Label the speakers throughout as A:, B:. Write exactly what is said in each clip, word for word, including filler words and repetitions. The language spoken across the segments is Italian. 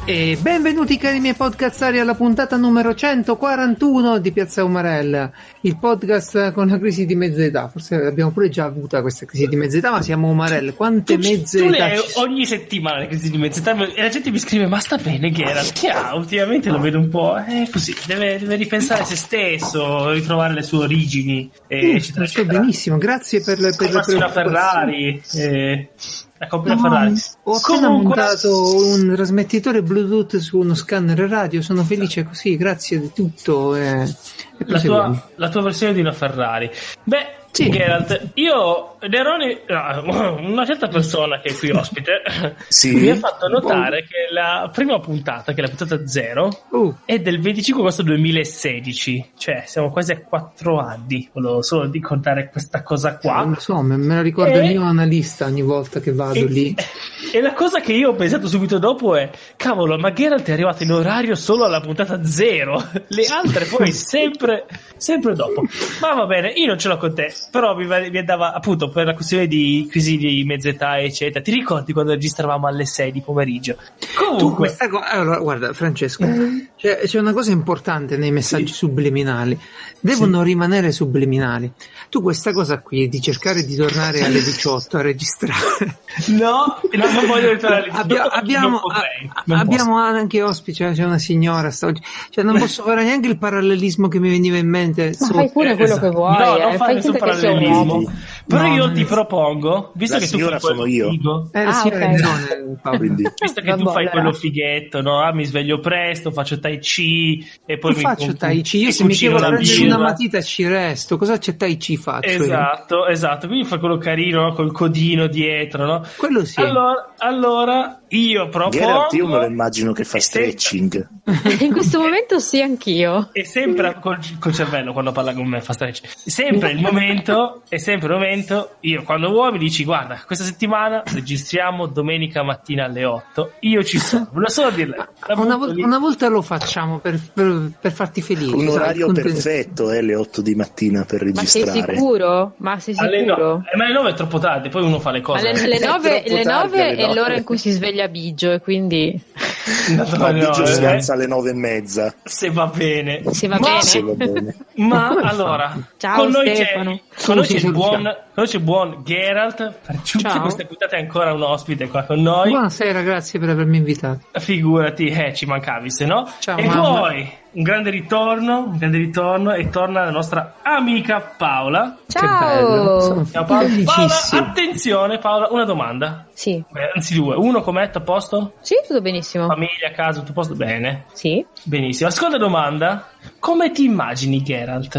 A: E benvenuti cari miei podcastari alla puntata numero centoquarantuno di Piazza Umarella, il podcast con la crisi di mezza età. Forse abbiamo pure già avuta questa crisi di mezza età, ma siamo Umarella. Quante
B: tu,
A: mezze
B: tu
A: età
B: le, ogni settimana la crisi di mezza età e la gente mi scrive: ma sta bene Geralt? Che ha? Ultimamente lo vedo un po' è così, deve, deve ripensare a se stesso, ritrovare le sue origini, e
A: mm,
B: eccetera,
A: sto
B: eccetera.
A: benissimo, grazie per le per
B: la Ferrari, eh, la compra no, Ferrari.
A: Ho appena
B: Comunque...
A: montato un trasmettitore Bluetooth su uno scanner radio, sono felice così, grazie di tutto. E, e
B: la, tua, la tua versione di una Ferrari. Beh, sì. Geralt, io Nerone, no, una certa persona che è qui ospite sì. mi ha fatto notare oh. che la prima puntata, che è la puntata zero, uh. è del venticinque agosto duemilasedici, cioè siamo quasi a quattro anni. Volevo solo di contare questa cosa qua.
A: Non so, me, me la ricordo e... il mio analista ogni volta che vado
B: e...
A: lì.
B: E la cosa che io ho pensato subito dopo è: cavolo, ma Geralt è arrivato in orario solo alla puntata zero, le altre poi sempre, sempre dopo. Ma va bene, io non ce l'ho con te, però mi, mi andava appunto per la questione di crisi di mezza età eccetera. Ti ricordi quando registravamo alle sei di pomeriggio? Comunque
A: tu questa co- allora guarda Francesco, mm. c'è, c'è una cosa importante nei messaggi sì. subliminali, devono sì. rimanere subliminali. Tu questa cosa qui di cercare di tornare alle diciotto a registrare
B: no, no non voglio ritornare alle
A: diciotto. abbiamo, non a, abbiamo anche ospiti, cioè c'è una signora sta oggi, cioè non posso fare neanche il parallelismo che mi veniva in mente.
C: Ma fai pure quello esatto. che vuoi,
B: no,
C: eh.
B: non fai nessun parallelismo, però
A: no,
B: io ti propongo, visto
D: la
B: che tu fai
D: sono io
B: figo,
A: eh, la
C: ah,
A: signora
C: okay.
A: non,
D: quindi.
B: visto che tu fai quello fighetto, no? Ah, mi sveglio presto, faccio tai chi e poi mi
A: faccio tai chi, io se mi devo prendere una matita ci resto, cosa c'è tai chi faccio?
B: Esatto,
A: io?
B: esatto, quindi fai quello carino, no? Col codino dietro, no?
A: Quello sì.
B: Allora, allora io propongo.
D: Geralt, io me lo immagino che fa stretching.
C: In questo momento sì, anch'io.
B: E sempre col, col cervello quando parla con me fa stretching. Sempre il momento, è sempre il momento. Io quando vuoi mi dici: guarda, questa settimana registriamo domenica mattina alle otto. Io ci sono. Volevo solo dirle.
A: Una, vo- una volta lo facciamo per, per, per farti felice.
D: Un orario sai, perfetto, eh, le otto di mattina per registrare.
C: Ma sei sicuro? Ma sei sicuro?
B: Alle no- eh, ma alle nove è troppo tardi, poi uno fa le cose.
C: Alle, le nove, le nove è l'ora in cui si sveglia Biggio, e quindi
D: no, no, Biggio no, si eh. alza alle nove e mezza.
B: Se va bene.
C: Se va
B: ma,
C: bene.
D: Se va bene.
B: Ma allora,
C: ciao
B: con noi
C: Stefano.
B: c'è, con noi c'è il buon, con noi c'è il buon Geralt. Per tutte
C: ciao.
B: queste puntate è ancora un ospite qua con noi.
A: Buonasera, grazie per avermi invitato.
B: Figurati, eh, ci mancavi, se no.
A: Ciao,
B: e
A: mamma.
B: poi un grande ritorno, un grande ritorno e torna la nostra amica Paola.
C: Ciao.
A: Che bello. Sono
B: Ciao Paola. Paola, attenzione Paola, una domanda.
C: Sì.
B: Beh, anzi due. Uno, com'è? A posto?
C: Sì, tutto benissimo.
B: Famiglia, casa, tutto a posto? Bene.
C: Sì.
B: Benissimo. La seconda domanda: come ti immagini Geralt?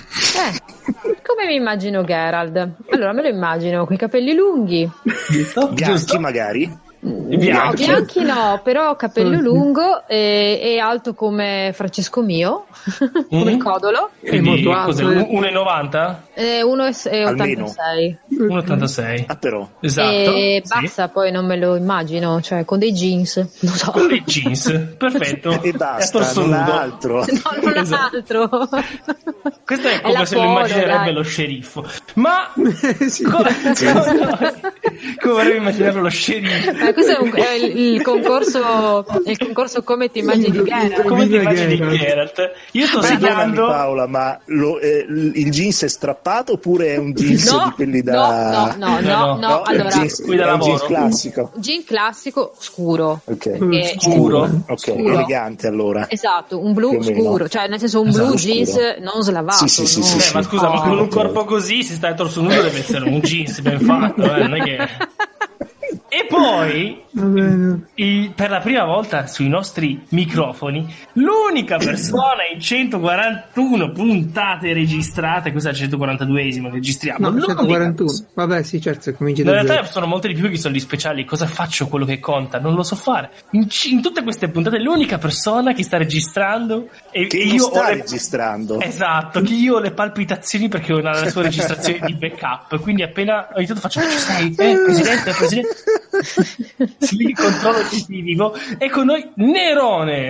C: Eh, come mi immagino Geralt? Allora, me lo immagino con i capelli lunghi.
B: Giusto?
D: Bianchi
B: Giusto?
D: magari?
B: Bianchi.
C: No, bianchi no, però capello lungo e, e alto come Francesco mio, come
B: mm.
C: Codolo.
B: Quindi
A: molto alto,
B: cos'è?
A: eh.
B: uno e novanta?
C: Eh, uno e ottantasei.
B: uno e ottantasei.
D: Ah, però.
B: Esatto.
C: E
B: sì.
C: basta, poi non me lo immagino, cioè con dei jeans, non so.
B: Con dei jeans, perfetto.
D: E basta, non ha altro.
C: No, non
B: esatto.
C: ha altro.
B: Questo è
C: È
B: come
C: la
B: se lo
C: polo,
B: immaginerebbe
C: dai.
B: lo sceriffo. Ma
A: sì.
B: come, come, come vorrei immaginare lo sceriffo?
C: Eh, questo è, un, è il, il concorso il concorso come ti immagini Geralt.
B: Come ti immagini Geralt? Io sto
D: Perdonami
B: segnando
D: Paola, ma lo, eh, il jeans è strappato oppure è un jeans
C: No,
D: di quelli da...
C: no, no, no,
B: No,
C: no,
B: no,
C: no,
D: è un
C: allora
D: jeans,
B: qui da
D: è un
B: lavoro.
D: jeans classico.
C: jean classico scuro.
D: Ok.
C: Perché-
B: scuro.
D: Ok,
C: Scuro.
D: elegante allora.
C: Esatto, un blu
D: Più o meno.
C: scuro, cioè nel senso un
D: Esatto,
C: blu
D: scuro.
C: jeans non slavato.
D: Sì, sì, sì,
C: no?
D: sì,
B: Eh, ma scusa, ma con
C: Oh.
B: un corpo così, se stai a torso nudo deve essere un jeans ben fatto, eh, non è che... E poi, il, per la prima volta sui nostri microfoni, l'unica persona in centoquarantuno puntate registrate, questa è la centoquarantaduesima che registriamo.
A: No,
B: l'unica
A: centoquarantuno.
B: persona-
A: Vabbè, sì, certo, cominci
B: No,
A: da
B: in
A: zero.
B: realtà sono molte di più che sono gli speciali. Cosa faccio? Quello che conta, non lo so fare. In, in tutte queste puntate, l'unica persona che sta registrando e
D: Che
B: e
D: io
B: io
D: sta
B: ho le...
D: registrando.
B: Esatto, che io ho le palpitazioni perché ho la sua registrazione di backup. Quindi appena ogni tanto faccio: ci sei? Eh, presidente, presidente. Sì, controllo visivo. E con noi Nerone.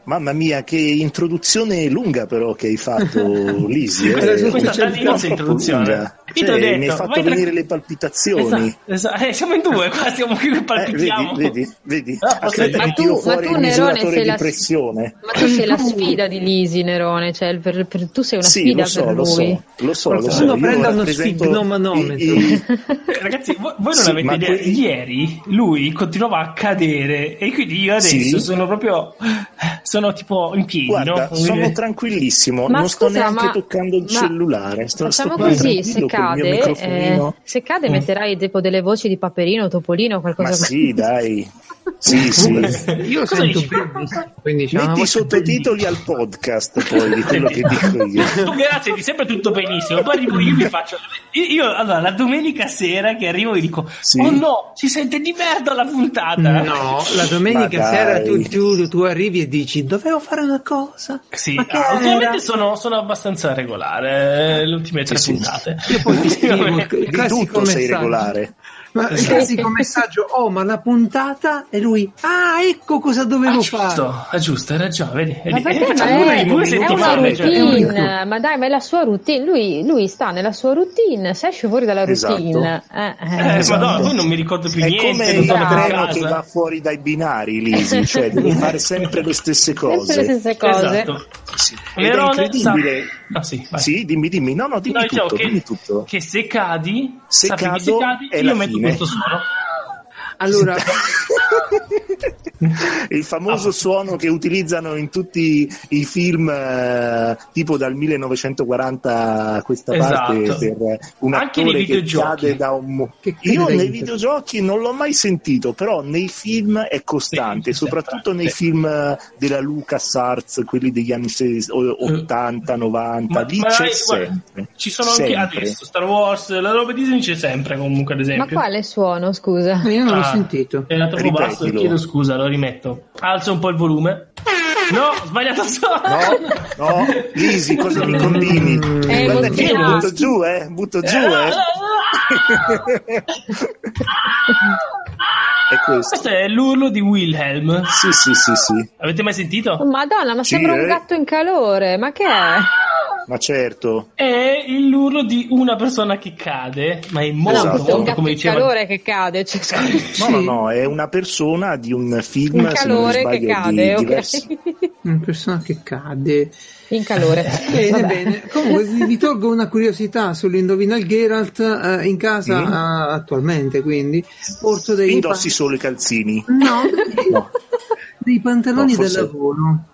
D: Mamma mia, che introduzione lunga però che hai fatto, Lisi.
B: Eh? Questa dall'inizio introduzione.
D: Cioè, detto, mi hai fatto venire tra... le palpitazioni.
B: Esatto, esatto. Eh, siamo in due, qua siamo qui che palpitiamo.
D: Eh, vedi, vedi, vedi.
C: Ah,
D: se, ma tu, ma tu Nerone sei la pressione.
C: Ma tu sei la sfida di Lisi, Nerone, cioè per, per, tu sei una
D: sì,
C: sfida
D: lo so,
C: per
D: lo
C: lui.
D: So, lo so, lo so.
A: Uno prenda uno sfignomanometro.
B: Ragazzi, voi, voi non sì, avete idea. Poi... Ieri lui continuava a cadere e quindi io adesso sì? sono proprio sono tipo in piedi.
D: Guarda,
B: no?
D: sono tranquillissimo,
C: ma
D: non
C: scusa,
D: sto neanche
C: ma...
D: toccando il
C: ma...
D: cellulare. Sto,
C: facciamo
D: sto
C: così, se cade, eh, se cade mm. metterai tipo delle voci di Paperino, Topolino, qualcosa.
D: Ma sì, dai. Sì, sì.
A: Io sento benissimo, quindi
D: metti i sottotitoli al podcast poi di quello che dico io.
B: Tu grazie, di sempre tutto benissimo. Poi arrivo io mi faccio io, io allora la domenica sera che arrivo e dico sì. oh no, si sente di merda la puntata.
A: No, la domenica sera tu, tu, tu arrivi e dici dovevo fare una cosa.
B: Sì, ah, ultimamente sono, sono abbastanza regolare eh, le ultime tre sì, puntate.
A: Io poi ti scrivo il
D: di tutto sei regolare.
A: Ma il classico messaggio, oh ma la puntata, e lui, ah ecco cosa dovevo
B: ah,
A: fare.
B: Giusto, è giusto, hai ragione, vedi.
C: Ma perché ma è, è una routine, cioè, ma dai, ma è la sua routine, lui, lui sta nella sua routine, se esce fuori dalla routine.
B: Esatto. Eh, eh, eh, esatto. Madonna, poi non mi ricordo più
D: è
B: niente.
D: È come il treno che va fuori dai binari, Lisi, cioè devi fare sempre le stesse cose.
C: Sempre le stesse cose.
B: Esatto.
D: Sì. Ed è incredibile.
B: Sa... Ah, sì,
D: sì, dimmi, dimmi, no, no, dimmi, no, tutto,
B: che,
D: dimmi tutto.
B: Che se cadi,
D: se
B: sappi
D: cado,
B: che se cadi, io metto fine. Questo suono.
A: Allora,
D: il famoso suono che utilizzano in tutti i film eh, tipo dal millenovecentoquaranta a questa
B: esatto.
D: parte per un
B: anche
D: attore
B: nei
D: che cade da un che io nei videogiochi non l'ho mai sentito, però nei film è costante, sì, soprattutto sempre. Nei sì. film della LucasArts, quelli degli anni ottanta novanta,
B: ma,
D: lì
B: ma
D: c'è
B: vai,
D: sempre
B: guarda, ci sono
D: sempre.
B: Anche adesso Star Wars, la roba Disney c'è sempre comunque, ad esempio.
C: Ma quale suono, scusa?
A: Io non l'ho sentito.
B: È troppo basso, chiedo scusa, lo rimetto. Alzo un po' il volume. No, ho sbagliato suono.
D: No, no, Lisi, cosa mi combini?
C: Eh,
D: Guarda che io butto giù, eh, butto giù, eh. È questo.
B: Questo è l'urlo di Wilhelm.
D: Sì, sì, sì, sì.
B: Avete mai sentito?
C: Oh, Madonna, ma
D: sì,
C: sembra
D: eh?
C: un gatto in calore, ma che è?
D: Ma certo.
B: È l'urlo di una persona che cade, ma è molto,
C: no,
B: molto,
C: un gatto
B: come
C: in
B: diceva...
C: calore che cade. Cioè,
D: no, no, no, è una persona di un film,
C: in calore
D: se non mi
C: che cade,
D: di
C: ok.
D: diversi...
A: Una persona che cade.
C: In calore.
A: Bene,
C: Vabbè.
A: bene. Comunque vi, vi tolgo una curiosità sull'indovina il Geralt eh, in casa mm. uh, attualmente, quindi porto dei
D: indossi
A: pan...
D: solo i calzini?
A: No, no. Dei pantaloni
D: no, forse...
A: da lavoro.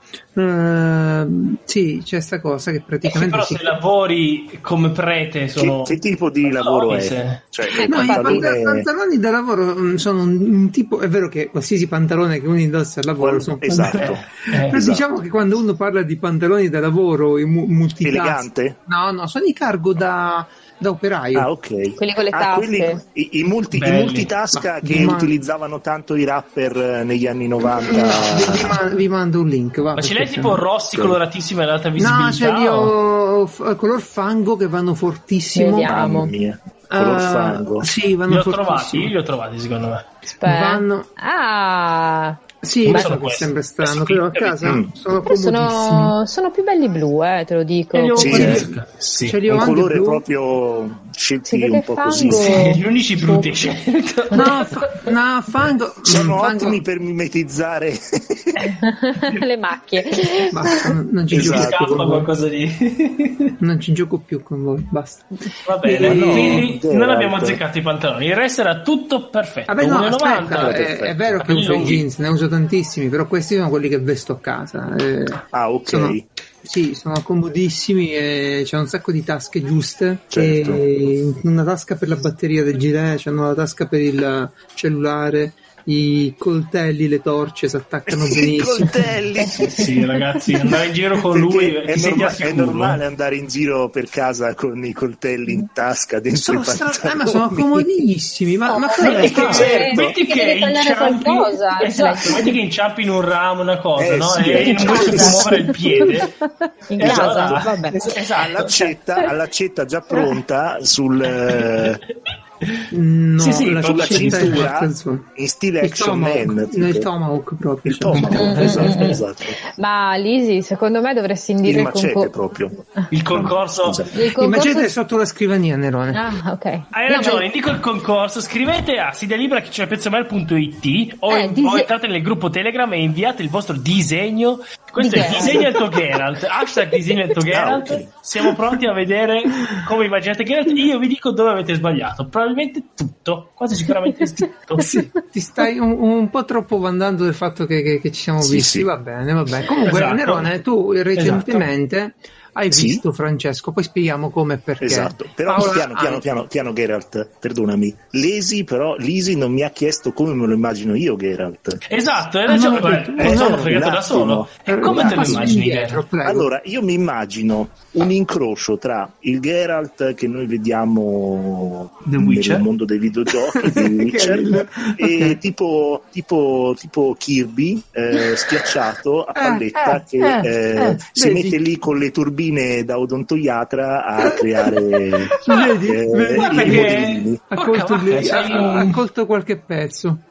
A: Uh, sì, c'è sta cosa che praticamente
B: eh, però
A: si...
B: se lavori come prete sono...
D: che, che tipo di lavoro è? Cioè,
A: eh, no,
D: pantalone...
A: i pantaloni da lavoro sono un, un tipo, è vero che qualsiasi pantalone che uno indossa al lavoro
D: Quello,
A: sono
D: esatto,
A: eh,
B: eh,
A: però
D: esatto.
A: Diciamo che quando uno parla di pantaloni da lavoro multitask,
D: elegante?
A: no no sono i cargo da da operaio.
D: Ah, ok.
C: Quelli con le
D: ah,
C: tasche.
D: Quelli, i, i, multi, i multitasca che ma... utilizzavano tanto i rapper negli anni novanta.
A: vi, man- vi mando un link. Va,
B: ma ce l'hai tipo rossi okay. coloratissimi all'alta visibilità?
A: No, ce li ho f- color fango che vanno fortissimo.
C: Vediamo.
D: Mia. Color fango.
A: Uh, sì, vanno
B: li ho
A: fortissimo.
B: trovati, li ho trovati secondo me.
C: Aspetta.
A: Vanno...
C: Ah...
A: Sì, lo so che sembra strano, però a casa mm. sono comodissimi.
C: Sono, sono più belli blu, eh, te lo dico.
D: Sì,
A: eh,
B: sì.
A: Ce li ho
D: un
A: anche
D: colore
A: blu.
D: Proprio scelti un po'
C: fango...
D: così.
B: Sì, gli unici brutti scelto.
A: No, fa- no, fango.
D: Sono
A: fango...
D: ottimi per mimetizzare
C: le macchie.
A: Basta, non, non ci
D: esatto.
A: gioco più.
B: Qualcosa di...
A: Non ci gioco più con voi, basta.
B: Va bene,
A: no,
B: quindi non abbiamo azzeccato i pantaloni, il resto era tutto perfetto.
A: Vabbè, no,
B: uno virgola novanta.
A: aspetta, è, è vero che uso i jeans, ne uso tantissimi, però questi sono quelli che vesto a casa. Eh,
D: ah, ok.
A: Sono, sì, sono comodissimi e c'è un sacco di tasche giuste.
D: Certo.
A: E una tasca per la batteria del gilet, c'hanno la tasca per il cellulare. I coltelli, le torce si attaccano benissimo.
D: I coltelli,
B: sì, ragazzi, andare in giro con lui
D: è, norma- è normale andare in giro per casa con i coltelli in tasca dentro
A: sono
D: i pantaloni.
A: Stra- eh, ma sono comodissimi. Ma,
C: no,
A: ma
C: ma
B: metti che,
D: certo.
B: metti che inciampi, esatto, metti che inciampi in un ramo una cosa,
D: eh,
B: no?
D: Sì,
B: e non riesci a muovere il piede.
C: In
B: esatto.
C: casa, vabbè.
B: Esatto.
D: All'accetta, all'accetta già pronta sul
A: No,
B: sì, sì,
D: la sulla cintura in stile Action Man,
A: nel tomahawk proprio.
D: Il tomahawk, esatto, esatto.
C: Ma Lisi, secondo me dovresti indire
D: il
C: il
D: macete
C: concor-
D: proprio.
B: Il concorso.
C: No, il, concorso...
A: il macete è sotto la scrivania, Nerone.
C: Ah, ok.
B: Hai
C: no,
B: ragione,
C: ma...
B: indico il concorso. Scrivete a sidelibera chiocciola pezzomel punto it o,
C: eh,
B: in,
C: dise...
B: o entrate nel gruppo Telegram e inviate il vostro disegno. Questo
C: Di
B: è il disegno del tuo Geralt. Hashtag disegno del tuo Geralt.
D: Ah, okay.
B: Siamo pronti a vedere come immaginate Geralt. Io vi dico dove avete sbagliato. Probabilmente tutto, quasi sicuramente tutto.
A: Sì, ti stai un, un po' troppo vandando del fatto che, che, che ci siamo
D: sì,
A: visti.
D: Sì.
A: Va bene, va bene. Comunque,
B: Esatto.
A: Nerone, tu recentemente
B: Esatto.
A: hai
D: sì.
A: visto Francesco, poi spieghiamo come e perché.
D: Esatto, però
A: Paola,
D: piano, piano,
A: hai...
D: piano, piano Geralt, perdonami. Lisi, però, Lisi non mi ha chiesto come me lo immagino io, Geralt.
B: Esatto, hai ragione,
A: Ah, no,
B: beh,
A: tu,
B: mi sono
A: no,
B: fregato da solo. E come te lo immagini,
A: indietro,
B: Geralt?
D: Allora, io mi immagino un incrocio tra il Geralt che noi vediamo nel mondo dei videogiochi, The Witcher, il... e okay. tipo, tipo, tipo Kirby eh, schiacciato a palletta
A: eh,
D: che
A: eh,
D: eh,
A: eh,
D: si
A: vedi.
D: mette lì con le turbine da odontoiatra a creare
A: vedi,
D: eh,
A: vedi,
D: i modellini.
A: Ha colto,
B: vacca,
A: ha, ha colto qualche pezzo.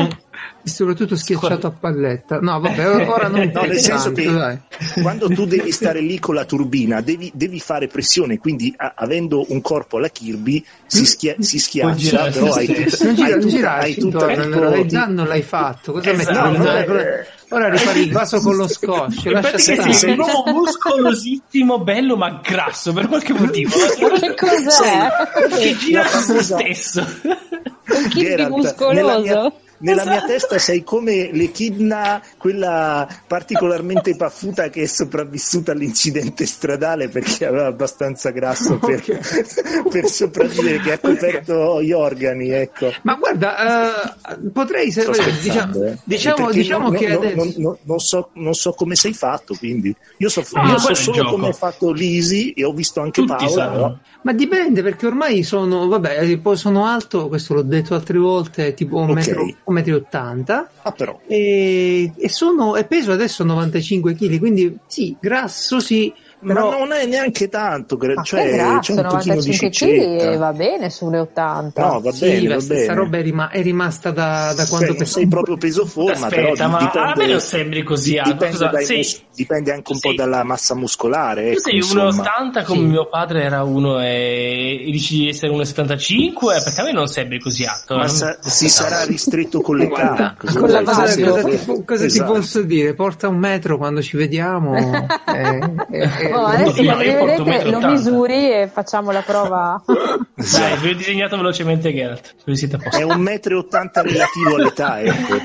A: E soprattutto schiacciato a palletta. No, vabbè, ora non
D: no, nel senso
A: tanto,
D: che
A: dai.
D: Quando tu devi stare lì con la turbina devi, devi fare pressione, quindi a, avendo un corpo alla Kirby si, schia, si schiaccia, però hai, tut,
A: non gira,
D: hai,
A: non
D: tutta, hai tutta
A: intorno, hai già non l'hai fatto. Cosa
B: esatto.
A: metti? No, eh, ora rifare il vaso con lo scotch, lascia stare.
B: Sei un uomo muscolosissimo, bello ma grasso per qualche motivo.
C: Che cos'è?
B: Che gira su se stesso.
C: Un Kirby muscoloso.
D: Nella mia testa sei come l'Echidna, quella particolarmente paffuta che è sopravvissuta all'incidente stradale perché aveva abbastanza grasso per, okay. per sopravvivere, che ha coperto okay. gli organi, ecco.
A: Ma guarda, uh, potrei sapere, diciamo,
D: eh.
A: diciamo, diciamo
D: non,
A: che
D: non,
A: adesso...
D: non, non, non, so, non so come sei fatto, quindi io so, ah, io so solo come è fatto Lisi e ho visto anche
B: Tutti
D: Paola. Però...
A: Ma dipende, perché ormai sono, vabbè, poi sono alto, questo l'ho detto altre volte, tipo un
D: okay.
A: metro, un metro e ottanta.
D: Ah, però.
A: E, e sono, e peso adesso novantacinque chili, quindi sì, grasso sì. Però...
D: Ma non è neanche tanto,
C: ma
D: cioè
C: grasso,
D: c'è un pochino di ciccetta.
C: Va bene sulle ottanta.
D: No, va
A: sì,
D: bene, va
A: questa
D: bene.
A: roba è, rima- è rimasta da, da quando
D: Beh, non sei proprio peso forma,
B: aspetta,
D: però
B: ma
D: dipende,
B: a me non sembri così alto.
D: Dipende, dai
B: sei,
D: mus- dipende anche un
B: sei,
D: po' dalla massa muscolare. Ecco,
B: tu sei uno virgola ottanta come sì. Mio padre era uno e dici di essere uno virgola settantacinque, perché a me non sembri così alto.
D: Ma sa- si sarà ristretto con le
A: Guarda,
D: carte.
A: Con la cosa, cosa, ti, cosa esatto. ti posso dire? Porta un metro quando ci vediamo. eh, eh,
C: oh, adesso vedete, lo misuri e facciamo la prova.
B: Dai, vi ho disegnato velocemente Geralt. Siete a posto.
D: È un metro e ottanta relativo all'età, ecco.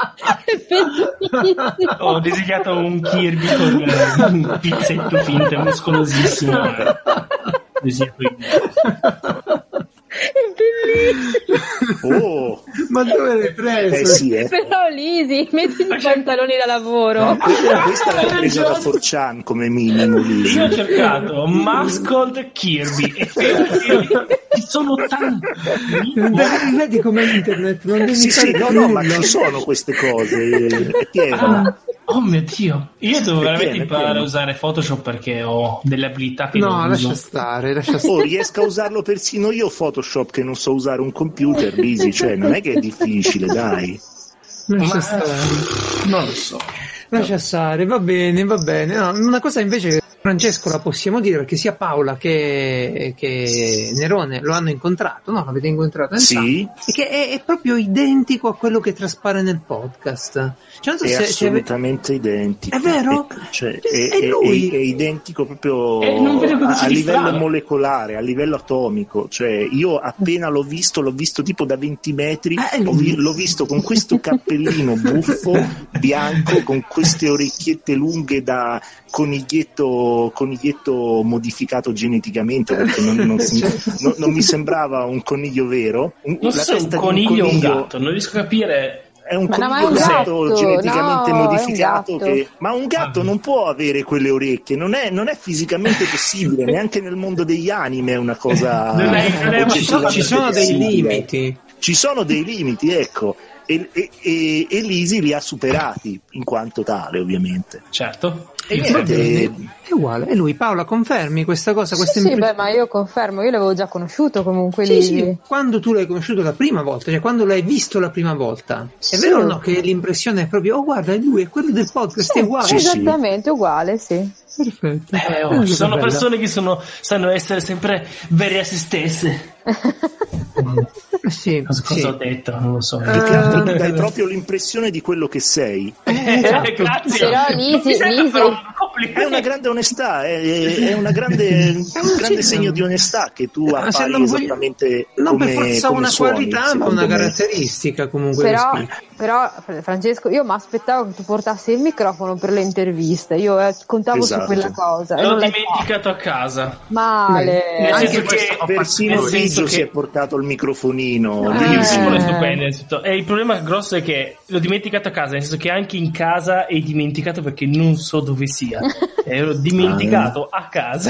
B: Ho disegnato un Kirby con un pizzetto finto, muscolosissimo.
C: È bellissimo.
D: Oh,
A: ma dove l'hai preso?
D: Eh sì, eh.
C: Però Lisi, metti i pantaloni da lavoro.
D: No, questa, questa l'hai presa da four chan come minimo, Lisi.
B: Io ho cercato Muscled Kirby e ci sono tanti.
A: Vedi come internet, non devi
D: sì,
A: fare
D: sì, no, no, ma ci sono queste cose, è pieno.
B: Ah, oh mio Dio, io devo
D: è
B: veramente
D: pieno,
B: imparare a usare Photoshop perché ho delle abilità che
A: no,
B: non
A: lascia
B: uso.
A: stare, lascia stare.
D: Oh, riesco a usarlo persino io Photoshop che non so usare un computer, Lisi, cioè non è che è difficile, dai.
A: Lascia
B: Ma...
A: stare.
B: Non lo so.
A: Lascia stare, va bene, va bene. No, una cosa invece, Francesco, la possiamo dire perché sia Paola che, che Nerone lo hanno incontrato, no? L'avete incontrato entrambi.
D: Sì.
A: E che è, è proprio identico a quello che traspare nel podcast. Cioè, non so
D: è
A: se,
D: assolutamente
A: se...
D: identico.
A: È vero?
D: È, cioè,
A: è,
D: è,
A: è, lui.
D: È, è identico proprio
B: eh, non vedo cosa
D: a, a livello
B: strano.
D: molecolare, a livello atomico. Cioè, io appena l'ho visto, l'ho visto tipo da venti metri,
A: eh,
D: l'ho, vi, l'ho visto con questo cappellino buffo, bianco, con queste orecchiette lunghe da coniglietto, coniglietto modificato geneticamente, perché non, non, non, non mi sembrava un coniglio vero. Un,
B: non so se è un coniglio o un gatto, non riesco a capire.
D: È un
C: ma
D: coniglio
C: un
D: gatto,
C: gatto,
D: geneticamente
C: no,
D: modificato
C: un
D: che... ma un gatto ah. non può avere quelle orecchie, non è, non è fisicamente possibile, neanche nel mondo degli anime è una cosa
B: non è, non è,
A: ci sono, ci sono dei limiti
D: ci sono dei limiti, ecco, e, e, e, e Lisi li ha superati in quanto tale, ovviamente.
B: Certo.
D: E niente,
A: è uguale, è lui. Paola, confermi questa cosa? Questa
C: sì, sì, beh, ma io confermo, io l'avevo già conosciuto comunque
A: sì,
C: lì.
A: Sì, quando tu l'hai conosciuto la prima volta, cioè quando l'hai visto la prima volta, sì. È vero o no che l'impressione è proprio, oh guarda, è lui, è quello del podcast, sì, è uguale.
C: Sì, esattamente, uguale, sì.
A: Perfetto.
B: Eh, oh, ci sono persone che sono, sanno essere sempre vere a se stesse.
A: Sì,
B: cosa, cosa
A: sì.
B: ho detto? Non lo so.
D: Più che altro uh, dai proprio l'impressione di quello che sei.
B: Eh, esatto. Grazie.
C: Però Lisi, Lisi...
D: è una grande onestà, è, è una grande, un grande segno di onestà che tu appari non esattamente
A: voglio, non
D: come,
A: per forza
D: come
A: una
D: suoni,
A: qualità, ma una me. caratteristica comunque.
C: Però, però Francesco, io mi aspettavo che tu portassi il microfono per le interviste. Io eh, contavo
D: esatto.
C: su quella cosa.
B: L'ho dimenticato a casa.
C: Male.
B: Nel
D: Anche
B: senso che
D: persino Ligio
B: che...
D: si è portato il microfonino.
B: Eh. È stupendo. E il problema grosso è che l'ho dimenticato a casa, nel senso che anche in casa è dimenticato perché non so dove sia. Ero dimenticato a casa.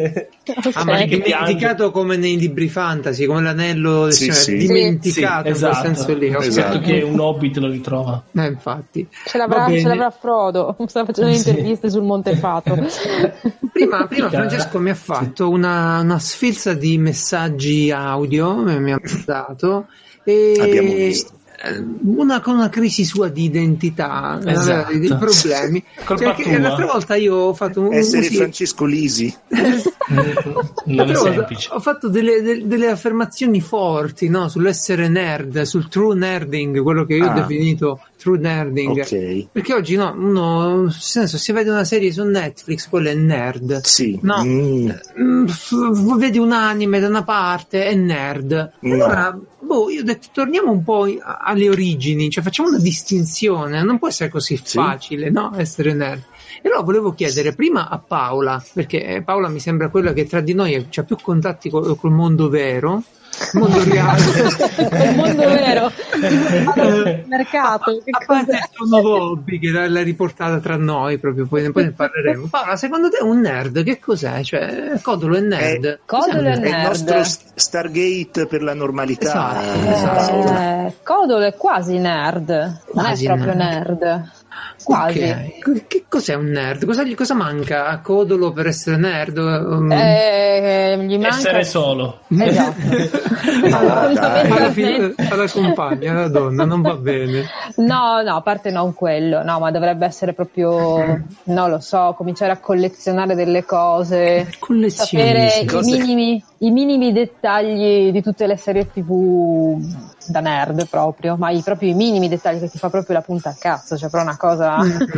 A: Ah, ma è dimenticato come nei libri fantasy, come l'anello del
D: sì, sì.
A: dimenticato,
B: sì, esatto.
A: in quel senso lì.
B: Esatto, che un hobbit lo ritrova.
A: Eh, infatti.
C: Ce l'avrà, ce l'avrà Frodo, sta facendo sì. interviste sul Montefato.
A: Prima, prima Francesco mi ha fatto una, una sfilza di messaggi audio, mi ha dato, e
D: abbiamo visto.
A: Una con una crisi sua di identità,
B: esatto.
A: dei problemi. Perché l'altra volta io ho fatto un
D: essere
A: così...
D: Francesco Lisi.
B: Non è semplice.
A: Ho fatto delle, delle, delle affermazioni forti, no, sull'essere nerd, sul true nerding, quello che io ah. ho definito true nerding.
D: Okay.
A: Perché oggi no, uno, nel senso, se vede una serie su Netflix, quello è nerd.
D: Sì.
A: No, mm. Mm, vedi un anime da una parte, è nerd.
D: No.
A: Allora, boh, io ho detto, torniamo un po' alle origini, cioè facciamo una distinzione, non può essere così sì. facile, no, essere nerd. E allora volevo chiedere prima a Paola, perché Paola mi sembra quella che tra di noi ha più contatti col, col mondo vero, il mondo reale,
C: il mondo vero, il mercato.
A: A, a parte il suo nuovo hobby che l'hai riportata tra noi, proprio poi, poi ne parleremo. Paola, secondo te un nerd che cos'è? Cioè, Codolo è nerd?
C: È, Codolo è, è nerd.
D: È il nostro Stargate per la normalità.
A: Esatto, esatto.
C: Eh, Codolo è quasi nerd, quasi non è proprio nerd. nerd. Quasi.
A: Okay. Che cos'è un nerd? Cosa, gli, cosa manca a Codolo per essere nerd? Um...
C: Eh, gli manca...
B: Essere solo.
C: Esatto.
A: alla, fine, alla compagna, alla donna, non va bene.
C: No, no, a parte non quello, no, ma dovrebbe essere proprio, non lo so, cominciare a collezionare delle cose, sapere cose. i minimi, i minimi dettagli di tutte le serie tivù da nerd proprio, ma i proprio i minimi dettagli, che ti fa proprio la punta al cazzo, cioè però una cosa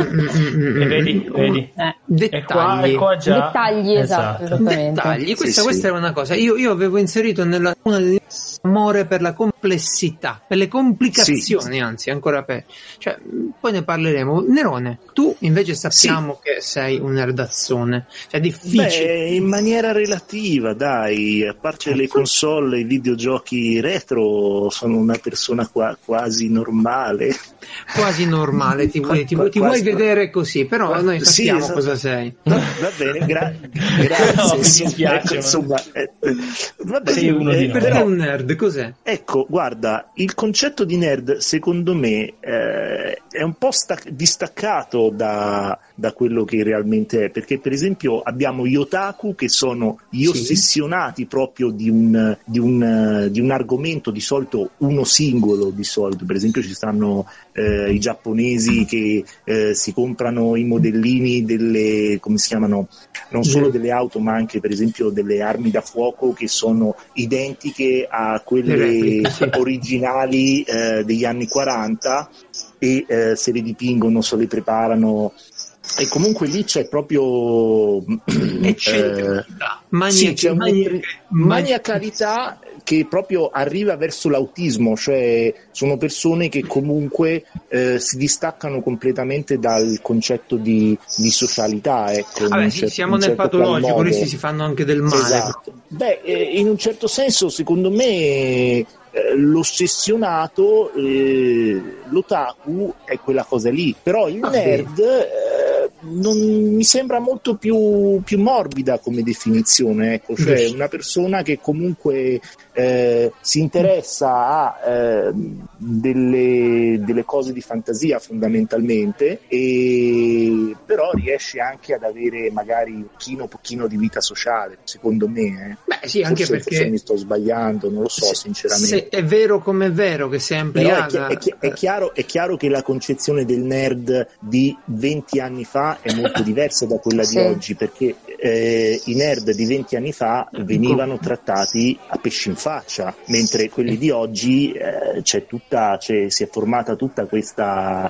B: e vedi, vedi
C: eh.
A: dettagli,
B: e qua, e qua già...
C: dettagli esatto,
B: esatto.
A: dettagli, questa,
D: sì,
A: questa
D: sì.
A: era una cosa, io, io avevo inserito nella una delle amore per la complessità, per le complicazioni, sì. anzi ancora peggio, cioè poi ne parleremo. Nerone, tu invece sappiamo sì. che sei un nerdazzone, cioè difficile.
D: Beh, in maniera relativa, dai, a parte le console e i videogiochi retro, sono una persona qua, quasi normale.
A: Quasi normale, ti vuoi, ti, ti vuoi vedere così, però quasi, noi sappiamo sì, esatto. cosa sei.
D: Va, va bene, gra- grazie.
B: No, mi dispiace,
D: insomma, eh, va bene,
B: sei uno di
D: eh,
B: noi.
A: Perché è un nerd, cos'è?
D: Ecco, guarda, il concetto di nerd secondo me eh, è un po' stac- distaccato da, da quello che realmente è, perché per esempio abbiamo gli otaku che sono gli sì. ossessionati proprio di un, di, un, di un argomento, di solito uno singolo, di solito, per esempio ci stanno eh, i giapponesi che eh, si comprano i modellini delle, come si chiamano, non solo delle auto ma anche per esempio delle armi da fuoco che sono identiche a quelle repliche, sì. originali eh, degli anni quaranta e eh, se le dipingono, se le preparano, e comunque lì c'è proprio
A: eh, Mania-
D: sì, c'è
A: mania-
D: maniacalità che proprio arriva verso l'autismo, cioè sono persone che comunque eh, si distaccano completamente dal concetto di, di socialità, ecco.
A: Vabbè, sì,
D: certo,
A: siamo nel certo patologico, questi si fanno anche del male.
D: Esatto. Beh, eh, in un certo senso secondo me eh, l'ossessionato, eh, l'otaku è quella cosa lì, però il nerd eh, non mi sembra molto più, più morbida come definizione, ecco, cioè una persona che comunque eh, si interessa a eh, delle, delle cose di fantasia fondamentalmente, e però riesce anche ad avere magari un pochino, pochino di vita sociale, secondo me. Eh.
A: Beh sì, anche
D: forse,
A: perché
D: forse mi sto sbagliando, non lo so se, sinceramente.
A: Se è vero come è vero che si è ampliata.
D: Però è, chi- è, chi- è, chiaro, è chiaro che la concezione del nerd di venti anni fa è molto diversa da quella sì. di oggi, perché eh, i nerd di venti anni fa venivano trattati a pesci in faccia, mentre quelli di oggi eh, c'è tutta, c'è, si è formata tutta questa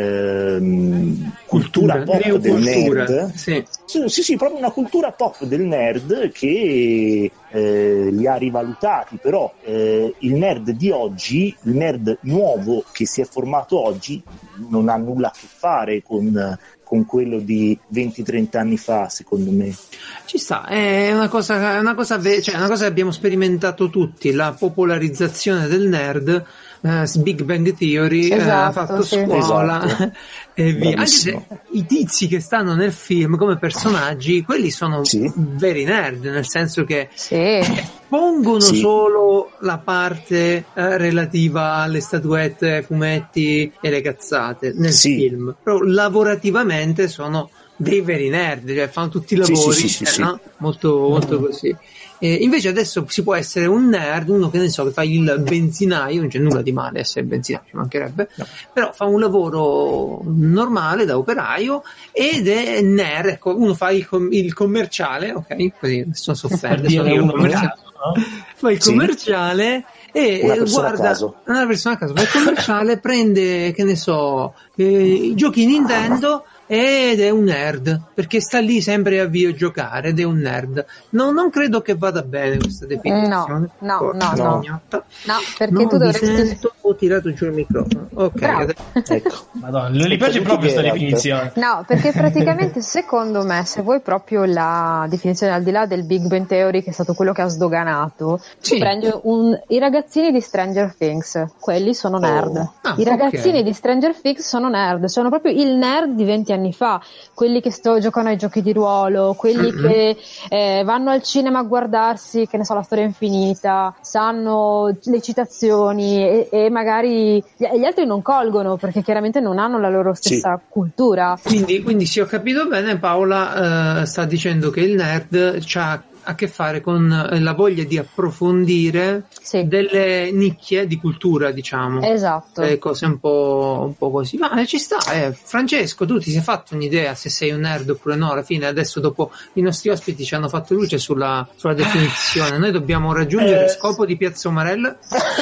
D: ehm, cultura, cultura pop del nerd.
A: Sì.
D: Sì, sì, sì, proprio una cultura pop del nerd che eh, li ha rivalutati, però eh, il nerd di oggi, il nerd nuovo che si è formato oggi, non ha nulla a che fare con con quello di venti trenta anni fa, secondo me.
A: Ci sta, è una cosa, è una cosa, ve- cioè una cosa che abbiamo sperimentato tutti, la popolarizzazione del nerd, uh, Big Bang Theory, esatto, uh, fatto sì. scuola, esatto. E via. Anche se i tizi che stanno nel film come personaggi, quelli sono sì. veri nerd, nel senso che
C: sì.
A: pongono
D: sì.
A: solo la parte eh, relativa alle statuette, ai fumetti e le cazzate nel sì. film, però lavorativamente sono dei veri nerd, cioè fanno tutti i lavori, sì, sì, sì, eh, sì. No? molto, molto così. E invece adesso si può essere un nerd, uno che ne so, che fa il benzinaio, non c'è nulla di male essere benzinaio, ci mancherebbe, no. però fa un lavoro normale da operaio ed è nerd, ecco, uno fa il, com- il commerciale, ok, così nessuno si offende, sono io un commerciale, no? fa il commerciale sì. e
D: una
A: guarda una persona a caso, fa il commerciale, prende, che ne so, eh, i giochi Nintendo ed è un nerd, perché sta lì sempre a videogiocare ed è un nerd. No, non credo che vada bene questa definizione.
C: No, no, no, no. No, perché
A: non
C: tu dovresti...
A: sento, ho tirato giù il microfono. Ok.
D: Ecco.
B: Madonna, non gli piace proprio questa definizione.
C: No, perché praticamente secondo me, se vuoi proprio la definizione al di là del Big Bang Theory, che è stato quello che ha sdoganato, sì. tu prendi un... i ragazzini di Stranger Things, quelli sono nerd. Oh. Ah, I ragazzini okay. di Stranger Things sono nerd, sono proprio il nerd di venti anni fa, quelli che sto, giocano ai giochi di ruolo, quelli mm-hmm. che eh, vanno al cinema a guardarsi, che ne so, La Storia Infinita, sanno le citazioni e, e magari gli, gli altri non colgono perché chiaramente non hanno la loro stessa sì. cultura.
A: Quindi, quindi se ho capito bene, Paola eh, sta dicendo che il nerd c'ha a che fare con la voglia di approfondire
C: sì.
A: delle nicchie di cultura, diciamo.
C: Esatto.
A: Eh, cose un po', un po' così. Ma ci sta, eh. Francesco, tu ti sei fatto un'idea se sei un nerd oppure no? Alla fine, adesso dopo i nostri ospiti ci hanno fatto luce sulla, sulla definizione. Noi dobbiamo raggiungere il scopo di Piazza Umarell.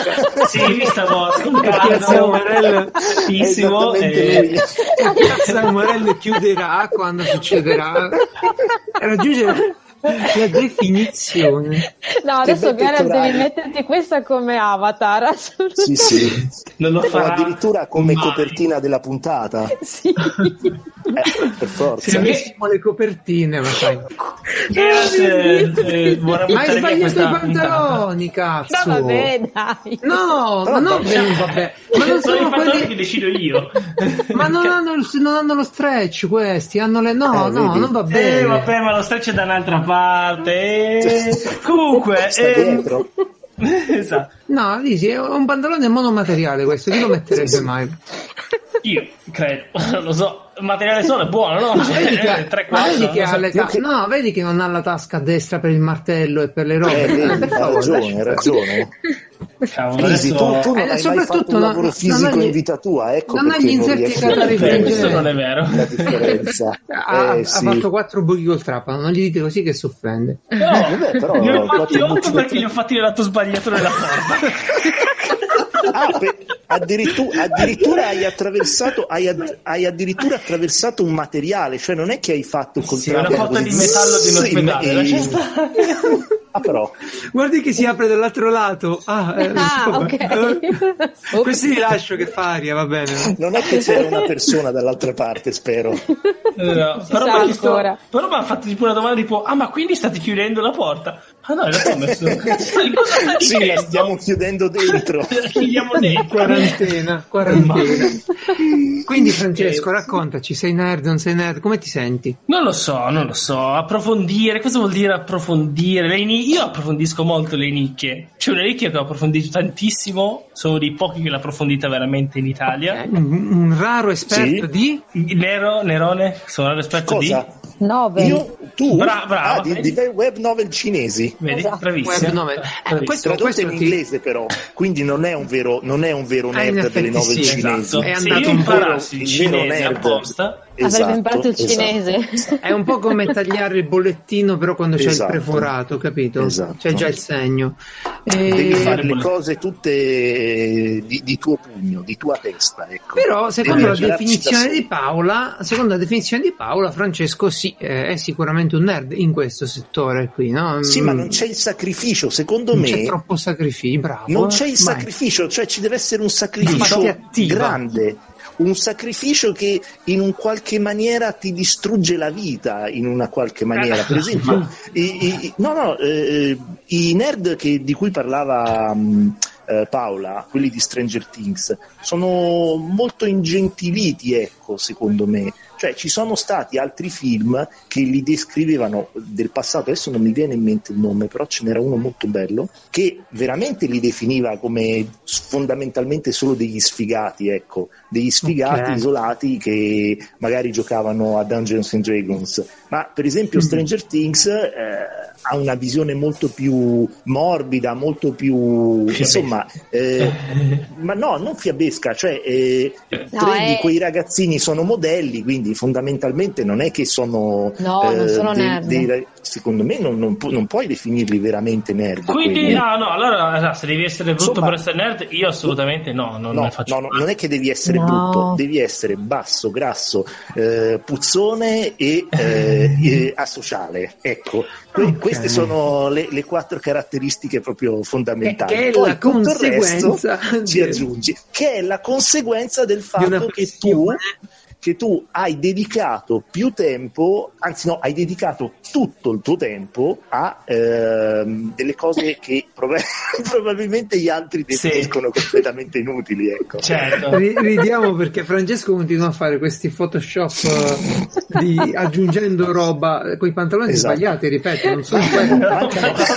B: Sì, mi stavo ascoltando.
A: Piazza Umarell
B: tantissimo.
A: E... Piazza Umarell chiuderà quando succederà. Raggiungere la definizione.
C: No, adesso Gara devi metterti questa come avatar.
D: Sì, sì.
B: Non lo farà
D: addirittura come
B: mai.
D: Copertina della puntata.
C: Sì.
D: Eh, per forza.
A: Se avessimo le copertine, ma sai.
B: Eh, eh,
A: ma hai sbagliato i pantaloni,
B: puntata.
A: cazzo.
C: No, vabbè, dai.
A: No,
D: però
A: ma non vabbè, vabbè. Ma non
B: sono, sono i pantaloni
A: quelli
B: che decido io.
A: Ma non hanno, non hanno lo stretch questi, hanno le no, eh, no, vedi? Non va bene.
B: Eh, vabbè, ma lo stretch è da un'altra parte. Eh. Comunque,
D: sta
B: eh...
D: dietro.
B: Esatto.
A: No, dici, è un pantalone monomateriale questo, chi lo metterebbe sì, sì. mai?
B: Io credo, non lo so. Il materiale solo è buono, no? Cioè,
A: vedi che,
B: tre, quattro,
A: vedi che
B: so.
A: ha le ta- che... no, vedi che non ha la tasca a destra per il martello e per le robe.
D: Eh, vedi, per favore, ragione, hai ragione.
B: Cavolo,
D: adesso... tu, tu non
A: eh,
D: hai mai fatto un lavoro fisico non in vita tua, ecco
A: non hai gli inserti
B: calorifici. Questo non è vero.
D: La differenza.
A: ha,
D: eh,
A: ha
D: sì.
A: fatto quattro buchi col trapano, non gli dite così che si offende.
B: No, vabbè, però li ho fatti otto perché li ho fatti nel lato sbagliato nella porta.
D: Ah, per, addirittura, addirittura hai attraversato hai, ad, hai addirittura attraversato un materiale, cioè non è che hai fatto col
B: sì, una porta di metallo di un ospedale.
D: E... ah, però
A: guardi che si apre dall'altro lato. Ah, eh,
C: ah ok.
A: Questi li lascio che fa aria, va bene.
D: Non è che c'era una persona dall'altra parte, spero.
B: No, però mi ha visto, però mi ha fatto tipo una domanda tipo ah ma quindi state chiudendo la porta? Ah no, in realtà ho messo
D: sì, la stiamo chiudendo dentro.
B: Chiudiamo dentro.
A: Quarantena, quarantena. Quindi Francesco, raccontaci, sei nerd, non sei nerd, come ti senti?
B: Non lo so, non lo so, approfondire, cosa vuol dire approfondire? I, io approfondisco molto le nicchie. C'è una nicchia che ho approfondito tantissimo, sono dei pochi che l'ho approfondita veramente in Italia.
A: Okay. Un, un raro esperto
B: sì. di? Nero, Nerone, sono un raro esperto
D: Cosa?
B: di?
C: Novel.
D: Io, tu?
B: Bra- bravo,
D: ah, di, di web novel cinesi.
B: Vedi?
C: Esatto.
B: Bravissimo.
A: Web novel. Eh, questo,
D: tradotto
A: questo
D: in
A: ti...
D: inglese però, quindi non è un vero, non è un vero nerd
A: ah,
D: delle novel
A: sì,
D: cinesi.
B: Esatto.
A: È
B: Se
A: andato
B: io
A: un
B: imparassi
D: po'
B: il cinese
D: nerd.
B: apposta,
D: Esatto,
C: avrebbe imparato il
D: esatto.
C: cinese.
A: È un po' come tagliare il bollettino, però quando c'è
D: Esatto.
A: il perforato, capito?
D: Esatto.
A: C'è già il segno.
D: Devi
A: E...
D: fare le cose tutte di, di tuo pugno, di tua testa. Ecco.
A: Però, secondo
D: Devi
A: la definizione di Paola, secondo la definizione di Paola, Francesco sì, eh, è sicuramente un nerd in questo settore qui, no?
D: Sì, ma non c'è il sacrificio, secondo
A: non
D: me.
A: C'è troppo sacrificio, bravo.
D: Non c'è il
A: Vai.
D: sacrificio, cioè ci deve essere un sacrificio grande. Un sacrificio che in un qualche maniera ti distrugge la vita, in una qualche maniera. Per esempio, i, i, no, no, eh, i nerd che, di cui parlava um, eh, Paola, quelli di Stranger Things, sono molto ingentiliti, ecco, secondo me. Cioè ci sono stati altri film che li descrivevano del passato, adesso non mi viene in mente il nome, però ce n'era uno molto bello che veramente li definiva come fondamentalmente solo degli sfigati, ecco, degli sfigati okay. isolati che magari giocavano a Dungeons and Dragons. Ma per esempio Stranger mm. Things eh, ha una visione molto più morbida, molto più insomma eh, ma no, non fiabesca, cioè eh,
C: no,
D: tre
C: è...
D: di quei ragazzini sono modelli, quindi fondamentalmente non è che sono
C: no,
D: eh,
C: non sono
D: dei,
C: nerd.
D: dei, secondo me non, non, pu- non puoi definirli veramente nerd.
B: Quindi
D: quelli.
B: no, no, allora se devi essere brutto
D: Insomma,
B: per essere nerd, io assolutamente no, non
D: no,
B: ne faccio.
D: No, no, non è che devi essere
C: no.
D: brutto, devi essere basso, grasso, eh, puzzone e, eh, e asociale. Ecco, okay. Queste sono le, le quattro caratteristiche proprio fondamentali.
A: Che, che è
D: Poi
A: la conseguenza
D: ci aggiungi, che è la conseguenza del fatto che tu che tu hai dedicato più tempo, anzi no, hai dedicato tutto il tuo tempo a ehm, delle cose che prob- probabilmente gli altri definiscono sì. completamente inutili, ecco.
B: Certo.
A: Ridiamo perché Francesco continua a fare questi Photoshop di aggiungendo roba con i pantaloni esatto. sbagliati, ripeto, non sono quelli.
B: Va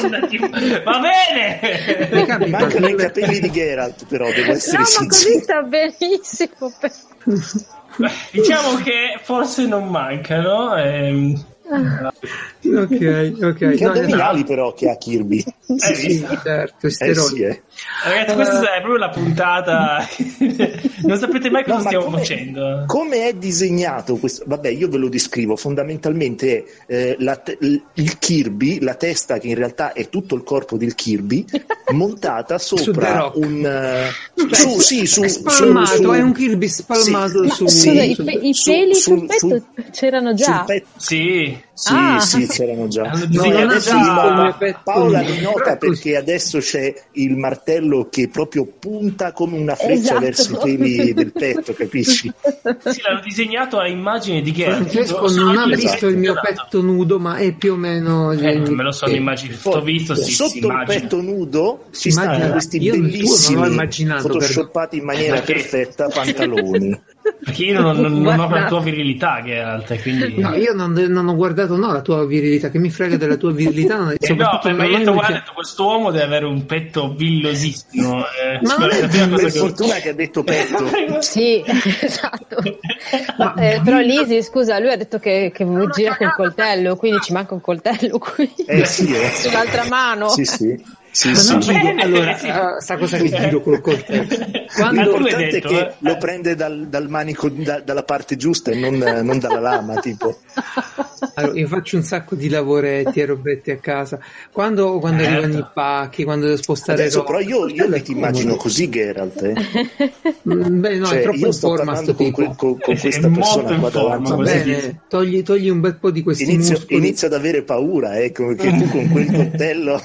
B: bene!
A: Mi capita,
D: mancano i capelli di Geralt, però devo essere
C: no,
D: sincero.
C: Ma così sta benissimo.
B: Beh, diciamo che forse non mancano. Ehm...
A: ok, ok.
D: Che
A: no,
D: addominali no. però che ha Kirby.
B: Eh,
A: sì, certo,
D: eh, sì, eh.
B: Ragazzi, questa è proprio la puntata. Non sapete mai cosa no, stiamo
D: come,
B: facendo.
D: Come è disegnato questo? Vabbè, io ve lo descrivo. Fondamentalmente è eh, la te- il Kirby, la testa che in realtà è tutto il corpo del Kirby, montata sopra
A: su
D: un uh, su, sì, su,
A: spalmato,
D: su, su,
A: è un Kirby spalmato
C: sì,
A: su,
C: sì,
A: su,
C: i, pe- i
D: su,
C: peli
D: su,
C: sul petto
D: su,
C: c'erano già.
D: Pet-
B: sì.
D: Sì,
C: ah.
D: sì, c'erano già.
B: No,
D: adesso
B: già...
D: Paola li nota perché adesso c'è il martello che proprio punta come una freccia
C: esatto.
D: verso i peli del petto, capisci?
B: Sì, l'hanno disegnato a immagine di Geralt.
A: Francesco non ha visto esatto. il mio petto nudo, ma è più o meno
B: eh, me lo sono immaginato. Ho visto sì,
D: sotto
B: si
D: il
B: immagina.
D: petto nudo ci
A: immagina,
D: stanno questi
A: io
D: bellissimi
A: immaginato
D: photoshoppati in maniera perfetta pantaloni.
B: Perché io non, non, non ho la tua virilità, Geralt, quindi...
A: No, io non, non ho guardato no, la tua virilità, che mi frega della tua virilità. Non è,
B: eh no, ma io detto, guarda, detto, quest'uomo deve avere un petto villosissimo. Eh,
D: ma non è
B: per
D: che... fortuna che ha detto petto.
C: Sì, esatto. Ma, eh, però Lisi, scusa, lui ha detto che, che gira col coltello, quindi ci manca un coltello qui.
D: Eh sì, eh.
C: Sull'altra mano.
D: Sì, sì. Sì,
A: sì.
B: Bene,
A: allora,
B: sì.
A: uh, sta cosa che giro col coltello. Quando
D: l'importante
B: detto,
D: è che
B: eh?
D: lo prende dal, dal manico da, dalla parte giusta e non, non dalla lama, tipo.
A: Allora, io faccio un sacco di lavoretti e robetti a casa. Quando, quando
B: certo.
A: arrivano i pacchi, quando devo spostare
D: adesso,
A: roba,
D: però io, io mi ti immagino così, Geralt. Eh?
A: Beh, no,
D: cioè,
A: è troppo
D: io
A: in
D: sto
A: forma sto
D: con,
A: tipo.
D: con, con
B: È
D: questa persona qua davanti.
A: Va bene, togli, togli un bel po' di questi
D: inizio,
A: muscoli.
D: inizio ad avere paura, eh, che tu con quel coltello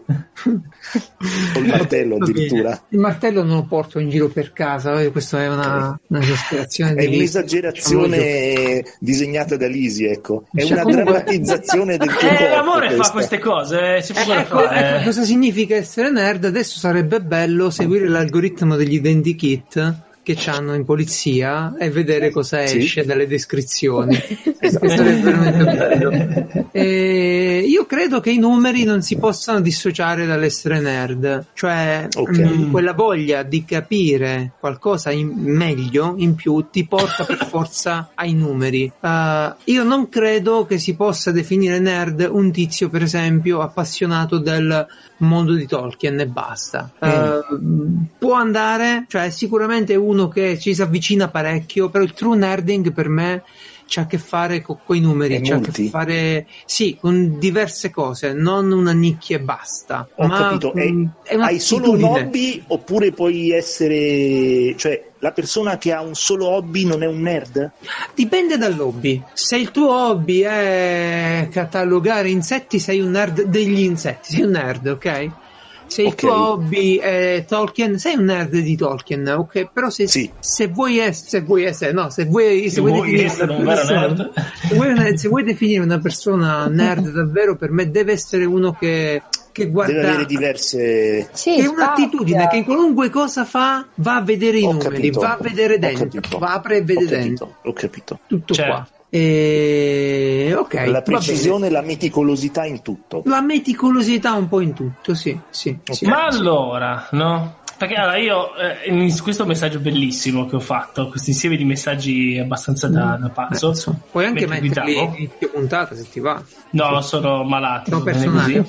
D: col martello addirittura.
A: Il martello non lo porto in giro per casa, questa è una, un'esasperazione
D: è
A: di
D: un'esagerazione disegnata da Lisi, ecco, è
A: cioè,
D: una
A: comunque...
D: drammatizzazione del tuo
B: eh,
D: corpo,
B: l'amore
D: questa.
B: fa queste cose, si può
A: eh, ecco,
B: fare.
A: ecco, cosa significa essere nerd? Adesso sarebbe bello seguire l'algoritmo degli identikit che c'hanno in polizia e vedere cosa
D: sì.
A: esce dalle descrizioni. Esatto. Sarebbe veramente bello. E io credo che i numeri non si possano dissociare dall'essere nerd, cioè okay. mh, quella voglia di capire qualcosa in meglio, in più, ti porta per forza ai numeri. Uh, io non credo che si possa definire nerd un tizio, per esempio, appassionato del mondo di Tolkien e basta. Mm. Uh, può andare, cioè sicuramente uno che ci si avvicina parecchio, però il true nerding per me c'ha a che fare con quei numeri, c'ha a che fare sì, con diverse cose, non una nicchia e basta.
D: Ho
A: ma
D: capito,
A: con,
D: è, è hai solo un hobby oppure puoi essere, cioè la persona che ha un solo hobby non è un nerd?
A: Dipende dall'hobby. Se il tuo hobby è catalogare insetti, sei un nerd degli insetti, sei un nerd, ok? Se il okay. tuo hobby è Tolkien, sei un nerd di Tolkien, ok? Però se, sì. se vuoi essere, se vuoi essere, no, se vuoi, se, se vuoi, vuoi definire una persona, nerd. Se, vuoi, se vuoi definire una persona nerd davvero, per me deve essere uno che che guarda,
D: deve avere diverse
A: sì, è un'attitudine che in qualunque cosa fa va a vedere i ho numeri, capito. va a vedere dentro, va apre e vede
D: ho
A: dentro.
D: Ho capito.
A: Tutto
B: cioè.
A: qua. E... ok,
D: la precisione, la meticolosità in tutto.
A: La meticolosità un po' in tutto, sì, sì, okay. sì.
B: Ma allora, no? Perché allora io eh, in questo messaggio bellissimo che ho fatto, questo insieme di messaggi abbastanza da, da pazzo,
A: eh, puoi anche metterli in inizio puntata se ti va.
B: No, sono malato.
A: No, personale.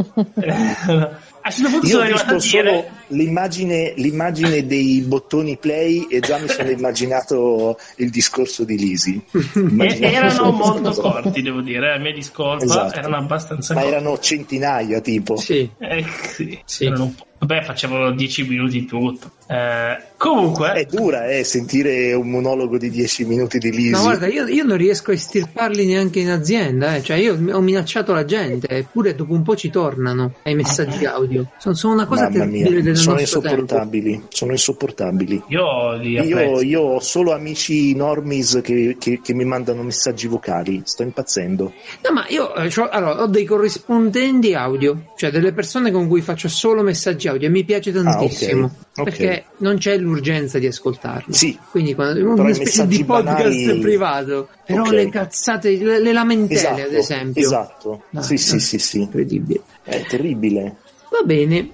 B: A questo punto
D: io
B: sono
D: ho visto
B: dire...
D: solo l'immagine, l'immagine dei bottoni play e già mi sono immaginato il discorso di Lisi.
B: E, erano molto corti, devo dire, a mia discolpa, esatto. erano abbastanza
D: ma
B: corti.
D: erano centinaia tipo.
A: Sì,
B: eh, sì.
A: sì.
B: Erano un po'. Vabbè, facevano dieci minuti tutto. Eh, comunque
D: è dura eh, sentire un monologo di dieci minuti di Lisi.
A: Ma guarda, io, io non riesco a estirparli neanche in azienda, eh. Cioè io ho minacciato la gente, eppure dopo un po' ci tornano ai messaggi audio. Sono, sono una cosa terribile del
D: sono
A: nostro
D: insopportabili,
A: tempo.
D: Sono insopportabili.
B: Io li
D: io, io ho solo amici normies che, che, che mi mandano messaggi vocali, sto impazzendo.
A: No, ma io eh, cioè, allora, ho dei corrispondenti audio, cioè delle persone con cui faccio solo messaggi audio e mi piace tantissimo. Ah, okay. Okay. Perché non c'è l'urgenza di ascoltarlo.
D: Sì.
A: Quindi quando una specie di podcast banali... privato, però okay. le cazzate, le, le lamentele
D: esatto,
A: ad esempio.
D: Esatto. No, sì, sì, sì, sì.
A: Incredibile.
D: È terribile.
A: Va bene,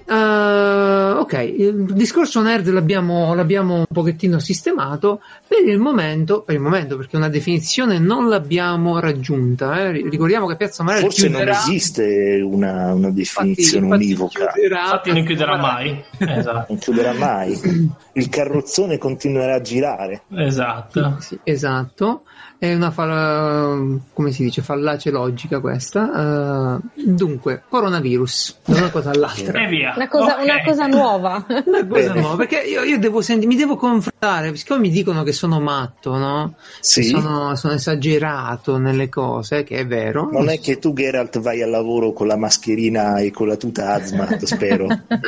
A: uh, ok, il discorso nerd l'abbiamo, l'abbiamo un pochettino sistemato. Per il momento, per il momento perché una definizione non l'abbiamo raggiunta, eh. Ricordiamo che Piazza Amarella
D: forse
A: chiuderà...
D: non esiste una, una definizione
A: infatti,
D: univoca.
A: Infatti, chiuderà...
B: infatti non chiuderà mai. Esatto.
D: Non chiuderà mai. Il carrozzone continuerà a girare.
B: Esatto.
A: Sì, sì, esatto. È una falla, come si dice, fallace logica questa. Uh, dunque, coronavirus, da una cosa all'altra.
B: E via.
C: Una cosa,
B: okay.
C: una cosa nuova.
A: Una cosa nuova, perché io, io devo senti- mi devo confrontare, siccome mi dicono che sono matto, no?
D: Sì.
A: Che sono, sono esagerato nelle cose, che è vero.
D: Non è che tu, Geralt, vai al lavoro con la mascherina e con la tuta hazmat, spero.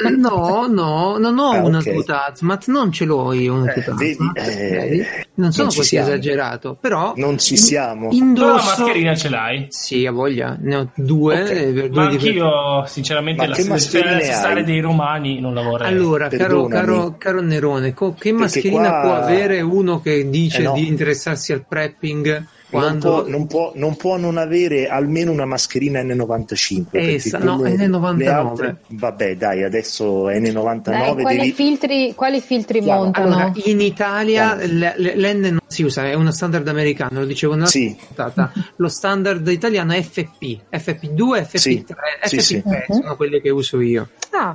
A: No, no, non ho
D: ah,
A: una
D: okay.
A: tuta hazmat, non ce l'ho io una tuta
D: eh,
A: hazmat.
D: Vedi, eh,
A: non sono
D: non
A: così
D: siamo.
A: esagerato, però
D: non ci siamo.
A: Indosso...
B: Però la mascherina ce l'hai?
A: Sì, a voglia, ne ho due.
B: Okay.
A: Per
B: ma
A: due
B: anch'io, sinceramente,
D: ma
B: la stare dei romani non la vorrei.
A: Allora, caro, caro, caro Nerone, co- che mascherina qua... può avere uno che dice eh no. di interessarsi al prepping? Quando...
D: Non, può, non, può, non può non avere almeno una mascherina N novantacinque.
A: Essa, no, N novantanove.
D: Altre, vabbè, dai, adesso N novantanove.
C: Dai, quali,
D: devi...
C: filtri, quali filtri Chiaro. montano?
A: Allora, in Italia l'N non si usa, è uno standard americano, lo dicevo nella
D: sì.
A: puntata. Lo standard italiano è F P, F P due, F P tre,
D: sì.
A: F P tre
D: sì,
A: sì. sono quelle che uso io.
C: Ah.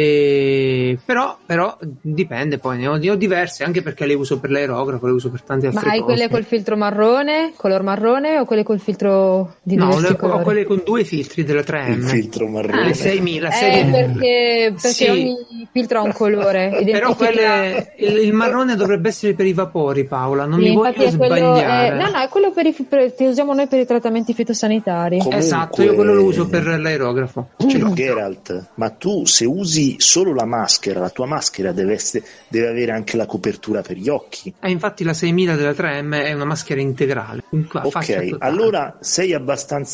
A: E... Però, però dipende, poi ne ho, ne ho diverse, anche perché le uso per l'aerografo, le uso per tante altre
C: Ma hai
A: cose.
C: quelle col filtro marrone, color marrone, o quelle col filtro di
A: no,
C: diversi
A: le,
C: colori?
A: ho quelle con due filtri della tre M.
D: Il filtro marrone.
A: Ah, le seimila,
C: eh,
A: serie...
C: perché, perché
A: sì.
C: ogni filtro ha un colore.
A: Però quelle, il, il marrone dovrebbe essere per i vapori, Paola, non
C: sì,
A: mi voglio sbagliare.
C: Quello, eh, no, no, è quello per i, per, che usiamo noi per i trattamenti fitosanitari.
D: Comunque,
A: esatto, io quello lo uso per l'aerografo.
D: Mm. Geralt, ma tu se usi solo la maschera, la tua maschera deve, essere, deve avere anche la copertura per gli occhi.
A: Eh, infatti la seimila della tre M è una maschera integrale.
D: Ok, allora sei abbastanza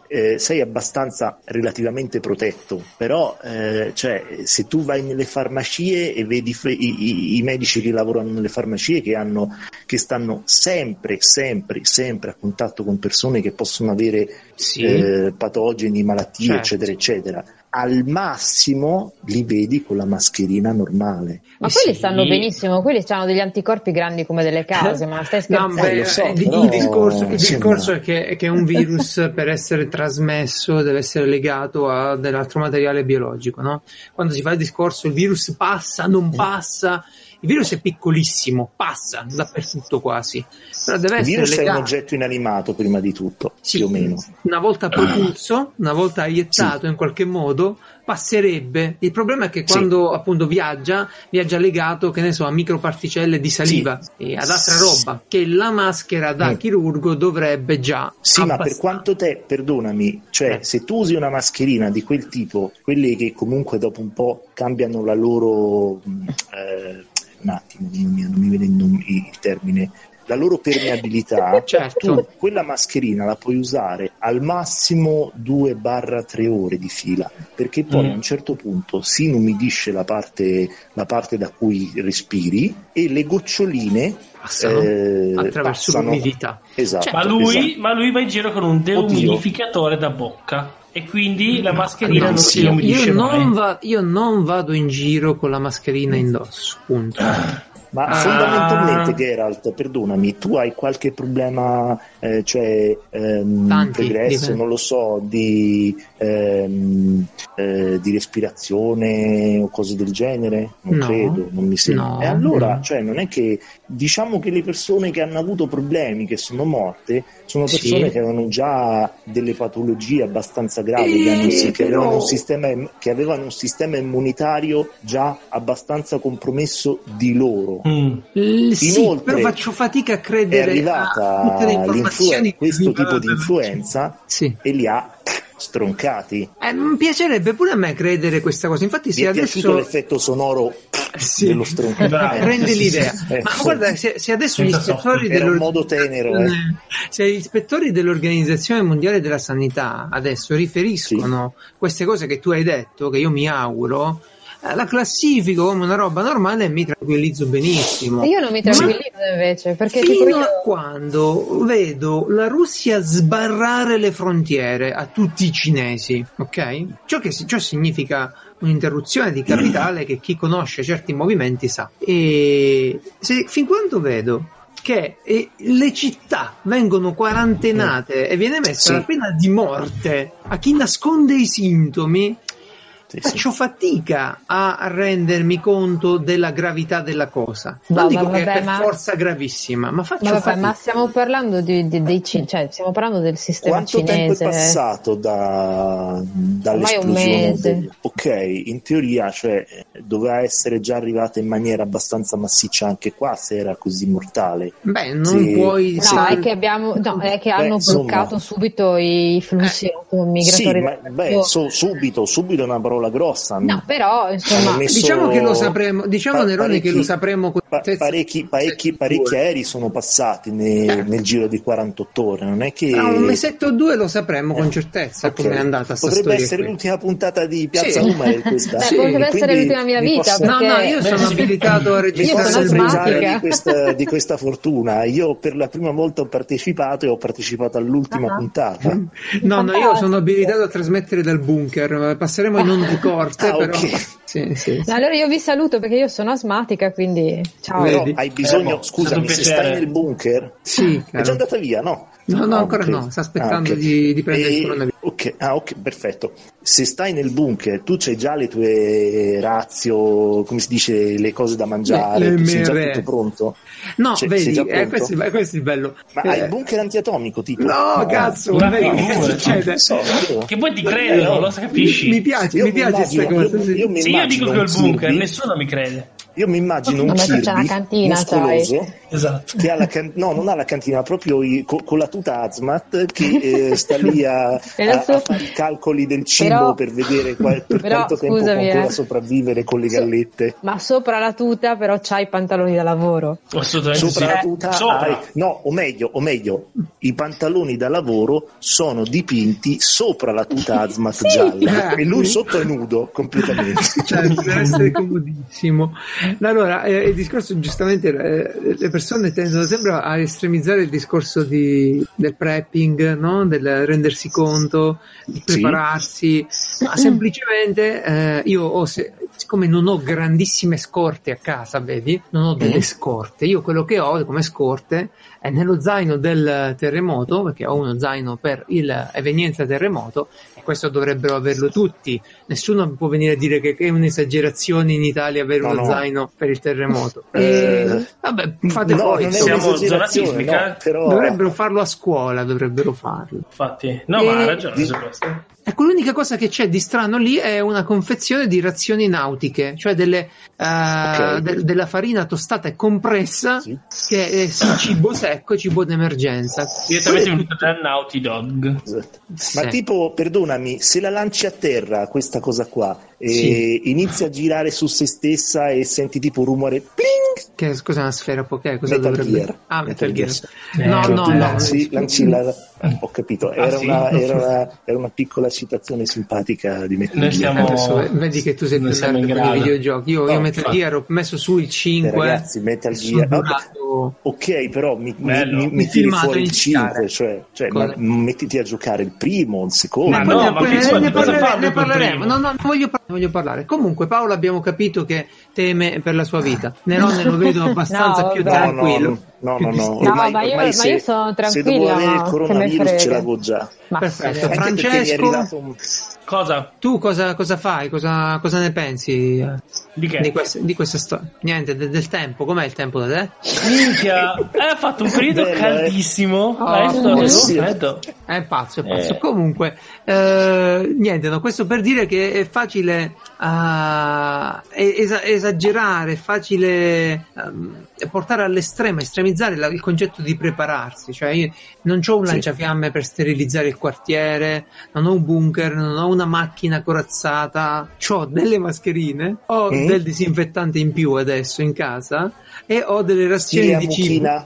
D: eh, sei abbastanza relativamente protetto, però eh, cioè, se tu vai nelle farmacie e vedi fe- i, i, i medici che lavorano nelle farmacie che hanno che stanno sempre, sempre, sempre a contatto con persone che possono avere sì. eh, patogeni, malattie, certo. eccetera, eccetera. Al massimo li vedi con la mascherina normale.
C: Ma quelli sì. stanno benissimo, quelli hanno degli anticorpi grandi come delle case, ma stai scherzando?
A: No, beh, so, il, il discorso, il discorso è, che, è che un virus per essere trasmesso deve essere legato a dell'altro materiale biologico, no? Quando si fa il discorso il virus passa, non passa, il virus è piccolissimo, passa dappertutto quasi, però deve essere
D: il virus
A: legato.
D: È un oggetto inanimato prima di tutto,
A: sì,
D: più o meno.
A: Una volta propulso, una volta aiettato sì. in qualche modo, passerebbe. Il problema è che quando sì. appunto viaggia, viaggia legato, che ne so, a microparticelle di saliva sì. e ad altra roba, che la maschera da mm. chirurgo dovrebbe già
D: Sì, abbassare. Ma per quanto te, perdonami, cioè eh. se tu usi una mascherina di quel tipo, quelle che comunque dopo un po' cambiano la loro... Eh, un attimo, non mi, non mi viene il, nome, il termine, la loro permeabilità,
A: certo.
D: tu quella mascherina la puoi usare al massimo due tre ore di fila, perché poi mm. a un certo punto si inumidisce la parte, la parte da cui respiri e le goccioline
A: passano eh, attraverso passano. l'umidità.
D: Esatto,
B: cioè, ma, lui,
D: esatto.
B: ma lui va in giro con un deumidificatore Oddio. da bocca. E quindi la mascherina no, non
A: sì,
B: si umidisce
A: io
B: mai.
A: Non va, io non vado in giro con la mascherina indosso, punto.
D: Ma ah. fondamentalmente, Geralt, perdonami, tu hai qualche problema, eh, cioè ehm, Tanti, pregresso, dipende. non lo so, di, ehm, eh, di respirazione o cose del genere? Non
A: no,
D: credo, non mi sembra.
A: No,
D: e allora,
A: no.
D: cioè, non è che diciamo che le persone che hanno avuto problemi, che sono morte, sono persone sì. che avevano già delle patologie abbastanza gravi, che, hanno, che,
A: però...
D: avevano un sistema, che avevano un sistema immunitario già abbastanza compromesso di loro.
A: Mm. L- sì, Inoltre, però faccio fatica a credere
D: è arrivata
A: a tutte le informazioni
D: questo tipo di influenza
A: sì.
D: e li ha stroncati.
A: Eh, mi piacerebbe pure a me credere questa cosa. Infatti, se adesso
D: l'effetto sonoro
A: sì.
D: dello stroncato
A: rende l'idea. Eh, Ma guarda, se, se adesso gli ispettori
D: era un modo tenero, eh.
A: se gli ispettori dell'Organizzazione Mondiale della Sanità adesso riferiscono sì. queste cose che tu hai detto, che io mi auguro, la classifico come una roba normale e mi tranquillizzo benissimo.
C: Io non mi tranquillizzo Ma invece perché
A: fino
C: tipo io...
A: a quando vedo la Russia sbarrare le frontiere a tutti i cinesi, ok? Ciò che ciò significa un'interruzione di capitale che chi conosce certi movimenti sa. E se, fin quando vedo che eh, le città vengono quarantenate e viene messa sì. la pena di morte a chi nasconde i sintomi, Sì, faccio sì. fatica a rendermi conto della gravità della cosa. Non no, dico vabbè, che è per ma... forza gravissima, ma faccio ma vabbè, fatica.
C: Ma stiamo parlando di, di, dei cioè stiamo parlando del sistema
D: Quanto
C: cinese.
D: Quanto tempo è passato da, dall'esplosione?
C: Ormai un mese.
D: Del... Ok, in teoria, cioè, doveva essere già arrivata in maniera abbastanza massiccia anche qua, se era così mortale.
A: Beh, non se... puoi...
C: No,
A: se...
C: è che abbiamo, no, è che hanno Beh, bloccato insomma... subito i flussi eh. migratori.
D: Sì, ma, beh, so, subito, subito è una parola grossa.
C: No, però insomma
A: messo... diciamo che lo sapremo, diciamo pa- Nerone parecchi, che lo sapremo con
D: pa- parecchi, parecchi, parecchi aerei sono passati ne, eh. nel giro di quarantotto ore, non è che
A: tra un mesetto o due lo sapremo con certezza okay. come è andata sta
D: potrebbe
A: storia
D: essere
A: qui.
D: L'ultima puntata di Piazza sì. Umel questa.
C: Beh, sì. potrebbe essere l'ultima mia vita
D: posso...
C: perché...
A: no no io sono abilitato a registrare
C: il brano
D: di questa, di questa fortuna. Io per la prima volta ho partecipato e ho partecipato all'ultima uh-huh. puntata
A: no no io sono abilitato a trasmettere dal bunker, passeremo in onda corte
D: ah,
A: però
D: okay.
A: Sì, sì, sì.
C: Allora io vi saluto perché io sono asmatica, quindi ciao.
D: Però hai bisogno, eh, scusami, se stai nel bunker,
A: sì,
D: è già andata via, no?
A: No, no, ancora okay. no, sta aspettando ah, okay. di, di prendere e... il coronavirus.
D: Ok, ah, ok, perfetto. Se stai nel bunker, tu c'hai già le tue razio, come si dice, le cose da mangiare, tu sei già tutto pronto?
A: No, c'è, vedi, eh, questo, è, questo è bello.
D: Ma eh. hai il bunker antiatomico, tipo?
A: No, no cazzo,
B: una
A: vedi,
B: che succede? So, che poi ti credono, eh, lo capisci?
A: Mi piace, io mi piace questa cosa.
D: Io, io
B: Se io dico che ho il bunker, nessuno mi crede.
D: Io mi immagino un
C: Kirby
D: c'è una cantina, muscoloso,
B: esatto.
D: Che ha la can- no, non ha la cantina, proprio i- co- con la tuta Hazmat che eh, sta lì a, a, a fare i calcoli del cibo
C: però,
D: per vedere qual- per
C: però,
D: quanto tempo
C: scusami,
D: può ancora
C: eh.
D: sopravvivere con le gallette.
C: So, ma sopra la tuta però c'hai i pantaloni da lavoro.
B: Assolutamente
D: Sopra
B: sì.
D: la tuta
B: Sopra.
D: hai- no, o meglio, o meglio, i pantaloni da lavoro sono dipinti sopra la tuta Hazmat
C: Sì.
D: gialla e lui sotto è nudo completamente.
A: Cioè, deve essere comodissimo. Allora, eh, il discorso, giustamente, eh, le persone tendono sempre a estremizzare il discorso di, del prepping, no? Del rendersi conto, di prepararsi, sì. Ma semplicemente eh, io ho, se, siccome non ho grandissime scorte a casa, vedi, non ho delle mm. scorte, io quello che ho come scorte è nello zaino del terremoto, perché ho uno zaino per l'evenienza terremoto, e questo dovrebbero averlo tutti. Nessuno può venire a dire che è un'esagerazione in Italia avere no, uno no. zaino per il terremoto.
D: Eh,
A: e, vabbè, fate
D: no,
A: poi.
B: Siamo zona sismica,
D: no, però...
A: dovrebbero farlo a scuola, dovrebbero farlo.
B: Infatti, no, e... ma ha ragione su questo.
A: Ecco, l'unica cosa che c'è di strano lì è una confezione di razioni nautiche, cioè delle, uh, okay. de- della farina tostata e compressa, sì. che è sì, cibo secco, cibo d'emergenza.
B: Direttamente venuto da Naughty Dog.
D: Esatto. Sì. Ma tipo, perdonami, se la lanci a terra questa cosa qua e sì. inizia a girare su se stessa e senti tipo un rumore pling,
A: che scusa, una sfera Poké, cosa
D: Metal
A: dovrebbe
D: Gear.
A: Ah, Metal, Metal
D: Gear.
A: Gear. No,
D: eh,
A: no, no,
D: lanci, lanci la... ho capito, era,
B: ah, sì?
D: una, era, una, era una piccola citazione simpatica di Metal
B: Noi
D: Gear.
B: siamo...
A: Adesso, vedi che tu sei più nerd con i videogiochi. Io, no, io Metal Gear ho messo su il cinque.
D: Eh, ragazzi, Metal Gear
A: durato...
D: ok, però mi, mi, mi,
A: mi
D: tiri fuori il cinque, cioè, cioè ma, mettiti a giocare il primo, il secondo.
A: Ma no, ma ne, ne, parlere, ne parleremo. No, no, non voglio, par- voglio parlare. Comunque, Paolo abbiamo capito che teme per la sua vita. Nerone lo vedo abbastanza
C: no,
A: più
C: vabbè.
A: tranquillo.
D: No, no, no, no.
C: no
D: ormai,
C: ma, io,
D: ormai
C: ma
D: se,
C: io sono tranquilla.
D: Se devo avere il coronavirus ce
C: l'avevo
D: l'avevo già.
C: Ma
A: perfetto.
D: Anche
A: Francesco,
D: un...
B: cosa?
A: Tu cosa, cosa fai? Cosa, cosa ne pensi
B: di, che?
A: di questa, di questa storia? Niente, de, del tempo. Com'è il tempo da te?
B: Minchia, ha fatto un periodo Bella, caldissimo.
A: Oh,
B: adesso
A: oh,
B: sì. freddo.
A: È pazzo, è pazzo. Eh. Comunque, eh, niente, no, questo per dire che è facile uh, es- esagerare, è facile um, portare all'estremo, estremizzare la, il concetto di prepararsi. Cioè, io non ho un lanciafiamme sì. per sterilizzare il quartiere, non ho un bunker, non ho una macchina corazzata, ho delle mascherine, ho mm. del disinfettante in più adesso in casa e ho delle razioni sì, di cibo.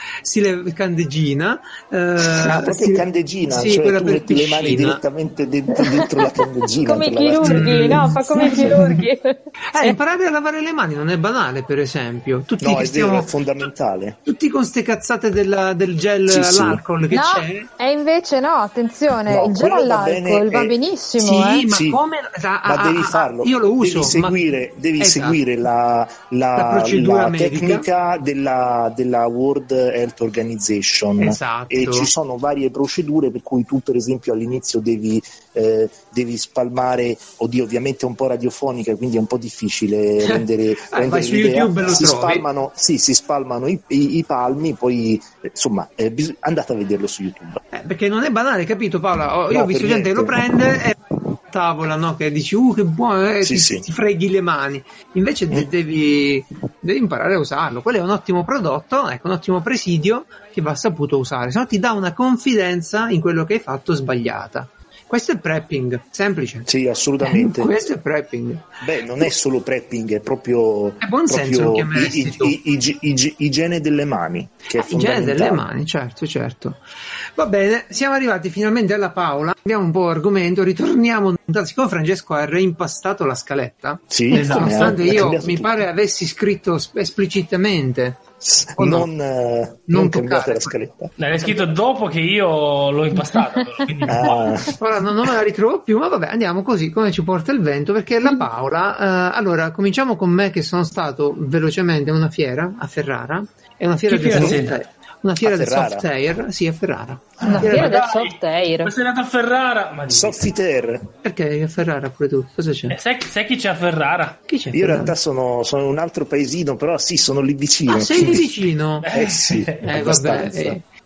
A: Stile candeggina,
D: eh, ah, proprio stile, candeggina, sì, cioè tu metti le mani direttamente dentro, dentro la candeggina
C: come i chirurghi, no? Fa come i chirurghi.
A: Eh, imparare a lavare le mani non è banale, per esempio. Tutti
D: no,
A: che
D: è
A: stiamo,
D: vero, è fondamentale.
A: Tutti con ste cazzate della, del gel sì, all'alcol sì. che
C: no,
A: c'è.
C: E invece no, attenzione, no, il gel all'alcol va, bene, va benissimo.
A: Sì,
C: eh?
A: ma
D: sì,
A: come?
D: Ma ah, devi farlo.
A: Io lo uso.
D: Devi seguire,
A: ma...
D: devi
A: esatto.
D: seguire la, la,
A: la procedura
D: la tecnica della, della World Health Organization.
A: Esatto.
D: E ci sono varie procedure per cui tu per esempio all'inizio devi, eh, devi spalmare, oddio ovviamente è un po' radiofonica quindi è un po' difficile rendere,
A: ah,
D: rendere
A: su
D: l'idea.
A: YouTube lo
D: si
A: trovi.
D: spalmano, sì, si spalmano i, i, i palmi, poi insomma eh, bis- andate a vederlo su YouTube.
A: Eh, perché non è banale, capito Paola? Io
D: no,
A: ho visto gente che lo prende e tavola, no? Che dici uh che buono, eh,
D: sì,
A: ti,
D: sì.
A: ti freghi le mani, invece mm. devi, devi imparare a usarlo. Quello è un ottimo prodotto, ecco, un ottimo presidio che va saputo usare, se no ti dà una confidenza in quello che hai fatto sbagliata. Questo è prepping, semplice.
D: Sì, assolutamente.
A: Eh, questo è prepping.
D: Beh, non è solo prepping, è proprio
A: è buon senso lo chiameresti
D: i,
A: tu.
D: I, i, i, igiene delle mani. Che
A: ah,
D: è
A: igiene delle mani, certo, certo. Va bene, siamo arrivati finalmente alla Paola. Abbiamo un po' argomento, ritorniamo. Siccome Francesco ha reimpastato la scaletta,
D: sì,
A: esatto, nonostante io mi
D: tutto.
A: pare avessi scritto esplicitamente
D: non,
A: no?
D: eh, non cambiate la scaletta.
B: L'hai scritto dopo che io l'ho impastata. Quindi...
D: ah.
A: Ora non, non me la ritrovo più, ma vabbè, andiamo così come ci porta il vento, perché la Paola, eh, allora cominciamo con me che sono stato velocemente a una fiera a Ferrara, è una fiera
B: che
A: del
B: fiera
A: soft, una fiera
D: a
A: del
D: Ferrara?
A: soft air, sì, a Ferrara.
C: Una fiera, fiera del soft air.
B: Ma sei andato a Ferrara? Ma
D: Soffiter.
A: Perché a Ferrara pure tu? Cosa c'è?
B: Eh, sai, sai chi c'è a Ferrara?
A: Chi c'è?
D: Io in realtà sono, sono in un altro paesino, però sì, sono lì vicino.
A: Ah, sei lì vicino?
D: Eh sì,
A: eh, vabbè, eh,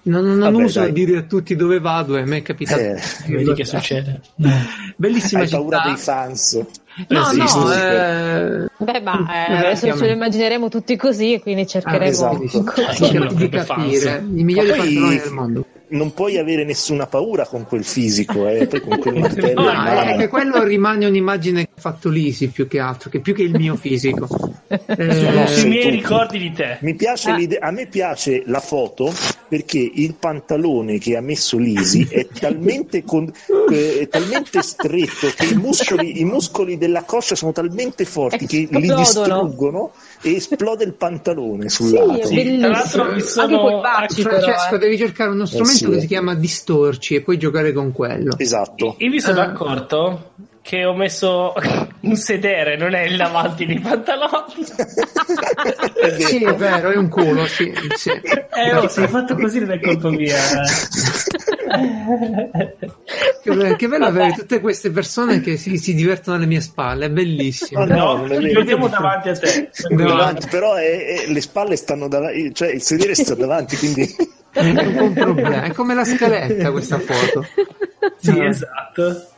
A: Non, non Vabbè, uso dai. dire a tutti dove vado e a me è capitato.
B: Eh, vedi che succede.
A: Bellissima
D: Hai
A: città.
D: paura dei fans?
A: No,
C: sì,
A: no,
C: sì,
A: eh...
C: Beh, ma eh, adesso ce lo immagineremo tutti così e quindi cercheremo
A: ah, esatto. di, di capire i migliori pantaloni del mondo.
D: Non puoi avere nessuna paura con quel fisico, eh, poi con quel martello.
A: No, è che quello rimane un'immagine che ha fatto Lisi più che altro, che più che il mio fisico.
B: eh, sui miei ricordi di te.
D: Mi piace ah. l'idea, a me piace la foto perché il pantalone che ha messo Lisi è talmente, con, è talmente stretto che i muscoli, i muscoli della coscia sono talmente forti che li distruggono e esplode il pantalone sul
C: sì,
D: lato.
C: Sì,
B: tra l'altro mi sono...
C: baci,
A: Francesco,
C: però, eh.
A: devi cercare uno strumento eh sì. che si chiama distorci e puoi giocare con quello.
D: Esatto.
B: Io mi sono uh. accorto che ho messo un sedere, non è il davanti dei pantaloni.
A: Sì, è vero, è un culo, sì. sì.
B: Eh, oh, sei fatto così, non è colpa mia.
A: Che bello, che bello avere tutte queste persone che si, si divertono alle mie spalle, è bellissimo.
B: No, no, li vediamo davanti a te.
D: Davanti, però è, è, le spalle stanno davanti, cioè il sedere sta davanti, quindi...
A: È un problema, è come la scaletta questa foto.
B: Sì, no. Esatto.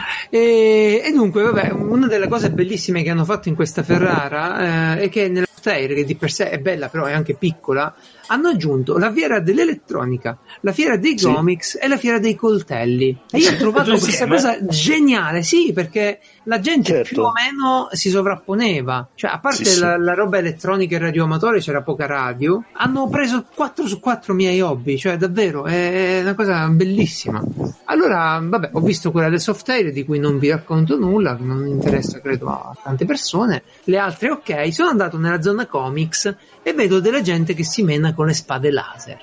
A: E, e dunque, vabbè, una delle cose bellissime che hanno fatto in questa Ferrara eh, è che nella Software, che di per sé è bella, però è anche piccola, hanno aggiunto la fiera dell'elettronica, la fiera dei sì. comics e la fiera dei coltelli. E io ho trovato questa cosa geniale, sì, perché la gente certo. più o meno si sovrapponeva, cioè a parte sì, la, sì. la roba elettronica e radioamatore, c'era poca radio, hanno preso quattro su quattro miei hobby, cioè davvero è una cosa bellissima. Allora, vabbè, ho visto quella del Software di cui non vi racconto nulla, che non interessa credo a tante persone, le altre ok, sono andato nella zona comics e vedo della gente che si mena con le spade laser.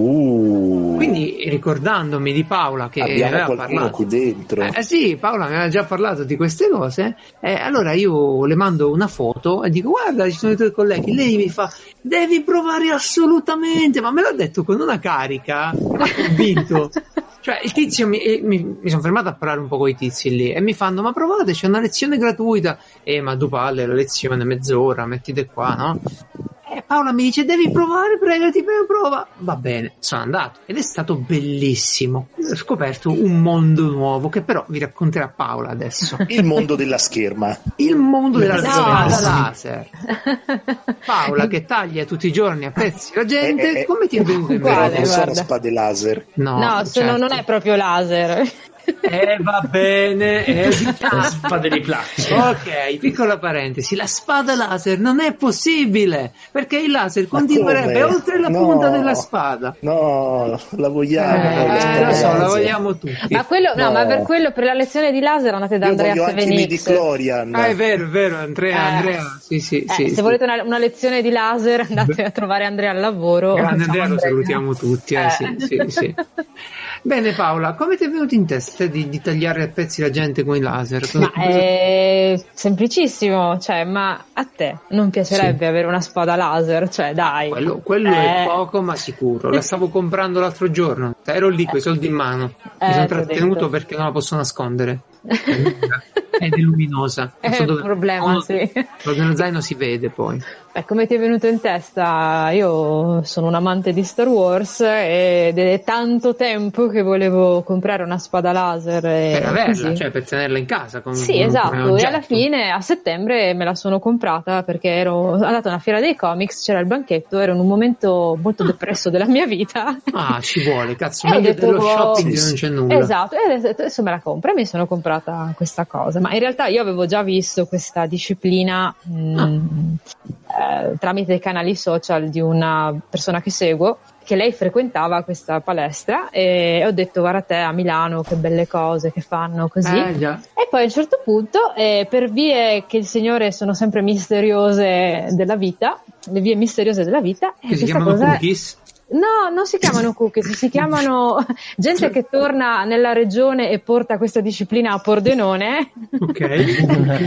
D: Uh.
A: Quindi ricordandomi di Paola che
D: abbiamo
A: aveva
D: qualcuno
A: parlato
D: qui dentro.
A: Eh, eh sì, Paola mi aveva già parlato di queste cose, eh, allora io le mando una foto e dico guarda, ci sono i tuoi colleghi, lei mi fa devi provare assolutamente, ma me l'ha detto con una carica, ha convinto. Cioè il tizio mi, mi, mi sono fermato a parlare un po' con i tizi lì e mi fanno ma provate, c'è una lezione gratuita. Eh ma tu palle, la lezione mezz'ora, mettite qua, no? E Paola mi dice devi provare, prego, ti prego, prova. Va bene, sono andato ed è stato bellissimo. Ho scoperto un mondo nuovo che però vi racconterà Paola adesso.
D: Il mondo della scherma.
A: Il mondo della no, spada laser. Paola che taglia tutti i giorni a pezzi la gente, eh, eh, come ti è venuto in mente?
D: Non sono spade laser.
C: No, no certo. non è proprio laser.
A: Eh va bene, eh,
B: diciamo. Spade di plastica.
A: Ok, piccola parentesi, la spada laser non è possibile perché il laser continuerebbe oltre la no, punta della spada.
D: No, la vogliamo.
A: Eh, eh lo so, la vogliamo tutti.
C: Ma quello, no, no, ma per quello, per la lezione di laser andate da
D: Io
C: Andrea Sevenix.
D: Ah,
A: è vero, è vero, Andrea, eh, Andrea, sì, sì,
C: eh,
A: sì.
C: Se
A: sì.
C: volete una, una lezione di laser andate a trovare Andrea al lavoro.
A: Grande Andrea, lo salutiamo tutti, eh, eh. Sì, sì, sì. Bene Paola, come ti è venuto in testa di, di tagliare a pezzi la gente con i laser?
C: Ma è semplicissimo, cioè, ma a te non piacerebbe sì. avere una spada laser? Cioè, dai.
A: Quello, quello eh. è poco ma sicuro, la stavo comprando l'altro giorno, ero lì con i soldi in mano, mi
C: eh,
A: sono trattenuto perché non la posso nascondere. Ed è luminosa.
C: È so un dove... problema, oh, sì.
A: Nello zaino si vede poi.
C: Beh, come ti è venuto in testa? Io sono un amante di Star Wars ed è tanto tempo che volevo comprare una spada laser. E
A: per averla,
C: così.
A: Cioè per tenerla in casa. Con,
C: sì,
A: con
C: esatto. E alla fine, a settembre, me la sono comprata perché ero andata a una fiera dei comics, c'era il banchetto, ero in un momento molto depresso della mia vita.
A: Ah, ci vuole, cazzo, meglio detto, dello shopping sì, non c'è nulla.
C: Esatto, e adesso me la compro e mi sono comprata questa cosa. Ma in realtà io avevo già visto questa disciplina mh, ah. eh, tramite i canali social di una persona che seguo, che lei frequentava questa palestra e ho detto guarda te a Milano che belle cose che fanno così
A: eh, già.
C: E poi a un certo punto eh, per vie che il Signore sono sempre misteriose della vita, le vie misteriose della vita
A: che si chiamano
C: cosa
A: cookies.
C: No, non si chiamano cookies, si chiamano gente che torna nella regione e porta questa disciplina a Pordenone.
A: Ok.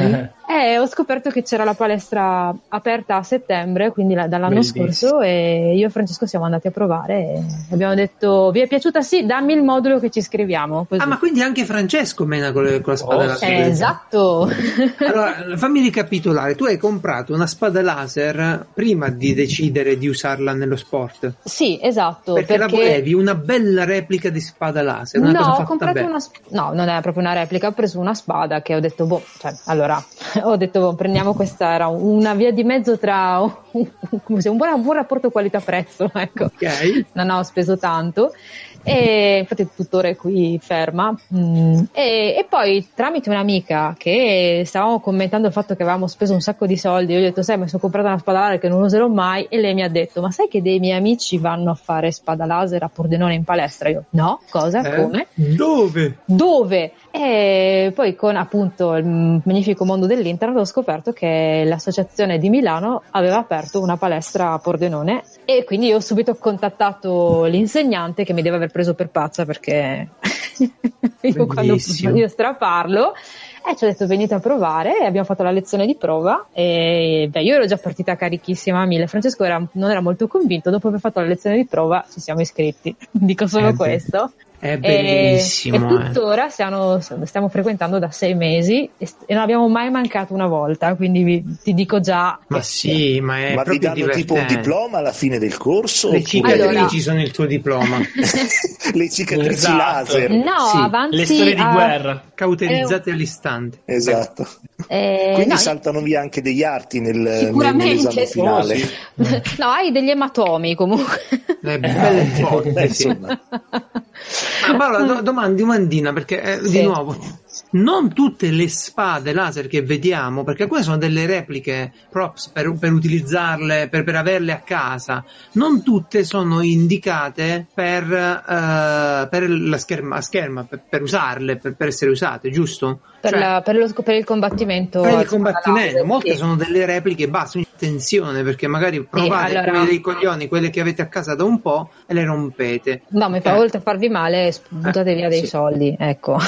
C: Eh, ho scoperto che c'era la palestra aperta a settembre, quindi la, dall'anno Bellissimo. scorso, e io e Francesco siamo andati a provare e abbiamo detto: vi è piaciuta? Sì, dammi il modulo che ci iscriviamo. Così.
A: Ah, ma quindi anche Francesco mena con, le, con la spada oh, laser?
C: Eh, esatto.
A: Allora, fammi ricapitolare. Tu hai comprato una spada laser prima di decidere di usarla nello sport?
C: Sì, esatto.
A: Perché, perché... la volevi una bella replica di spada laser? Una
C: no,
A: cosa
C: ho
A: fatta
C: comprato
A: bene.
C: una sp- no, non è proprio una replica, ho preso una spada che ho detto, boh, cioè, allora... ho detto boh, prendiamo questa, era una via di mezzo tra un, un, un, buon, un buon rapporto qualità-prezzo, ecco.
A: Okay.
C: Non ho speso tanto e infatti tuttora è qui ferma mm. e, e poi tramite un'amica che stavamo commentando il fatto che avevamo speso un sacco di soldi, io gli ho detto sai, mi sono comprata una spada laser che non userò mai, e lei mi ha detto ma sai che dei miei amici vanno a fare spada laser a Pordenone in palestra? Io no, cosa?
A: Eh?
C: Come?
A: Dove?
C: Dove? E poi con appunto il magnifico mondo dell'internet ho scoperto che l'associazione di Milano aveva aperto una palestra a Pordenone e quindi io ho subito contattato l'insegnante che mi deve aver preso per pazza perché io quando io straparlo e ci ho detto venite a provare e abbiamo fatto la lezione di prova e beh, io ero già partita carichissima a mille, Francesco era, non era molto convinto, dopo aver fatto la lezione di prova ci siamo iscritti, dico solo eh questo.
A: È bellissimo.
C: E, e tuttora stiamo, stiamo frequentando da sei mesi e, st- e non abbiamo mai mancato una volta, quindi vi, ti dico già.
A: Ma sì, ma è
D: ma
A: proprio
D: vi danno
A: divertente.
D: Tipo un diploma alla fine del corso?
A: Le cicatrici
C: allora...
A: sono il tuo diploma.
D: Le cicatrici
B: esatto.
D: laser.
C: No,
A: sì.
C: avanti
B: le storie di
C: a...
B: guerra
A: cauterizzate
C: eh,
A: all'istante.
D: Esatto.
C: Eh,
D: Quindi
C: no,
D: saltano via anche degli arti nel,
C: sicuramente
D: nell'esame finale.
B: Oh, sì.
C: No, hai degli ematomi comunque.
A: Eh, belle foto, sì. Ah, Paola, do- domandi, domandina, perché eh, sì. di nuovo, non tutte le spade laser che vediamo, perché alcune sono delle repliche props per, per utilizzarle, per, per averle a casa, non tutte sono indicate per, uh, per la scherma, scherma per, per usarle, per, per essere usate, giusto?
C: Per,
A: cioè,
C: la, per, lo, per il combattimento.
A: Per il combattimento, laser, molte
C: sì.
A: sono delle repliche, basta attenzione perché magari provate
C: sì, allora...
A: quelle dei coglioni, quelle che avete a casa da un po' e le rompete.
C: No, mi fa eh. oltre a farvi male, buttate eh, via dei sì. soldi, ecco.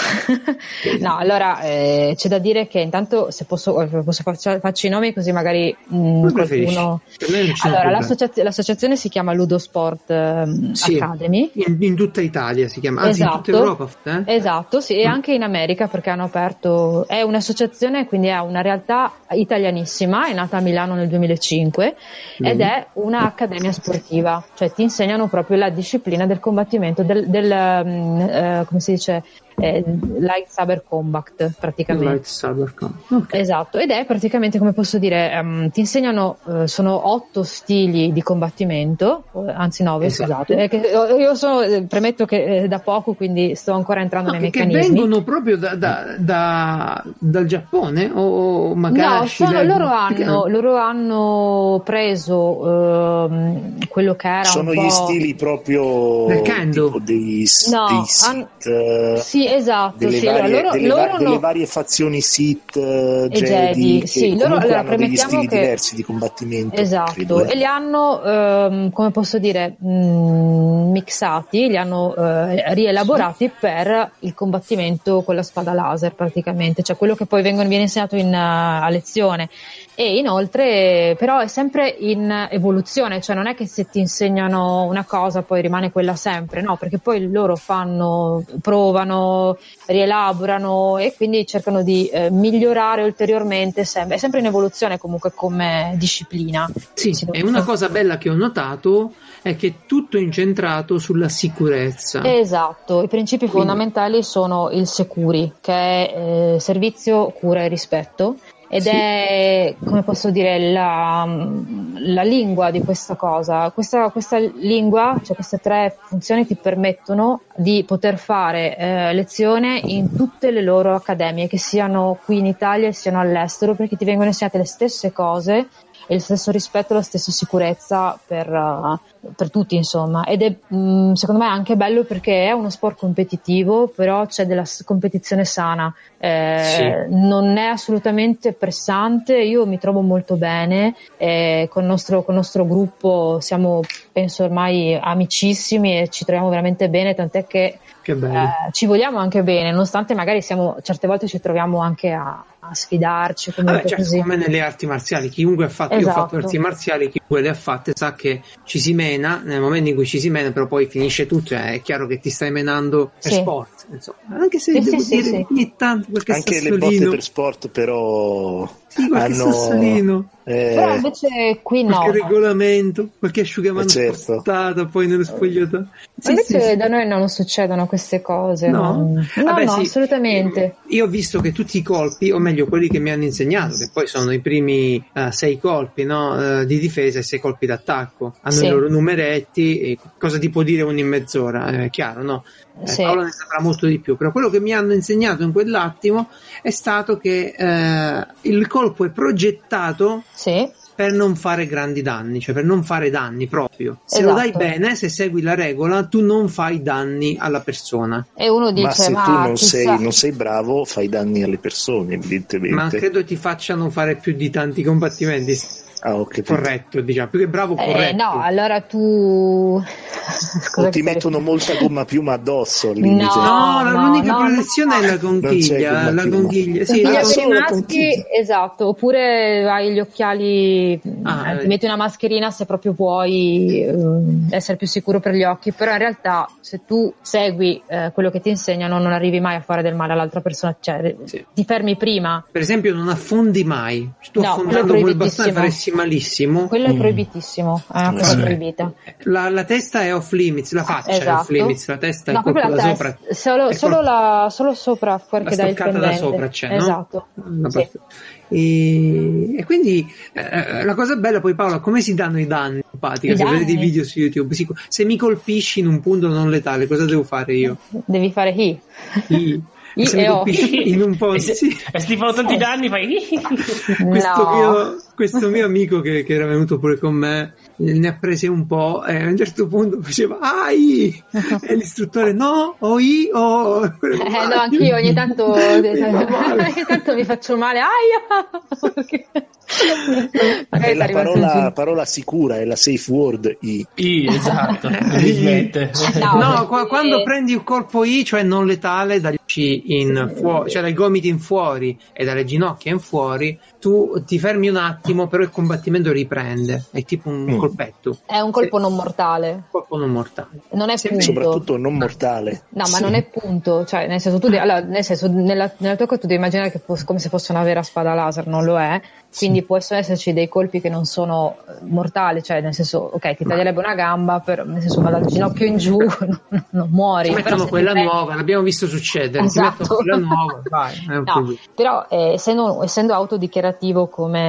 C: No, allora eh, c'è da dire che intanto se posso, posso faccio, faccio i nomi così magari mh, qualcuno. Allora, l'associaz- l'associazione si chiama Ludosport eh, sì. Academy.
A: In, in tutta Italia si chiama, anzi esatto. in tutta Europa. Eh?
C: Esatto, sì, e mm. anche in America perché hanno aperto, è un'associazione, quindi è una realtà italianissima, è nata a Milano nel duemilacinque mm. ed è una accademia sportiva, cioè ti insegnano proprio la disciplina del combattimento, del, del um, uh, come si dice, eh, light saber combat praticamente.
A: Light saber combat. Okay.
C: Esatto, ed è praticamente, come posso dire, um, ti insegnano, uh, sono otto stili di combattimento, anzi nove, esatto. scusate, eh, che, io sono, eh, premetto che eh, da poco, quindi sto ancora entrando no, nei
A: che
C: meccanismi.
A: Che vengono proprio da, da, da, dal Giappone o magari...
C: No, sono, loro, hanno, loro hanno preso uh, quello che era
D: sono
C: un
D: gli
C: po'...
D: stili proprio tipo dei,
C: no,
D: dei Sith,
C: han... sì, esatto,
D: delle,
C: sì,
D: varie,
C: allora, loro,
D: delle,
C: loro
D: va-
C: no...
D: delle varie fazioni Sith, uh,
C: e Jedi, sì, loro allora,
D: hanno degli stili
C: che...
D: diversi di combattimento.
C: Esatto,
D: credo, eh.
C: e li hanno, um, come posso dire, mh, mixati, li hanno uh, rielaborati sì. per il combattimento con la spada laser praticamente, cioè quello che poi vengono, viene insegnato in, uh, a lezione. E inoltre però è sempre in evoluzione, cioè non è che se ti insegnano una cosa poi rimane quella sempre, no, perché poi loro fanno, provano, rielaborano e quindi cercano di eh, migliorare ulteriormente, sempre. È sempre in evoluzione comunque come disciplina.
A: Sì, e una cosa bella che ho notato è che tutto è incentrato sulla sicurezza.
C: Esatto, i principi quindi... fondamentali sono il Securi, che è eh, servizio, cura e rispetto. Ed sì. è, come posso dire, la, la lingua di questa cosa. Questa, questa lingua, cioè queste tre funzioni ti permettono di poter fare eh, lezione in tutte le loro accademie, che siano qui in Italia e siano all'estero, perché ti vengono insegnate le stesse cose e il stesso rispetto e la stessa sicurezza per, uh, per tutti, insomma. Ed è mh, secondo me anche bello perché è uno sport competitivo, però c'è della competizione sana, eh, sì. non è assolutamente pressante, io mi trovo molto bene, eh, con il nostro, con il nostro gruppo siamo penso ormai amicissimi e ci troviamo veramente bene, tant'è che
A: Che bello.
C: Eh, ci vogliamo anche bene, nonostante magari siamo certe volte ci troviamo anche a, a sfidarci
A: Vabbè, certo, così. Come nelle arti marziali, chiunque ha fatto, esatto. Io ho fatto arti marziali, chiunque le ha fatte sa che ci si mena, nel momento in cui ci si mena però poi finisce tutto, eh, è chiaro che ti stai menando per sì. sport, insomma. Anche se sì, devo sì, dire ogni sì. tanto qualche
D: anche
A: sassolino.
D: Le botte per sport però
A: sì, qualche
D: hanno
A: sassolino.
C: Eh, però invece qui no,
A: qualche regolamento, qualche asciugamano
D: eh certo.
A: spostato poi nello spogliatoio.
C: Sì, invece sì, da sì. noi non succedono queste cose.
A: No,
C: no,
A: Vabbè,
C: no
A: sì.
C: assolutamente.
A: Io ho visto che tutti i colpi, o meglio quelli che mi hanno insegnato, che poi sono i primi uh, sei colpi, no, uh, di difesa e sei colpi d'attacco, hanno sì. i loro numeretti. E cosa ti può dire uno in mezz'ora? È chiaro, no? Eh, sì. Paola ne saprà molto di più, però quello che mi hanno insegnato in quell'attimo è stato che eh, il colpo è progettato
C: sì.
A: per non fare grandi danni, cioè per non fare danni proprio. Se esatto. lo dai bene, se segui la regola, tu non fai danni alla persona.
C: E uno dice,
D: ma se
C: ma
D: tu non
C: chissà...
D: sei, non sei bravo, fai danni alle persone, evidentemente.
A: Ma credo ti facciano fare più di tanti combattimenti.
D: Ah, okay,
A: corretto, diciamo, più che bravo, corretto.
C: Eh, no, allora tu
D: o ti mettono molta gomma piuma addosso al limite.
A: No, no,
C: no
A: l'unica
C: no,
A: protezione
C: no.
A: è la conchiglia, la conchiglia, sì,
C: conchiglia
A: la
C: per i maschi, esatto, oppure hai gli occhiali,
A: ah,
C: ti metti una mascherina se proprio vuoi eh, essere più sicuro per gli occhi, però in realtà se tu segui eh, quello che ti insegnano non arrivi mai a fare del male all'altra persona, cioè sì. ti fermi prima.
A: Per esempio non affondi mai, tu
C: no,
A: affondando col bastone faresti malissimo.
C: Quello è proibitissimo, è una cosa proibita.
A: La, la testa è off limits, la faccia
C: esatto.
A: è off limits, la testa
C: no,
A: è colpo
C: la
A: da
C: testa,
A: sopra.
C: Solo, solo,
A: colpo,
C: la, solo sopra fuori che dai il pendente.
A: da sopra c'è,
C: esatto.
A: No?
C: Sì.
A: E, e quindi eh, la cosa bella poi Paola, come si danno i danni in pratica? Se vedete i video su YouTube, se mi colpisci in un punto non letale, cosa devo fare io?
C: Devi fare hi.
A: Hi. Se mi colpisci in un po'
B: e se,
A: sì.
B: e se ti fanno tanti danni fai
A: questo,
C: no.
A: mio, questo mio amico che, che era venuto pure con me ne ha prese un po' e a un certo punto faceva ai e l'istruttore no o i o
C: eh, no anch'io ogni tanto ogni tanto mi faccio male aia
D: è la parola, parola sicura, è la safe word I,
B: I esatto I.
A: no, no qua, quando prendi un colpo I, cioè non letale dagli in fuori, cioè dai gomiti in fuori e dalle ginocchia in fuori, tu ti fermi un attimo, però il combattimento riprende, è tipo un mm. colpetto,
C: è un colpo Se, non mortale
A: un colpo non mortale
C: non è punto.
D: Soprattutto non mortale
C: no
D: sì.
C: ma non è punto, cioè nel senso tu devi, allora, nel senso nella, nella tua cosa tu devi immaginare che fosse, come se fosse una vera spada laser, non lo è, quindi sì. possono esserci dei colpi che non sono mortali, cioè nel senso ok ti taglierebbe una gamba, però nel senso ma dal ginocchio in giù non, non muori,
A: ti mettono quella
C: prendi...
A: nuova, l'abbiamo visto succedere,
C: esatto.
A: ti mettono quella nuova vai,
C: no, però eh, essendo, essendo autodichiarativo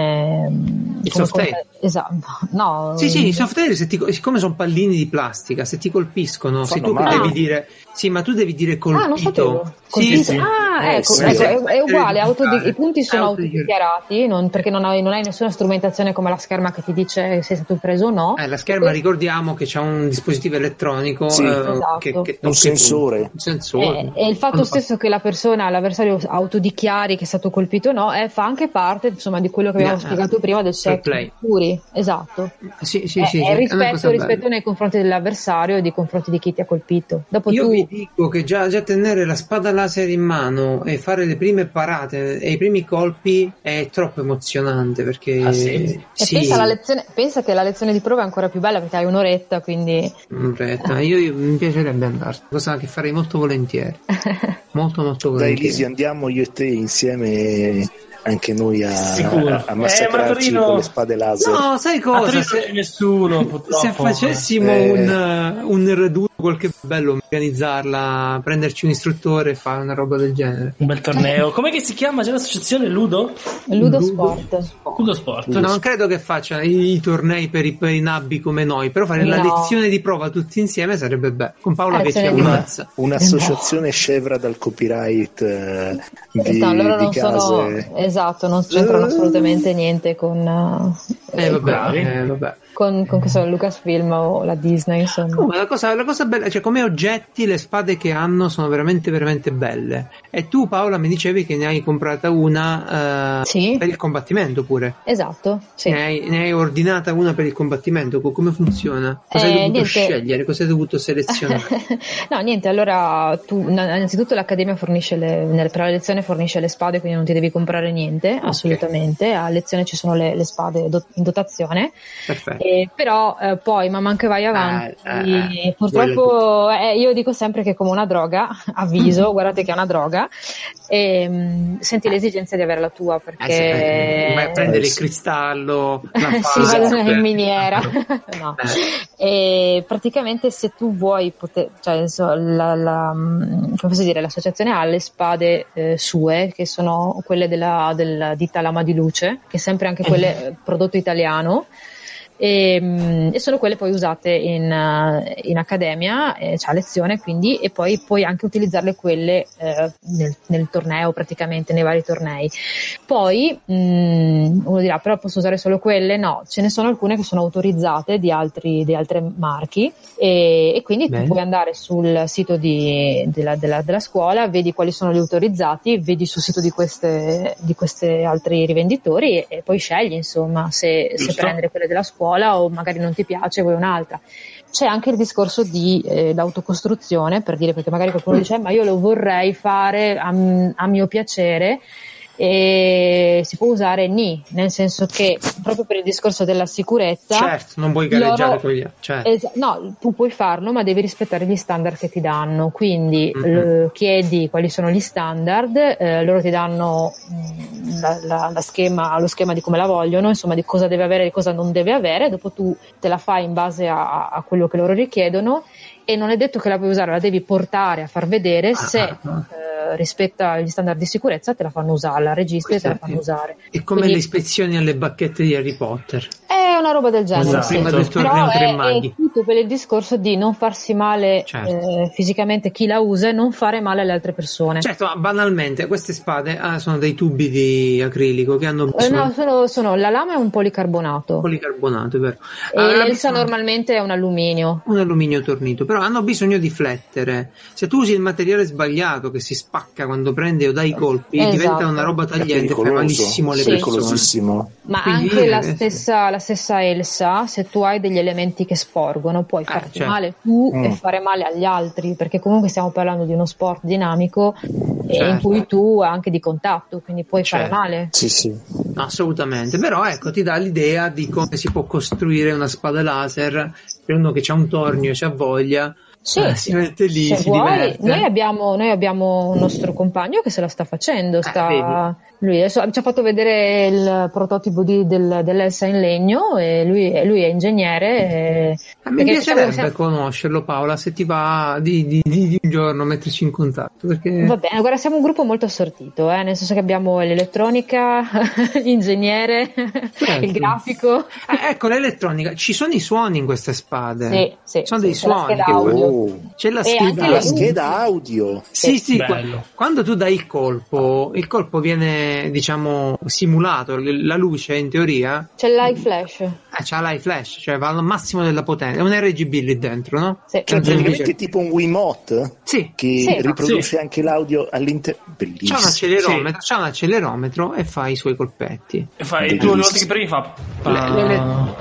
C: come
A: il soft air,
C: esatto, no
A: sì sì, i soft air se ti, siccome sono pallini di plastica, se ti colpiscono sei tu che devi dire sì, ma tu devi dire colpito.
C: Ah, non sapevo.
A: Sì,
C: sì.
A: sì.
C: Ah,
A: eh,
C: ecco,
A: sì,
C: ecco
A: sì.
C: È, è uguale, autodi- i punti sono
A: autodichiarati,
C: autodichiarati non, perché non hai, non hai nessuna strumentazione come la scherma che ti dice se è stato preso o no.
A: Eh, la scherma e... ricordiamo che c'è un dispositivo elettronico,
D: sì,
A: eh,
C: esatto.
A: che, che
D: un sensore.
A: Un sensore.
C: E, e il fatto stesso che la persona, l'avversario autodichiari che è stato colpito o no, eh, fa anche parte insomma di quello che abbiamo yeah, spiegato uh, prima del sex puri. Esatto.
A: Sì, sì,
C: è,
A: sì,
C: è
A: sì,
C: rispetto,
A: è
C: rispetto nei confronti dell'avversario e nei confronti di chi ti ha colpito. Dopo
A: Io
C: tu...
A: vi dico che già, già tenere la spada laser in mano e fare le prime parate e i primi colpi è troppo emozionante perché
B: ah, sì.
A: Sì.
C: E pensa, alla lezione, pensa che la lezione di prova è ancora più bella perché hai un'oretta, quindi
A: un'oretta. Io, io mi piacerebbe andare, cosa che farei molto volentieri. molto molto volentieri.
D: Dai Lisi, andiamo io e te insieme anche noi a, a, a massacrarci eh, con le spade laser.
A: No, sai cosa? Se,
B: nessuno,
A: se facessimo eh. un, un R due qualche bello organizzarla, prenderci un istruttore e fare una roba del genere.
B: Un bel torneo. Com'è che si chiama? C'è l'associazione Ludo?
C: Ludo, Ludo Sport.
B: Ludo Sport.
A: No, non credo che faccia i, i tornei per i, per i nabbi come noi, però fare no. la lezione di prova tutti insieme sarebbe bello. Con Paola che ci ammazza.
D: Un'associazione no. scevra dal copyright eh, di,
C: no, loro
D: di
C: non
D: case.
C: Sono, esatto, non c'entrano assolutamente niente con,
A: eh, vabbè, eh, vabbè.
C: con, con questo Lucasfilm o la Disney, insomma.
A: Oh, la, cosa, la cosa bella, cioè come oggetti le spade che hanno sono veramente veramente belle. E tu, Paola, mi dicevi che ne hai comprata una uh, sì. per il combattimento pure.
C: Esatto, sì.
A: Ne hai, ne hai ordinata una per il combattimento? Come funziona? Cosa eh, hai dovuto niente. scegliere? Cosa hai dovuto selezionare?
C: No, niente, allora tu innanzitutto l'Accademia fornisce le, per la lezione fornisce le spade, quindi non ti devi comprare niente, okay. assolutamente. A lezione ci sono le, le spade do, in dotazione.
A: Perfetto.
C: Eh, però eh, poi man mano che vai avanti eh, eh, purtroppo eh, io dico sempre che è come una droga, avviso, guardate che è una droga, e mh, senti l'esigenza di avere la tua, perché
A: eh, vai a prendere il cristallo, la
C: si va in miniera. No. E praticamente se tu vuoi poter, cioè la, la, come posso dire, l'associazione ha le spade eh, sue, che sono quelle della, della ditta Lama di Luce, che è sempre anche quelle eh, prodotto italiano. E, e sono quelle poi usate in, in accademia, eh, cioè a lezione quindi, e poi puoi anche utilizzarle quelle eh, nel, nel torneo, praticamente nei vari tornei. Poi mh, uno dirà però posso usare solo quelle? No, ce ne sono alcune che sono autorizzate di altri di altre marchi, e, e quindi Bene. tu puoi andare sul sito di, della, della, della scuola, vedi quali sono gli autorizzati, vedi sul sito di queste di questi altri rivenditori e, e poi scegli insomma se, se prendere quelle della scuola o magari non ti piace, vuoi un'altra. C'è anche il discorso di eh, l'autocostruzione, per dire, perché magari qualcuno dice ma io lo vorrei fare a, a mio piacere, e si può usare N I, nel senso che proprio per il discorso della sicurezza,
A: certo, non puoi gareggiare
C: loro,
A: con gli certo.
C: es- no, tu puoi farlo ma devi rispettare gli standard che ti danno, quindi mm-hmm. l- chiedi quali sono gli standard, eh, loro ti danno mh, la, la, la schema, lo schema di come la vogliono, insomma di cosa deve avere e cosa non deve avere, dopo tu te la fai in base a, a quello che loro richiedono, e non è detto che la puoi usare, la devi portare a far vedere, se ah, ah. Eh, rispetta gli standard di sicurezza te la fanno usare, la registri e te la fanno usare.
A: È come Quindi, le ispezioni alle bacchette di Harry Potter.
C: È una roba del genere.
A: Esatto. Prima del torneo
C: Però
A: Tre
C: è,
A: Maghi.
C: È tutto per il discorso di non farsi male
A: certo.
C: eh, fisicamente chi la usa e non fare male alle altre persone.
A: Certo, ma banalmente queste spade ah, sono dei tubi di acrilico che hanno bisogno...
C: eh, no, sono, sono la lama è un policarbonato.
A: Policarbonato, è vero.
C: E ah, l'elsa normalmente è un alluminio.
A: Un alluminio tornito, però hanno bisogno di flettere. Se tu usi il materiale sbagliato che si spacca quando prendi o dai i colpi, esatto. diventa una roba tagliente, fa malissimo le
C: sì.
A: persone.
C: Ma
A: Quindi,
C: anche la
A: eh,
C: stessa, la stessa elsa, se tu hai degli elementi che sporgono, puoi
A: ah,
C: farti
A: certo.
C: male tu
A: mm.
C: e fare male agli altri, perché comunque stiamo parlando di uno sport dinamico
A: certo.
C: in cui tu hai anche di contatto, quindi puoi certo. fare male.
D: Sì, sì.
A: No, assolutamente, però ecco, ti dà l'idea di come si può costruire una spada laser per uno che c'ha un tornio e c'ha voglia.
C: Sì,
A: eh, si mette lì,
C: se
A: si
C: vuoi,
A: diverte.
C: Noi abbiamo, noi abbiamo un nostro compagno che se la sta facendo, sta, eh, lui adesso ci ha fatto vedere il prototipo di, del, dell'elsa in legno, e lui, lui è ingegnere. E,
A: eh, mi piacerebbe siamo... conoscerlo, Paola, se ti va di, di, di, di un giorno metterci in contatto, perché...
C: Va bene, guarda, siamo un gruppo molto assortito, eh, nel senso che abbiamo l'elettronica, l'ingegnere, certo. il grafico.
A: Eh, ecco, l'elettronica, ci sono i suoni in queste spade,
C: sì, sì,
A: sono
C: sì,
A: dei suoni che...
D: oh.
A: C'è la
D: e
A: scheda,
D: la scheda audio.
A: Sì, sì, qua, quando tu dai il colpo, il colpo viene, diciamo, simulato, la luce in teoria.
C: C'è l'eye flash.
A: Eh, c'è l'eye flash, cioè va al massimo della potenza. È un R G B lì dentro, no?
C: Sì.
D: Cioè, praticamente tipo un Wiimote?
A: Sì.
D: Che
C: sì,
D: riproduce
A: sì.
D: anche l'audio all'interno. Bellissimo.
A: C'è un accelerometro, sì. c'è un accelerometro e fa i suoi colpetti.
B: E fai tu le volte che prima fa.
A: Le, le, le...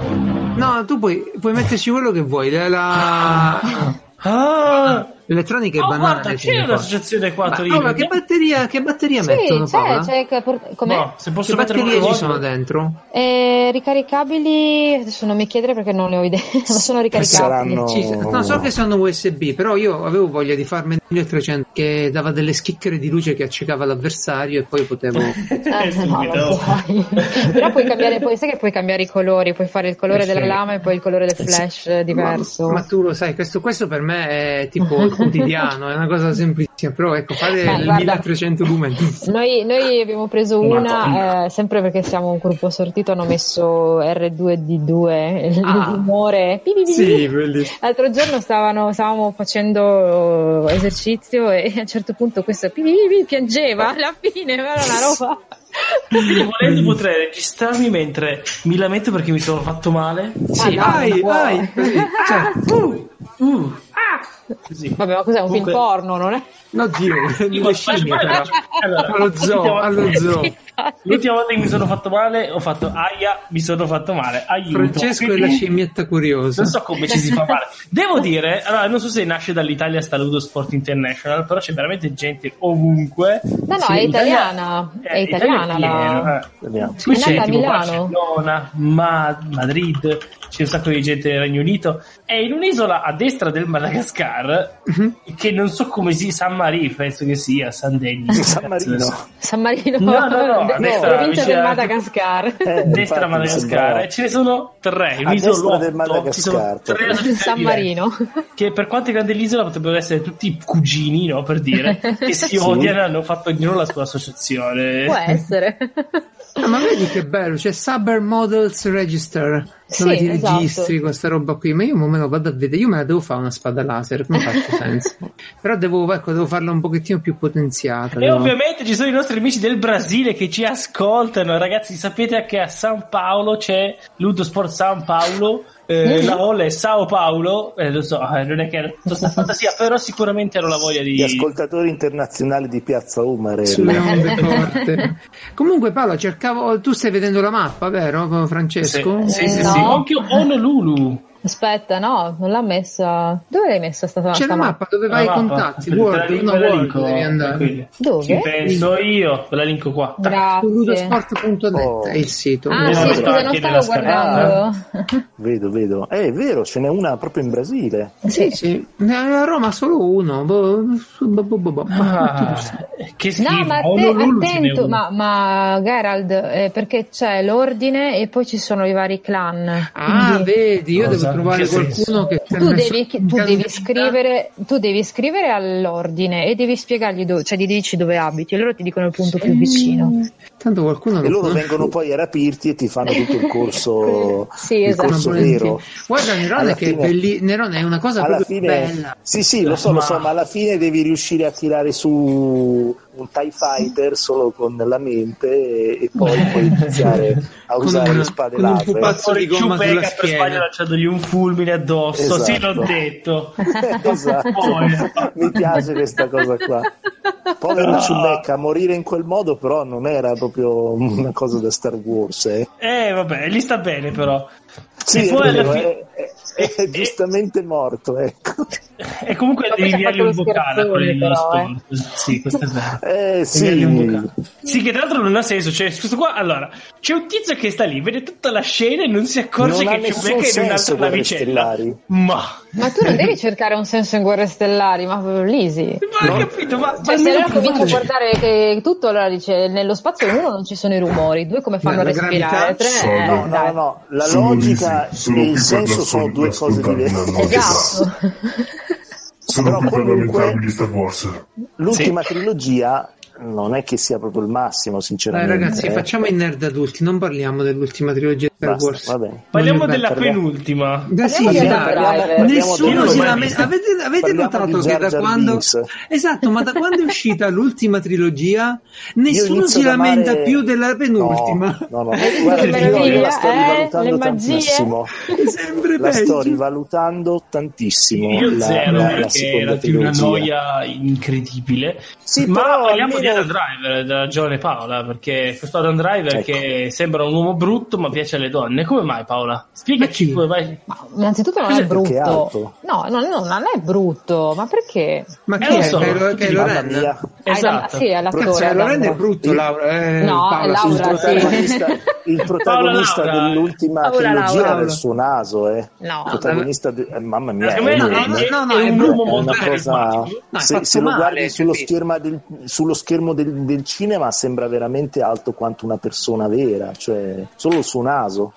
A: No, tu puoi, puoi metterci quello che vuoi. La... la...
B: Ah,
A: l'elettronica è
B: oh,
A: banale.
B: Guarda, c'è un'associazione qua a Torino.
A: Ma che batteria, che batteria
C: sì,
A: mettono,
C: c'è,
A: Paola?
C: c'è, com'è?
B: No, se posso
A: che
B: mettere
A: batterie ci sono dentro?
C: Eh, ricaricabili, adesso non mi chiedere perché non ne ho idea, ma sono ricaricabili.
D: Saranno...
A: Ci, no, so che sono U S B, però io avevo voglia di farmi il milletrecento che dava delle schicchere di luce che accecava l'avversario e poi potevo...
C: eh, no, puoi. Però puoi cambiare, poi sai che puoi cambiare i colori, puoi fare il colore della lama e poi il colore del flash diverso.
A: Ma, ma tu lo sai, questo, questo per me è tipo il quotidiano, è una cosa semplicissima, però ecco, fare Beh, il guarda, milletrecento lumen.
C: Noi, noi abbiamo preso una, eh, sempre perché siamo un gruppo sortito, hanno messo R due D due, il ah, rumore.
A: Sì, bellissimo.
C: L'altro giorno stavano, stavamo facendo esercizio e a un certo punto questo piangeva alla fine, era una roba...
B: Quindi volendo potrei registrarmi mentre mi lamento perché mi sono fatto male.
A: Sì, vai, vai.
B: Cioè, uh, uh, ah. Così.
C: Vabbè, ma cos'è un film porno, non è?
A: No, Dio, le scimmie però. Allora, allo zoo, allo zoo.
B: L'ultima volta che mi sono fatto male ho fatto aia, mi sono fatto male, aiuto.
A: Francesco è la scimmietta curiosa.
B: Non so come ci si fa male. Devo dire, allora non so se nasce dall'Italia sta Ludo Sport International, però c'è veramente gente ovunque.
C: No, no, sì, è italiana, è, è italiana,
B: italiana
C: la...
B: eh. Qui c'è tipo Barcellona, Ma- Madrid, c'è un sacco di gente del Regno Unito. È in un'isola a destra del Madagascar, uh-huh. che non so come si San Marino, penso che sia San Denis.
D: San Marino.
C: San Marino.
B: No, no, no.
C: No,
B: destra,
C: provincia del Madagascar,
B: eh, destra Madagascar, e ce ne sono tre.
D: A destra del Madagascar,
C: San Marino,
B: che per quanto è grande l'isola potrebbero essere tutti cugini, no? Per dire che si sì. odiano, hanno fatto ognuno la sua associazione.
C: Può essere.
A: Ah, ma vedi che bello, c'è Cyber Models Register dove
C: sì,
A: ti
C: esatto.
A: registri questa roba qui, ma io me lo vado a vedere, io me la devo fare una spada laser, non faccio senso. Però devo, ecco, devo farla un pochettino più potenziata.
B: E
A: devo...
B: ovviamente ci sono i nostri amici del Brasile che ci ascoltano, ragazzi, sapete che a San Paolo c'è Ludo Sport San Paolo. Eh, la O L è Sao Paulo, eh, lo so, eh, non è che è tutta fantasia, però sicuramente hanno la voglia di...
D: Gli ascoltatori internazionali di Piazza Umare.
A: Sulle onde corte. Comunque Paolo, cercavo, tu stai vedendo la mappa, vero Francesco?
B: Sì, sì, sì,
C: no.
B: sì. Anche Honolulu.
C: Aspetta, no, non l'ha messa. Dove l'hai messa sta
A: C'è
C: sta
A: la mappa dove vai i contatti. Word, no, Word devi andare.
C: Dove?
B: Ci penso io, ve la linko qua.
C: Grazie.
A: ludosport punto net
D: oh.
A: è il sito.
C: Ah, sì, scusa, non stavo guardando.
D: Vedo, vedo. Eh, è vero, ce n'è una proprio in Brasile.
A: Sì, sì. A Roma solo uno. Bo, bo, bo, bo, bo.
B: Ah, che schifo.
C: No, ma te, attento, ma, ma Gerald, eh, perché c'è l'ordine e poi ci sono i vari clan.
A: Ah,
C: quindi...
A: vedi, io devo trovare
B: che
A: qualcuno che
C: tu devi, tu devi scrivere tu devi scrivere all'ordine e devi spiegargli dove, cioè gli dici dove abiti e loro ti dicono il punto più vicino.
A: Tanto qualcuno
D: e loro
A: conosce.
D: Vengono poi a rapirti e ti fanno tutto il corso,
C: sì,
D: il
C: esatto.
D: corso vero.
A: Guarda Nerone che
D: fine,
A: è belli, Nerone è una cosa proprio
D: fine,
A: bella.
D: Sì, sì, lo so, ma... lo so, ma alla fine devi riuscire a tirare su un TIE Fighter solo con la mente e, e poi puoi iniziare a
A: con
D: usare
A: una,
D: le spade
A: con
D: laser.
A: un pupazzo di gomma sulla
B: per sbaglio lanciandogli un fulmine addosso.
D: Esatto.
B: Sì, l'ho detto.
D: Esatto. Mi piace questa cosa qua. Povero no. Chewbacca, morire in quel modo però non era proprio una cosa da Star Wars, eh.
B: Eh, vabbè, gli sta bene però.
D: Sì,
B: e poi
D: vero,
B: alla fine...
D: è, è, è giustamente morto, ecco.
B: E comunque devi inviargli un vocale a quelli dello sport. Eh. Sì, questo è vero.
D: Eh, sì.
B: Sì, che tra l'altro non ha senso. Cioè, questo qua, allora, c'è un tizio che sta lì, vede tutta la scena e non si accorge
D: non
B: che Chewbacca è in un'altra navicella. Ma...
C: ma tu non devi cercare un senso in Guerre Stellari, ma l'easy.
B: Ma ho capito, ma...
C: Cioè, se allora cominci a guardare che tutto, allora dice, nello spazio uno non ci sono i rumori, due come fanno
A: Beh,
C: a respirare, tre...
D: Eh, no, no, no, no, la logica e il senso sono due cose diverse.
C: Esatto.
E: Sono più parlamentari di Star Wars.
D: L'ultima sì. trilogia non è che sia proprio il massimo, sinceramente.
A: Dai ragazzi,
D: eh.
A: facciamo i nerd adulti, non parliamo dell'ultima trilogia di Star Wars.
D: Va bene.
B: Parliamo della penultima.
A: Da sì,
C: parliamo,
A: nessuno si lamenta. Avete, avete notato che da quando Binks. Esatto, ma da quando è uscita l'ultima trilogia nessuno si lamenta amare... più della penultima.
D: No, no, no. Guarda, io, io la sto rivalutando
C: eh,
D: tantissimo.
A: Sempre
D: la
A: peggio.
D: sto rivalutando tantissimo.
B: Io
D: la,
B: zero,
D: la,
B: perché era più una noia incredibile.
D: Sì,
B: ma
D: però
B: parliamo
D: almeno...
B: di Adam Driver, da Giovane Paola, perché questo Adam Driver ecco. che sembra un uomo brutto ma piace alle donne. Come mai, Paola? Spiegaci come mai.
C: Ma innanzitutto non
D: Cos'è
C: è brutto.
D: È
C: no, no, no, non è brutto, ma perché?
A: Ma chi
B: eh,
A: è?
B: so,
A: Kylo, Kylo Ren?
B: Esatto.
C: Sì, è l'attore.
A: Kylo Ren è brutto, Laura. Eh,
C: no,
A: Paola,
C: Laura,
D: il protagonista,
C: sì.
D: il protagonista
B: Laura,
D: dell'ultima
C: Paola,
D: trilogia
C: Laura.
D: era il suo naso, eh.
C: No,
D: il protagonista de... eh, mamma mia,
B: è,
A: no,
B: è,
A: no, no, no,
B: è un uomo
D: è
B: molto
D: una cosa...
A: no,
D: se, se lo
A: male,
D: guardi sullo,
A: capito?
D: schermo del, sullo schermo del, del cinema sembra veramente alto quanto una persona vera, cioè solo il suo naso.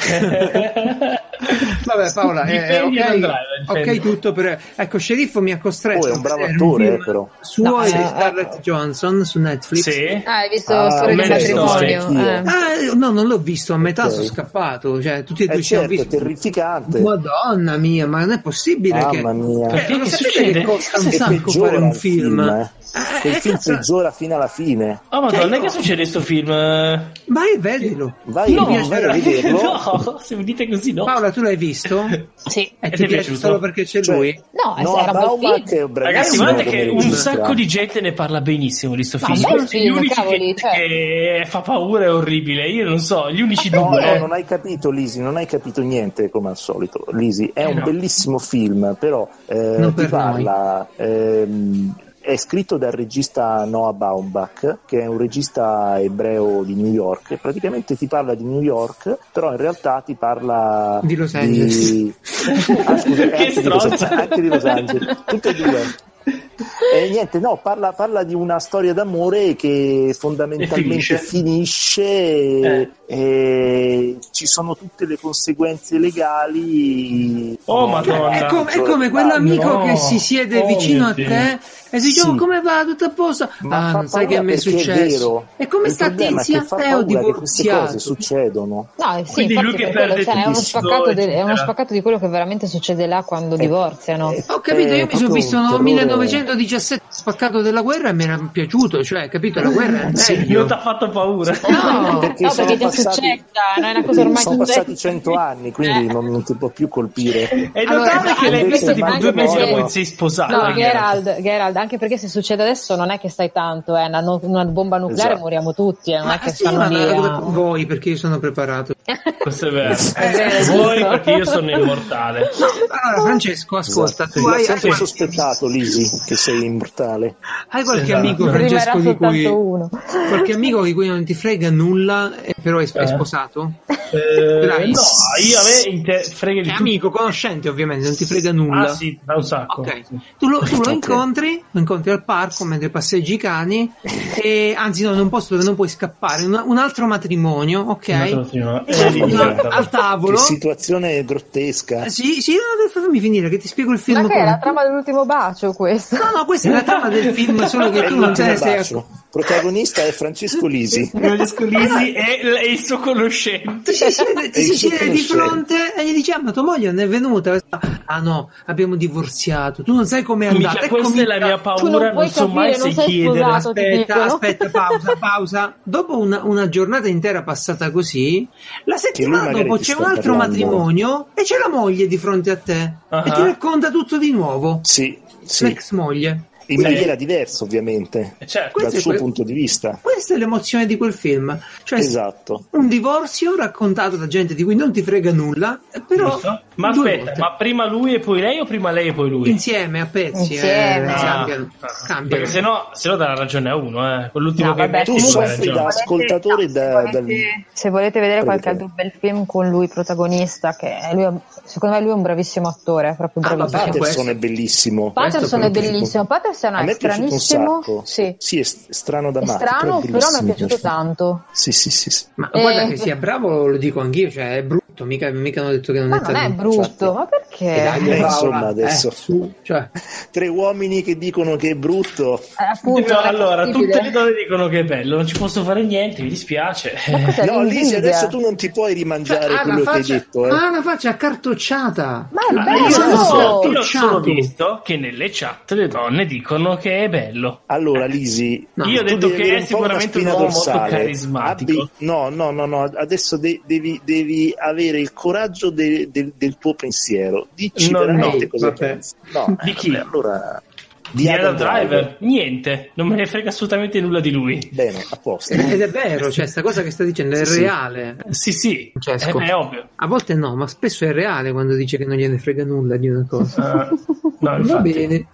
A: Vabbè Paola, eh, ok, ok tutto per... ecco, Sceriffo mi ha costretto
D: oh, è un bravo attore eh, però
A: suo
C: no,
A: di
C: eh,
A: Scarlett Johansson su Netflix.
B: Sì.
C: Ah, hai visto
D: ah,
C: Storia di matrimonio?
D: Eh.
A: Ah, no, non l'ho visto, a metà okay. sono scappato, cioè tutti e due
D: eh
A: ci hanno
D: certo,
A: visto.
D: È terrificante.
A: Madonna mia, ma non è possibile
D: Mamma
A: che
D: mia.
A: Perché non
B: che
A: sapete
B: succede?
A: che costa un sacco fare un film, film eh?
D: quel eh, film peggiora fino alla fine.
B: Oh madonna, cioè, che succede in sto film?
A: Vai e vedilo.
D: Vai,
B: no,
D: vai a vederlo.
B: No, se mi dite così no.
A: Paola, tu l'hai visto?
C: Sì.
A: E ti, ti piace solo perché c'è cioè, lui?
C: No,
D: no
C: era
D: Baumbach,
B: ragazzi, guardate che un sacco di gente ne parla benissimo di sto
C: no,
B: film.
C: film
B: gli unici
C: cavoli,
B: che,
C: cioè.
B: che fa paura è orribile. Io non so, gli unici
D: no,
B: due.
D: No, non hai capito, Lisi, non hai capito niente come al solito. Lisi, è
B: eh,
D: un
B: no.
D: bellissimo film, però eh, ti parla... Ehm, è scritto dal regista Noah Baumbach, che è un regista ebreo di New York, e praticamente ti parla di New York, però in realtà ti parla
A: di Los Angeles.
D: Di... Ah, scusa, anche, di Los... anche di Los Angeles, tutte e due. E niente, no, parla, parla di una storia d'amore che fondamentalmente finisce, finisce e,
B: eh.
D: e ci sono tutte le conseguenze legali.
B: Oh madonna,
A: è come, è come quell'amico no. che si siede oh, vicino a te e dice sì. oh, come va, tutto a posto? Ma ah, non sai che a me è successo. È, è come sta Tizia? È ho divorziato.
D: Queste cose succedono.
C: No, sì, infatti lui che perde cioè, è, uno spaccato de, è uno spaccato di quello che veramente succede là quando eh, divorziano.
A: Eh, ho capito, io mi sono visto nel millenovecentodiciassette spaccato della guerra e mi era piaciuto, cioè, capito, la guerra è
B: sì, non ti ha fatto paura.
C: No, perché, no, perché ti è successa, non è una cosa ormai
D: sono passati cento anni, quindi eh. non, non ti può più colpire.
B: E allora, notare che l'hai vista tipo due mesi dopo che sei sposato.
C: No, Gerald, Gerald, anche perché se succede adesso non è che stai tanto, è eh, una, una bomba nucleare esatto. moriamo tutti, eh, non ma è che sì, stanno lì a...
A: voi perché io sono preparato.
B: Questo è vero. Eh, voi perché io sono immortale.
A: Allora Francesco, ascolta,
D: esatto.
A: tu
D: hai
A: sempre
D: hai... sospettato, Lisi, che sei immortale.
A: Hai qualche esatto. amico Francesco di cui uno. qualche amico di cui non ti frega nulla, però è, eh. è sposato?
B: Eh, no, io a me inter- frega di
A: è amico, conoscente ovviamente, non ti frega nulla.
B: Ah sì, da un sacco.
A: Okay. Tu lo, tu lo okay. incontri, lo incontri al parco mentre passeggi i cani, e anzi no, in un posto dove non puoi scappare, un, un altro matrimonio, ok?
B: Matrimonio.
A: Eh, al tavolo.
D: Che situazione grottesca.
A: Sì, sì, no, fammi finire che ti spiego il film.
C: Ma che è la trama dell'ultimo bacio questo?
A: No, no, questa è la trama del film, solo che tu non te ne sei accorto.
D: Protagonista è Francesco Lisi.
B: Francesco Lisi e il suo conoscente.
A: Ti si siede, ti si siede di fronte e gli dice: ah, ma tua moglie non è venuta? Ah no, abbiamo divorziato. Tu non sai com'è andata.
B: Mica, questa è la mia paura, non, non so mai se chiedere.
A: Aspetta, aspetta, pausa, pausa. Dopo una, una giornata intera passata così, la settimana dopo c'è un altro parlando. matrimonio e c'è la moglie di fronte a te uh-huh. e ti racconta tutto di nuovo.
D: Sì, sì.
A: L'ex moglie.
D: In maniera diversa, ovviamente,
B: certo.
D: dal suo
A: que-
D: punto di vista.
A: Questa è l'emozione di quel film. Cioè,
D: esatto.
A: Un divorzio raccontato da gente di cui non ti frega nulla, però.
B: Giusto? Ma aspetta, volte. ma prima lui e poi lei o prima lei e poi lui?
A: Insieme, a pezzi.
C: Insieme.
A: Eh,
B: ah,
A: cambiano.
B: Ah,
A: cambiano.
B: Perché se no, se no dà ragione a uno, eh. Quell'ultimo
C: no,
B: che
C: vabbè,
D: tu soffri da ascoltatore
C: no,
D: da,
C: se, volete,
D: dal...
C: se volete vedere Prego. qualche altro bel film con lui protagonista, che lui è, secondo me lui è un bravissimo attore, proprio bravissimo.
D: Ah, Patterson è bellissimo.
C: Patterson è bellissimo. Patterson è stranissimo. Sì.
D: sì, è strano da
C: matti. È strano, però, però mi è piaciuto tanto.
D: Sì, sì, sì. sì.
A: Ma eh, guarda che sia bravo, lo dico anch'io, cioè è brutto, mica, mica hanno detto che non
C: ma
A: è
C: non è brutto, infatti. Ma perché?
A: Eh, dai,
D: eh, insomma, adesso
A: eh, su, cioè.
D: tre uomini che dicono che è brutto.
C: Eh, appunto,
B: no, allora, tutte le donne dicono che è bello, non ci posso fare niente, mi dispiace.
D: No, Lisi, adesso tu non ti puoi rimangiare cioè, quello faccia, che hai detto. Eh.
A: Ha una faccia accartocciata.
C: Ma è bello.
B: Io, so, io ho solo visto che nelle chat le donne dicono che è bello.
D: Allora, Lisi,
B: no, io ho detto che è sicuramente un uomo molto carismatico.
D: Abbi, no, no, no, no, adesso de- devi, devi avere il coraggio de- de- del tuo pensiero. Dici no, veramente no, cosa
A: vabbè.
D: pensi. No,
B: di chi?
D: Vabbè, allora...
B: Di, di Adam Driver. Driver niente, non me ne frega assolutamente nulla di lui.
D: Bene, a posto.
A: Ed è vero, cioè sta cosa che sta dicendo è sì, reale.
B: Sì, sì,
A: cioè,
B: è, è ovvio.
A: A volte no, ma spesso è reale quando dice che non gliene frega nulla di una cosa.
B: Uh, no,
A: va bene.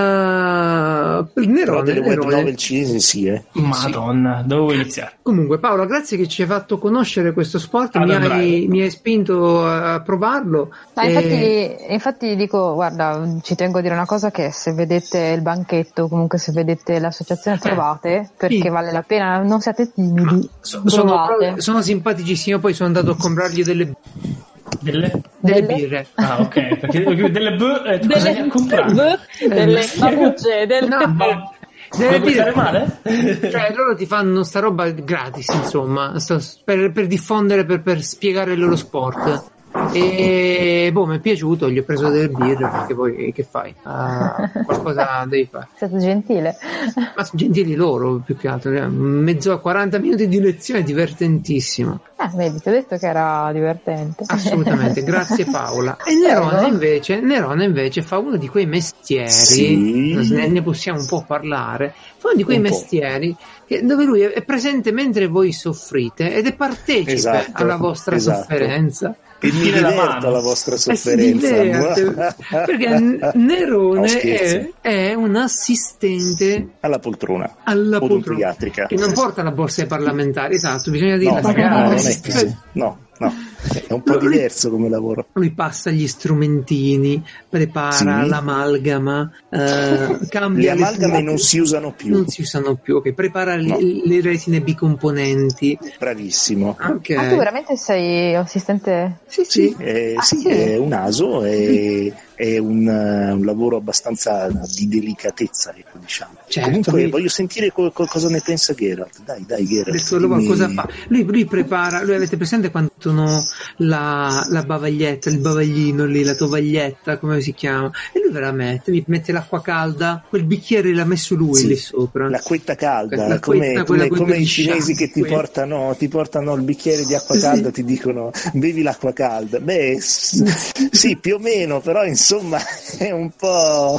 A: Uh, il Nerone,
D: delle web novel cinesi sì, eh.
B: Madonna, sì. Dove vuoi iniziare?
A: Comunque Paola, grazie che ci hai fatto conoscere questo sport, mi hai, mi hai spinto a provarlo.
C: Ma e... infatti, infatti dico, guarda, ci tengo a dire una cosa, che se vedete il banchetto, comunque se vedete l'associazione trovate, perché sì. vale la pena, non siate timidi.
A: So, sono, sono simpaticissimi, poi sono andato a comprargli delle
B: Delle?
A: delle birre.
B: Ah, ok, perché delle b eh, tu
C: delle
B: comprare?
C: Delle papucce, delle
A: no,
B: ma
A: deve
B: dire male?
A: Cioè loro ti fanno sta roba gratis, insomma, sto, per, per diffondere, per, per spiegare il loro sport. E boh, mi è piaciuto, gli ho preso delle birre, perché poi che fai? Uh, qualcosa devi fare.
C: È stato gentile.
A: Ma sono gentili loro, più che altro. Mezzo a quaranta minuti di lezione, divertentissima.
C: Ah, vedi, ti ho detto che era divertente.
A: Assolutamente, grazie Paola. E Nerone invece, Nerone invece fa uno di quei mestieri, sì. ne, ne possiamo un po' parlare, fa uno di quei un mestieri che, dove lui è presente mentre voi soffrite ed è partecipe esatto, alla vostra esatto. sofferenza.
D: E mi diverte la vostra sofferenza.
A: Perché Nerone è, è un assistente
D: alla poltrona,
A: alla poltrona che non porta la borsa ai parlamentari, esatto, bisogna dire
D: no, no, no, non è così. no, no. È un po' lui, diverso come lavoro.
A: Lui passa gli strumentini, prepara sì. l'amalgama, eh, cambia
D: le amalgame non si usano più.
A: Non si usano più, okay. Prepara no. le, le resine bicomponenti.
D: Bravissimo.
C: Okay. Ah, tu veramente sei assistente?
A: Sì,
D: sì, sì. Eh, ah, sì, sì. È un aso e è un, uh, un lavoro abbastanza di delicatezza, ecco, diciamo.
A: Certo,
D: comunque
A: lui...
D: voglio sentire co- co- cosa ne pensa Geralt. Dai, dai, Geralt.
A: Dimmi... cosa fa? Lui, lui prepara, lui avete presente quando sono la, la bavaglietta, il bavaglino lì, la tovaglietta, come si chiama? E lui ve la mette, mi mette l'acqua calda, quel bicchiere l'ha messo lui sì, lì sopra.
D: L'acquetta calda, l'acquetta, come, come, come i cinesi che ti portano, ti portano il bicchiere di acqua calda, sì. ti dicono bevi l'acqua calda. Beh, sì, più o meno, però insomma è un po'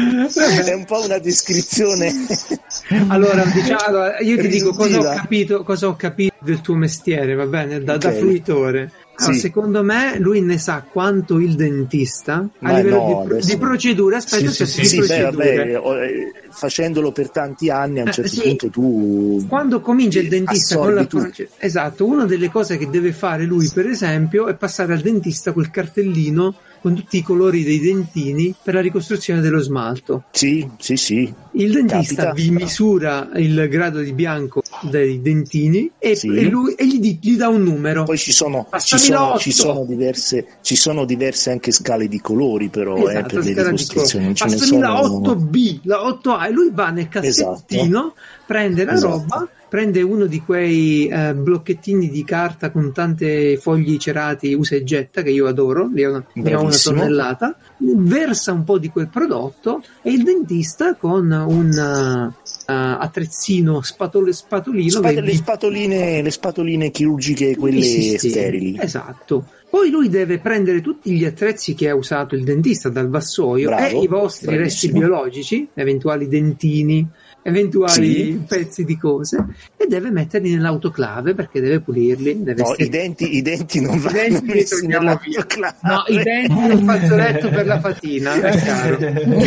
D: è un po' una descrizione.
A: Allora, diciamo, allora, io ti dico cosa ho capito, cosa ho capito del tuo mestiere, va bene, da, okay. da fruitore. Allora, sì. Secondo me lui ne sa quanto il dentista
D: Ma
A: a livello
D: no,
A: di, adesso... di procedure. Aspetta,
D: sì, sì, sì,
A: di
D: sì, beh, vabbè, facendolo per tanti anni a un certo eh, sì. punto tu
A: quando comincia il dentista con la proce... esatto, una delle cose che deve fare lui per esempio è passare al dentista quel cartellino con tutti i colori dei dentini per la ricostruzione dello smalto.
D: Sì, sì, sì.
A: Il dentista Capita. vi misura il grado di bianco dei dentini e, sì. e lui e gli, gli dà un numero.
D: Poi ci sono, ci sono, ci sono diverse ci sono diverse anche scale di colori, però esatto, eh, per le ricostruzioni. Non ce ne sono...
A: la otto B, la otto A, e lui va nel cassettino, esatto. prende la esatto. roba, prende uno di quei eh, blocchettini di carta con tante fogli cerati usa e getta che io adoro, ne ho una, una tonnellata, versa un po' di quel prodotto e il dentista con un uh, attrezzino spatole, spatolino
D: Spat-
A: che...
D: le spatoline le spatoline chirurgiche, quelle sì, sì, sterili,
A: esatto. Poi lui deve prendere tutti gli attrezzi che ha usato il dentista dal vassoio Bravo, e i vostri bravissimo. resti biologici, eventuali dentini, eventuali sì. pezzi di cose, e deve metterli nell'autoclave perché deve pulirli. Deve
D: no,
A: stare...
D: i denti, i denti non vanno messi nell'autoclave.
A: No, i denti nel fazzoletto per la fatina, è chiaro.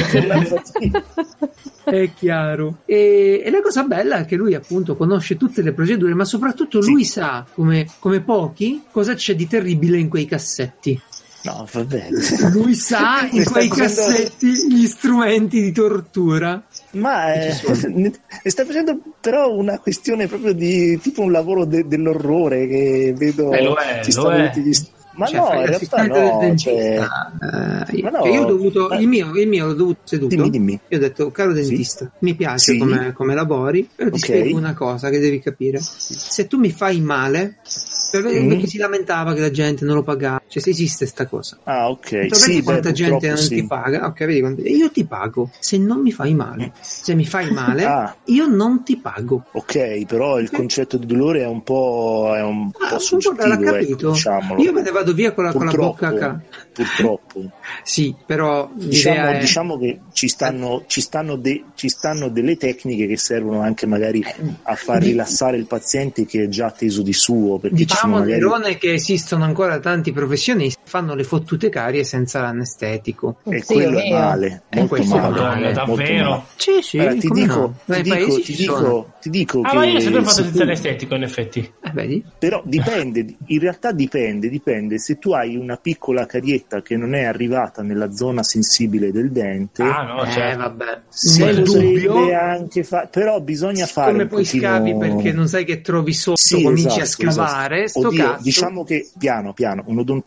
A: È chiaro. E, e la cosa bella è che lui appunto conosce tutte le procedure, ma soprattutto lui sì. sa, come, come pochi, cosa c'è di terribile in quei cassetti.
D: No, va bene.
A: Lui sa in quei cassetti facendo... gli strumenti di tortura.
D: Ma eh, ne sta facendo però una questione proprio di tipo un lavoro de- dell'orrore che vedo.
B: Eh, lo è,
D: ci
B: lo è.
D: Gli st- ma cioè, no, in realtà no, cioè... uh,
A: ma no. Io ho dovuto, ma... il mio, il mio l'ho dovuto seduto.
D: Dimmi, dimmi.
A: Io ho detto, caro dentista, sì. mi piace sì. come, come lavori, però ti okay. spiego una cosa che devi capire. Se tu mi fai male, perché mm. si lamentava che la gente non lo pagava, cioè se esiste sta cosa.
D: Ah, ok.
A: Sì,
D: vedi
A: quanta
D: beh,
A: gente non
D: sì.
A: ti paga? Ok, vedi quanto... io ti pago se non mi fai male. Se mi fai male, ah. io non ti pago.
D: Ok, però okay. il concetto di dolore è un po' è un ah, po' soggettivo,
A: l'ha capito.
D: Ecco,
A: io me ne vado via con la, con la bocca ca...
D: purtroppo.
A: Sì, però
D: diciamo,
A: è...
D: diciamo che ci stanno ci stanno de... ci stanno delle tecniche che servono anche magari a far rilassare il paziente che è già teso di suo, perché
A: diciamo
D: magari...
A: Nerone che esistono ancora tanti professionisti che fanno le fottute carie senza l'anestetico.
D: E sì, quello è male, molto
A: è
D: male,
B: male, davvero.
D: Male.
A: Sì, sì,
D: allora, ti, dico,
A: no?
D: ti, dico, ti, dico, ti dico
B: ah,
D: che
B: ma io ho sempre fatto senza
D: tu...
B: anestetico, in effetti.
A: Eh, vedi?
D: Però dipende, in realtà dipende, dipende. Se tu hai una piccola carietta che non è arrivata nella zona sensibile del dente,
B: ah, no,
A: eh,
B: certo.
A: vabbè.
D: Nel dubbio, anche fa... però bisogna fare
A: come
D: un
A: poi
D: pochino...
A: scavi perché non sai che trovi sotto,
D: sì,
A: cominci
D: esatto,
A: a scavare.
D: Esatto.
A: Sto
D: Oddio,
A: cazzo.
D: diciamo che piano piano un odontologo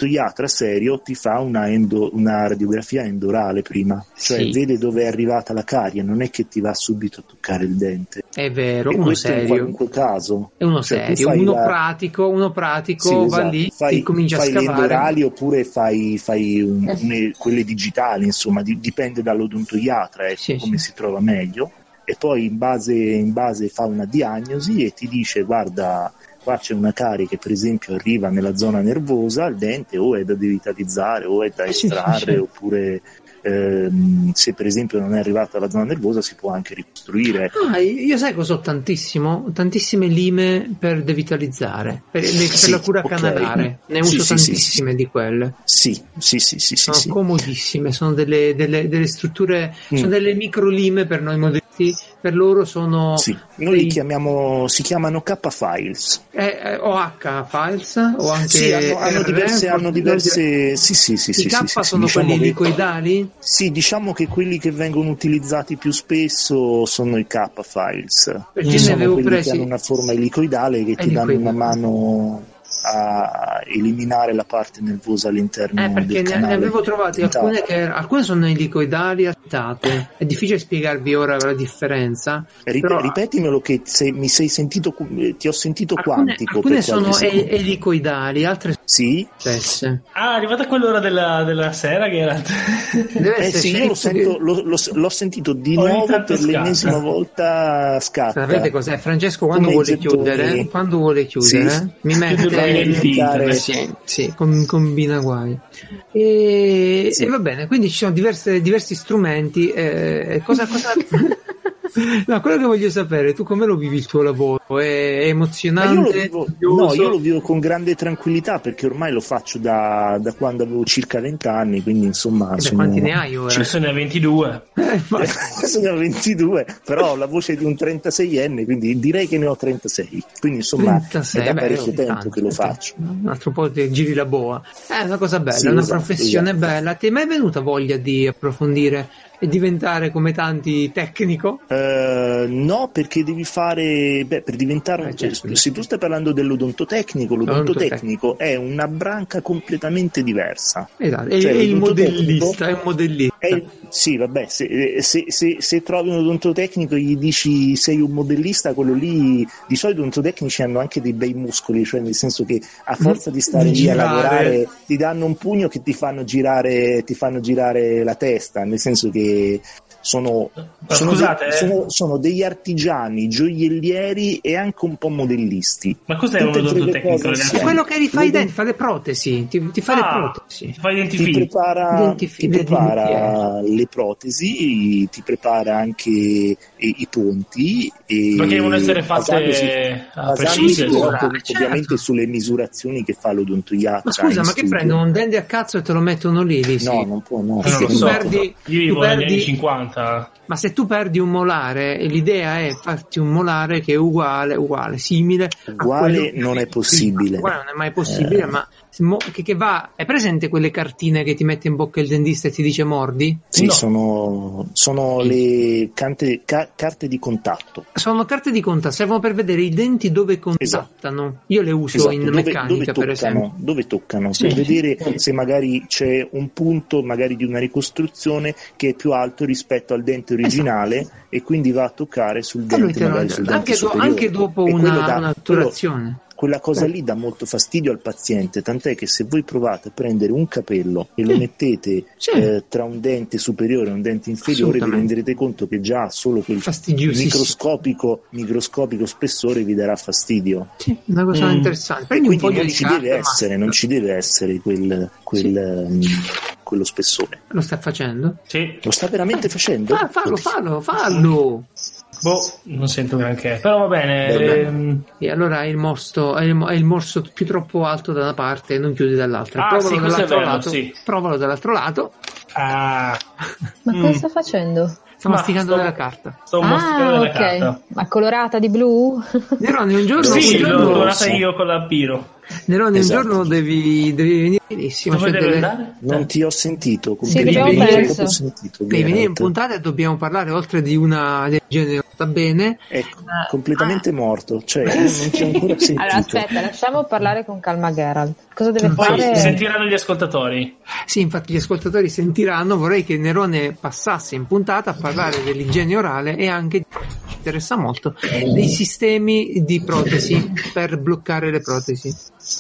D: l'odontoiatra serio ti fa una, endo, una radiografia endorale prima, cioè sì. vede dove è arrivata la carie, non è che ti va subito a toccare il dente.
A: È vero,
D: e
A: uno
D: questo
A: serio.
D: in qualunque caso.
A: È uno cioè, serio, uno la... pratico, uno pratico sì, va esatto. lì,
D: fai,
A: ti comincia
D: fai
A: a scavare.
D: Fai le endorali oppure fai, fai un, un, quelle digitali, insomma, di, dipende dall'odontoiatra, ecco, sì, come sì. si trova meglio. E poi in base, in base fa una diagnosi e ti dice guarda, qua c'è una carie che per esempio arriva nella zona nervosa, il dente o è da devitalizzare o è da estrarre, sì, sì, sì. oppure ehm, se per esempio non è arrivata alla zona nervosa si può anche ricostruire.
A: Ah, io sai cosa ho tantissimo? Tantissime lime per devitalizzare, per, le,
D: sì,
A: per la cura
D: okay.
A: canalare, ne uso sì, tantissime sì, sì. di quelle.
D: Sì, sì, sì, sì,
A: sono
D: sì,
A: comodissime, sono delle, delle, delle strutture, mm. sono delle microlime per noi moderni. Per loro sono
D: sì, noi dei... li chiamiamo, si chiamano K files
A: eh, eh, o H files o anche
D: sì, hanno, hanno diverse, hanno diverse sì, sì, sì,
A: i
D: sì,
A: K
D: sì,
A: sono
D: diciamo
A: quelli
D: che,
A: liquidali? Sì,
D: diciamo che quelli che vengono utilizzati più spesso sono i K files,
A: perché
D: sono
A: ne avevo
D: quelli
A: presi...
D: che hanno una forma elicoidale che
A: è
D: ti
A: liquidale.
D: danno una mano a eliminare la parte nervosa all'interno
A: eh, perché
D: del
A: ne,
D: canale.
A: ne avevo trovati alcune che alcune sono elicoidali adattate, è difficile spiegarvi ora la differenza.
D: Rip-
A: però...
D: ripetimelo che se mi sei sentito, ti ho sentito
A: alcune,
D: quantico.
A: Alcune sono e- elicoidali, altre
D: sì.
A: stesse.
B: Ah, è arrivata quell'ora della, della sera che era.
D: Deve eh sì, io lo sento, che... lo, lo, l'ho sentito di Ogni nuovo per scatta. l'ennesima volta scatta.
A: Sapete cos'è? Francesco quando Come vuole chiudere, quando vuole chiudere, sì. mi mette sì, sì, com- combina guai e, sì. e va bene, quindi ci sono diverse, diversi strumenti eh, cosa, cosa... no, quello che voglio sapere, tu come lo vivi il tuo lavoro? È emozionante?
D: Io vivo, no, io lo vivo con grande tranquillità perché ormai lo faccio da, da quando avevo circa venti anni, quindi insomma
A: e
D: sono...
A: quanti ne hai ora?
B: Ce ne ho ventidue
A: eh, ma...
D: ne ho ventidue, però ho la voce di un trentaseienne, quindi direi che ne ho trentasei, quindi insomma trentasei, è da parecchio tempo tanto, che lo faccio.
A: Un altro po' ti giri la boa, è una cosa bella,
D: sì,
A: è una
D: esatto,
A: professione
D: esatto.
A: bella. Ti è mai venuta voglia di approfondire e diventare come tanti tecnico?
D: Uh, no, perché devi fare beh, per diventare
A: eh, certo.
D: se tu stai parlando dell'odontotecnico, l'odontotecnico è una branca completamente diversa.
A: Esatto, cioè, è il modellista, è un modellista.
D: È, sì, vabbè, se, se, se, se trovi un odontotecnico e gli dici sei un modellista, quello lì di solito i odontotecnici hanno anche dei bei muscoli, cioè nel senso che a forza di stare lì a lavorare ti danno un pugno che ti fanno girare, ti fanno girare la testa, nel senso che sono, sono,
B: scusate,
D: de- sono, sono degli artigiani, gioiellieri e anche un po' modellisti.
B: Ma cos'è un odontotecnico?
A: È quello che rifà i denti, fa le protesi, ti, ti fa ah, le protesi,
B: ti fa i denti
D: ti prepara,
A: denti
D: ti prepara le protesi, ti prepara anche i, i ponti e
B: perché devono essere fatte a precise,
D: ovviamente certo. sulle misurazioni che fa l'odontoiatra.
A: Ma scusa, ma studio. Che prendono un dente a cazzo e te lo mettono lì? lì
D: no,
A: sì.
D: non può, no.
B: non
A: se tu
B: so.
A: perdi,
B: io
A: tu perdi
B: negli anni cinquanta.
A: Ma se tu perdi un molare, l'idea è farti un molare che è uguale, uguale, simile.
D: Uguale non è possibile.
A: Uguale non è mai possibile, eh. ma che, che va. È presente quelle cartine che ti mette in bocca il dentista e ti dice mordi?
D: Sì,
A: no.
D: sono, sono le carte, ca, carte di contatto.
A: Sono carte di contatto, servono per vedere i denti dove contattano. Esatto. Io le uso esatto. in
D: dove,
A: meccanica,
D: dove toccano,
A: per esempio.
D: Dove toccano,
A: sì.
D: per vedere se magari c'è un punto magari di una ricostruzione che è più alto rispetto al dente originale esatto. e quindi va a toccare sul dente, magari sul dente
A: anche,
D: superiore.
A: Anche dopo una, una otturazione.
D: Quella cosa lì dà molto fastidio al paziente, tant'è che se voi provate a prendere un capello e lo mettete sì. eh, tra un dente superiore e un dente inferiore, vi renderete conto che già solo quel microscopico, microscopico spessore vi darà fastidio.
A: Sì, una cosa mm. interessante. Prendi
D: quindi
A: un po'
D: non
A: di
D: ci
A: carta,
D: deve essere, non ci deve essere quel, quel, sì. um, quello spessore.
A: Lo sta facendo?
B: Sì.
D: Lo sta veramente facendo?
A: Ah, fallo, fallo, fallo.
B: Boh, non sento granché, però va bene.
A: Ehm... E allora è il morso, è il, è il morso più troppo alto da una parte e non chiudi dall'altra.
B: Ah,
A: provalo
B: sì,
A: dall'altro
B: vero,
A: lato.
B: Sì.
A: Provalo dall'altro lato.
B: Ah.
C: Ma cosa mm. sta facendo?
A: Sto Ma masticando sto, della carta.
B: Sto
C: ah,
B: masticando della
C: okay.
B: carta.
C: Ma colorata di blu?
A: Nerone, un giorno
B: sì,
A: un giorno
B: l'ho colorata io con la Piro.
A: Nerone, esatto. Un giorno devi, devi venire benissimo.
B: Dove
A: cioè
B: deve
A: deve...
B: andare?
D: Non ti ho sentito.
C: Sì, devi venire,
D: sentito,
A: devi venire in puntata e dobbiamo parlare oltre di una del genere. Sta bene?
D: È completamente ah. morto. Cioè, non ci ho ancora sentito.
C: Allora, aspetta, lasciamo parlare con calma Geralt. Cosa deve
B: Poi
C: fare?
B: Sentiranno gli ascoltatori.
A: Sì, infatti gli ascoltatori sentiranno. Vorrei che Nerone passasse in puntata a parlare dell'igiene orale e anche, ci interessa molto, dei sistemi di protesi per bloccare le protesi.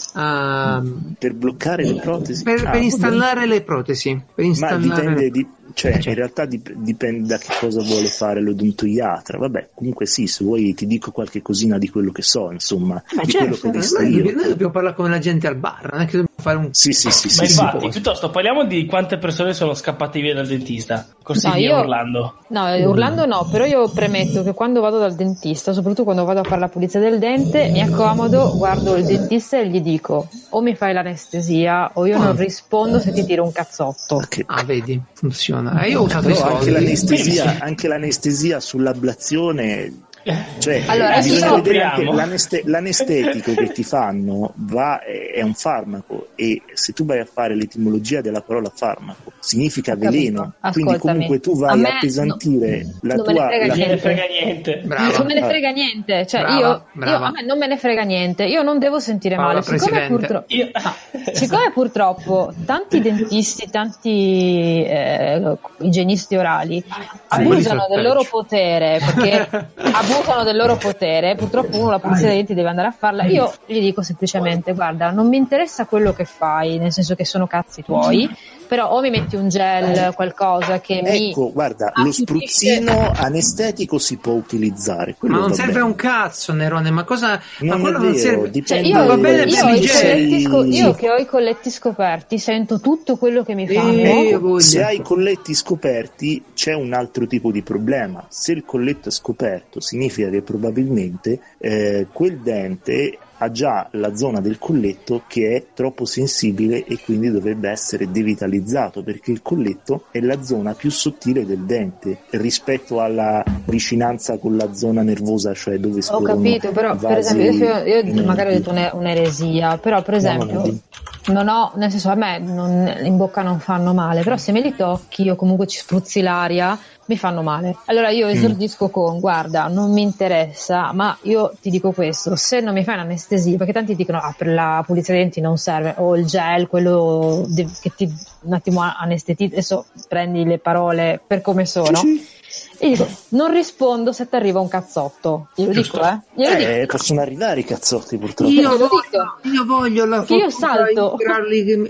A: Uh,
D: per bloccare le protesi?
A: Per,
D: ah,
A: per installare le protesi. Per installare
D: Ma dipende
A: le...
D: di... Cioè, in realtà dip- dipende da che cosa vuole fare l'odontoiatra. Vabbè, comunque sì, se vuoi ti dico qualche cosina di quello che so, insomma,
A: Beh,
D: di
A: certo,
D: quello che ho visto
A: noi,
D: io.
A: Noi dobbiamo parlare come la gente al bar, non è che dobbiamo fare un...
D: Sì, sì, sì.
B: Ma
D: sì,
B: infatti,
D: sì,
B: piuttosto parliamo di quante persone sono scappate via dal dentista. Così
C: no,
B: via
C: io...
B: urlando.
C: No, urlando no, però io premetto che quando vado dal dentista, soprattutto quando vado a fare la pulizia del dente, mi accomodo, guardo il dentista e gli dico o mi fai l'anestesia o io non rispondo se ti tiro un cazzotto.
D: Okay.
A: Ah, vedi, funziona. Eh, io ho usato i soldi.
D: Anche l'anestesia, anche l'anestesia sull'ablazione, cioè
C: allora,
D: bisogna vedere anche l'aneste- l'anestetico che ti fanno va, è un farmaco, e se tu vai a fare l'etimologia della parola farmaco significa veleno, quindi comunque tu vai a, a appesantire no, la
C: non
D: tua
C: me ne frega
B: la...
C: niente.
B: frega niente.
A: Brava.
C: Non me ne frega niente, cioè brava, io, io a me non me ne frega niente, io non devo sentire
A: Paola,
C: male siccome, purtro-
B: io...
C: no, siccome purtroppo tanti dentisti, tanti eh, igienisti orali abusano del loro potere, perché abusano del loro potere, purtroppo uno la pulizia dei denti deve andare a farla. Io gli dico semplicemente: guarda, non mi interessa quello che fai, nel senso che sono cazzi tuoi, però o mi metti un gel, qualcosa che
D: ecco,
C: mi
D: ecco, guarda, lo spruzzino anestetico si può utilizzare,
A: ma non serve
D: bene.
A: Un cazzo, Nerone, ma cosa
D: non
A: ma
D: è vero,
A: non serve,
C: cioè, io,
A: va bene
C: io,
A: per
C: i colletti sco-
A: sì.
C: io che ho i colletti scoperti sento tutto quello che mi fanno.
A: E
D: se hai i colletti scoperti c'è un altro tipo di problema. Se il colletto è scoperto significa che probabilmente eh, quel dente ha già la zona del colletto che è troppo sensibile e quindi dovrebbe essere devitalizzato, perché il colletto è la zona più sottile del dente rispetto alla vicinanza con la zona nervosa, cioè dove scorrono.
C: Ho capito, però per esempio io, io magari ho detto un, un'eresia, però per esempio no, non ho, nel senso, a me non, in bocca non fanno male, però se me li tocchi o comunque ci spruzzi l'aria mi fanno male. Allora io esordisco mm. con: guarda, non mi interessa, ma io ti dico questo, se non mi fai un'anestesia, perché tanti dicono ah, per la pulizia dei denti non serve, o il gel, quello de- che ti un attimo anestetizza, adesso prendi le parole per come sono. Sì, sì. E dico, non rispondo se ti arriva un cazzotto. Glielo
B: Giusto.
C: dico, eh? Glielo
D: eh
C: dico.
D: Possono arrivare i cazzotti, purtroppo.
A: Io voglio, io voglio la
C: io salto
A: intralig-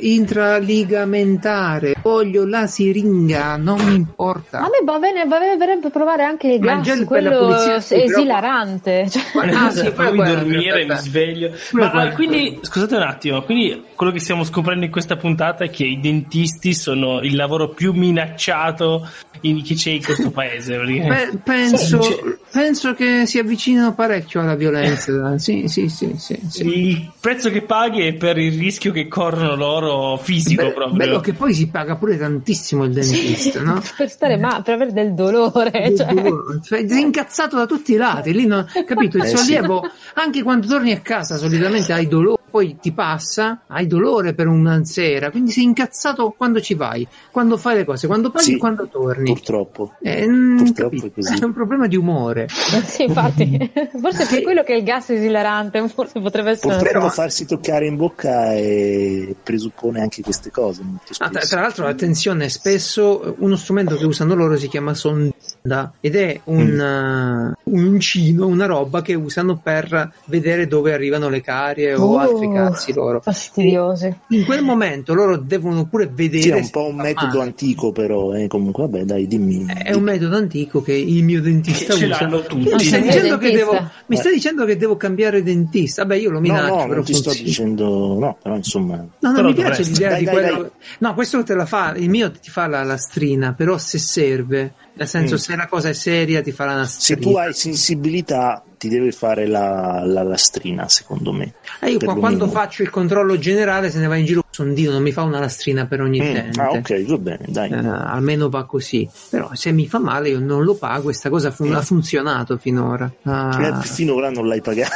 A: intraligamentare, voglio la siringa, non mi importa.
C: A me va bene, va bene, verrebbe provare anche il
A: Ma
C: gas,
A: il
C: quello
A: sì,
C: esilarante.
A: Però...
C: Cioè...
B: Ah, sì, poi dormire, mi sveglio. Ma
A: quello.
B: Quindi, scusate un attimo, quindi quello che stiamo scoprendo in questa puntata è che i dentisti sono il lavoro più minacciato in, che c'è in questo paese.
A: Pe- penso,
B: sì,
A: penso che si avvicinino parecchio alla violenza. Sì, sì, sì, sì, sì.
B: Il prezzo che paghi è per il rischio che corrono loro fisico.
A: Be-
B: proprio.
A: Bello che poi si paga pure tantissimo il dentista,
C: sì,
A: no?
C: Per stare ma per avere del dolore, del cioè.
A: dolore. Cioè, incazzato da tutti i lati, lì non, capito? Il
D: eh,
A: sollievo,
D: sì.
A: Anche quando torni a casa solitamente hai dolore, poi ti passa, hai dolore per una sera, quindi sei incazzato quando ci vai, quando fai le cose, quando paghi
D: sì,
A: e quando torni.
D: Purtroppo.
A: Eh,
D: purtroppo è così.
A: È un problema di umore.
C: Sì, infatti, forse per quello che il gas è esilarante, forse potrebbe essere.
D: Purtroppo
A: però...
D: farsi toccare in bocca è... presuppone anche queste cose. Molto
A: ah, tra, tra l'altro, attenzione, spesso uno strumento che usano loro si chiama sonda ed è un, mm. uh, un uncino, una roba che usano per vedere dove arrivano le carie o
C: oh,
A: altri cazzi loro.
C: Fastidiosi.
A: In quel momento loro devono pure vedere.
D: Sì, è un po' un metodo male. antico, però eh, comunque vabbè, dai, dimmi.
A: È un metodo antico che il mio dentista
B: che
A: usa.
B: tutti.
A: Mi stai dicendo che devo mi
D: eh.
A: stai dicendo che devo cambiare dentista? Vabbè, io lo minaccio.
D: No, no, non ti
A: funziona.
D: sto dicendo, no, però insomma.
A: No, non
B: però
A: mi piace
B: dovresti.
A: l'idea
D: dai,
A: di
D: dai,
A: quello.
D: dai.
A: No, questo te la fa, il mio ti fa la lastrina, però se serve, nel senso mm. se la cosa è seria ti fa la lastrina.
D: Se tu hai sensibilità ti deve fare la, la lastrina, secondo me.
A: Eh, io quando faccio il controllo generale se ne va in giro sondino, non mi fa una lastrina per ogni
D: mm,
A: dente.
D: Ah, ok, va bene, dai.
A: Eh, almeno va così. Però se mi fa male io non lo pago, questa cosa fun- ha funzionato finora.
D: Ah. Eh, finora non l'hai pagato.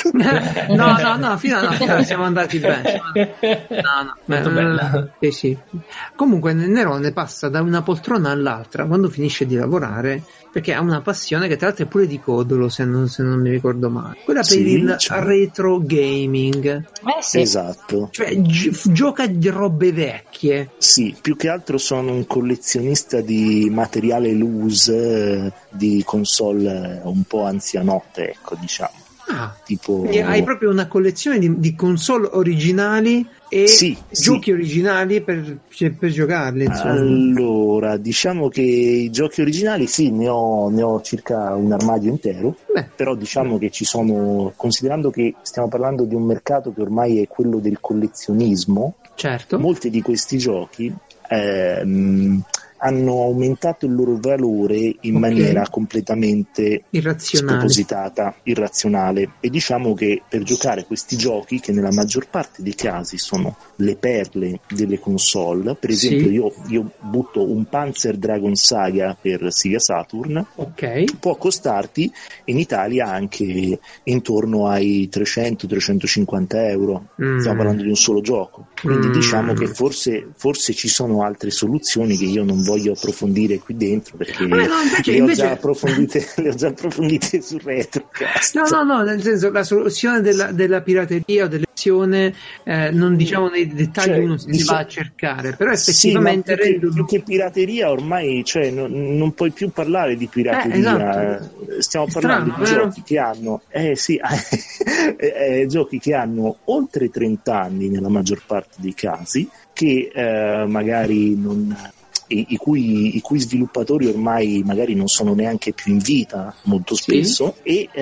A: no, no, no, fino no, fino siamo andati bene. No, no,
B: molto
A: eh,
B: bella.
A: Eh, sì. Comunque Nerone passa da una poltrona all'altra quando finisce di lavorare, perché ha una passione che tra l'altro è pure di codolo, se non, se non mi ricordo male, quella per
D: sì,
A: il
D: cioè.
A: retro gaming.
C: Eh sì.
D: Esatto.
A: Cioè gi- gioca di robe vecchie.
D: Sì, più che altro sono un collezionista di materiale loose, eh, di console un po' anzianotte, ecco, diciamo.
A: Ah,
D: tipo...
A: hai proprio una collezione di, di console originali e
D: sì,
A: giochi
D: sì.
A: originali per, cioè, per giocarli, insomma.
D: Allora, diciamo che i giochi originali sì, ne ho, ne ho circa un armadio intero. Beh. Però diciamo che ci sono, considerando che stiamo parlando di un mercato che ormai è quello del collezionismo,
A: certo.
D: Molti di questi giochi ehm, hanno aumentato il loro valore in okay. maniera completamente
A: irrazionale.
D: spropositata, irrazionale, e diciamo che per giocare questi giochi, che nella maggior parte dei casi sono le perle delle console, per esempio sì. io, io butto un Panzer Dragon Saga per Sega Saturn,
A: okay.
D: può costarti in Italia anche intorno ai trecento trecentocinquanta euro, mm. stiamo parlando di un solo gioco, quindi mm. diciamo che forse, forse ci sono altre soluzioni che io non voglio approfondire qui dentro, perché
A: Vabbè, no, invece,
D: le, ho
A: invece...
D: già approfondite, le ho già approfondite sul Retrocast.
A: No, no, no, nel senso, la soluzione della, della pirateria o dell'azione, eh, non diciamo nei dettagli, cioè, uno si diciamo... va a cercare, però effettivamente
D: sì, più,
A: rendono...
D: che, più che pirateria ormai, cioè, non, non puoi più parlare di pirateria, eh, esatto. Stiamo È parlando strano, di vero? giochi che hanno eh sì eh, giochi che hanno oltre trenta anni nella maggior parte dei casi, che eh, magari non I, i, cui, i cui sviluppatori ormai magari non sono neanche più in vita molto spesso, sì. e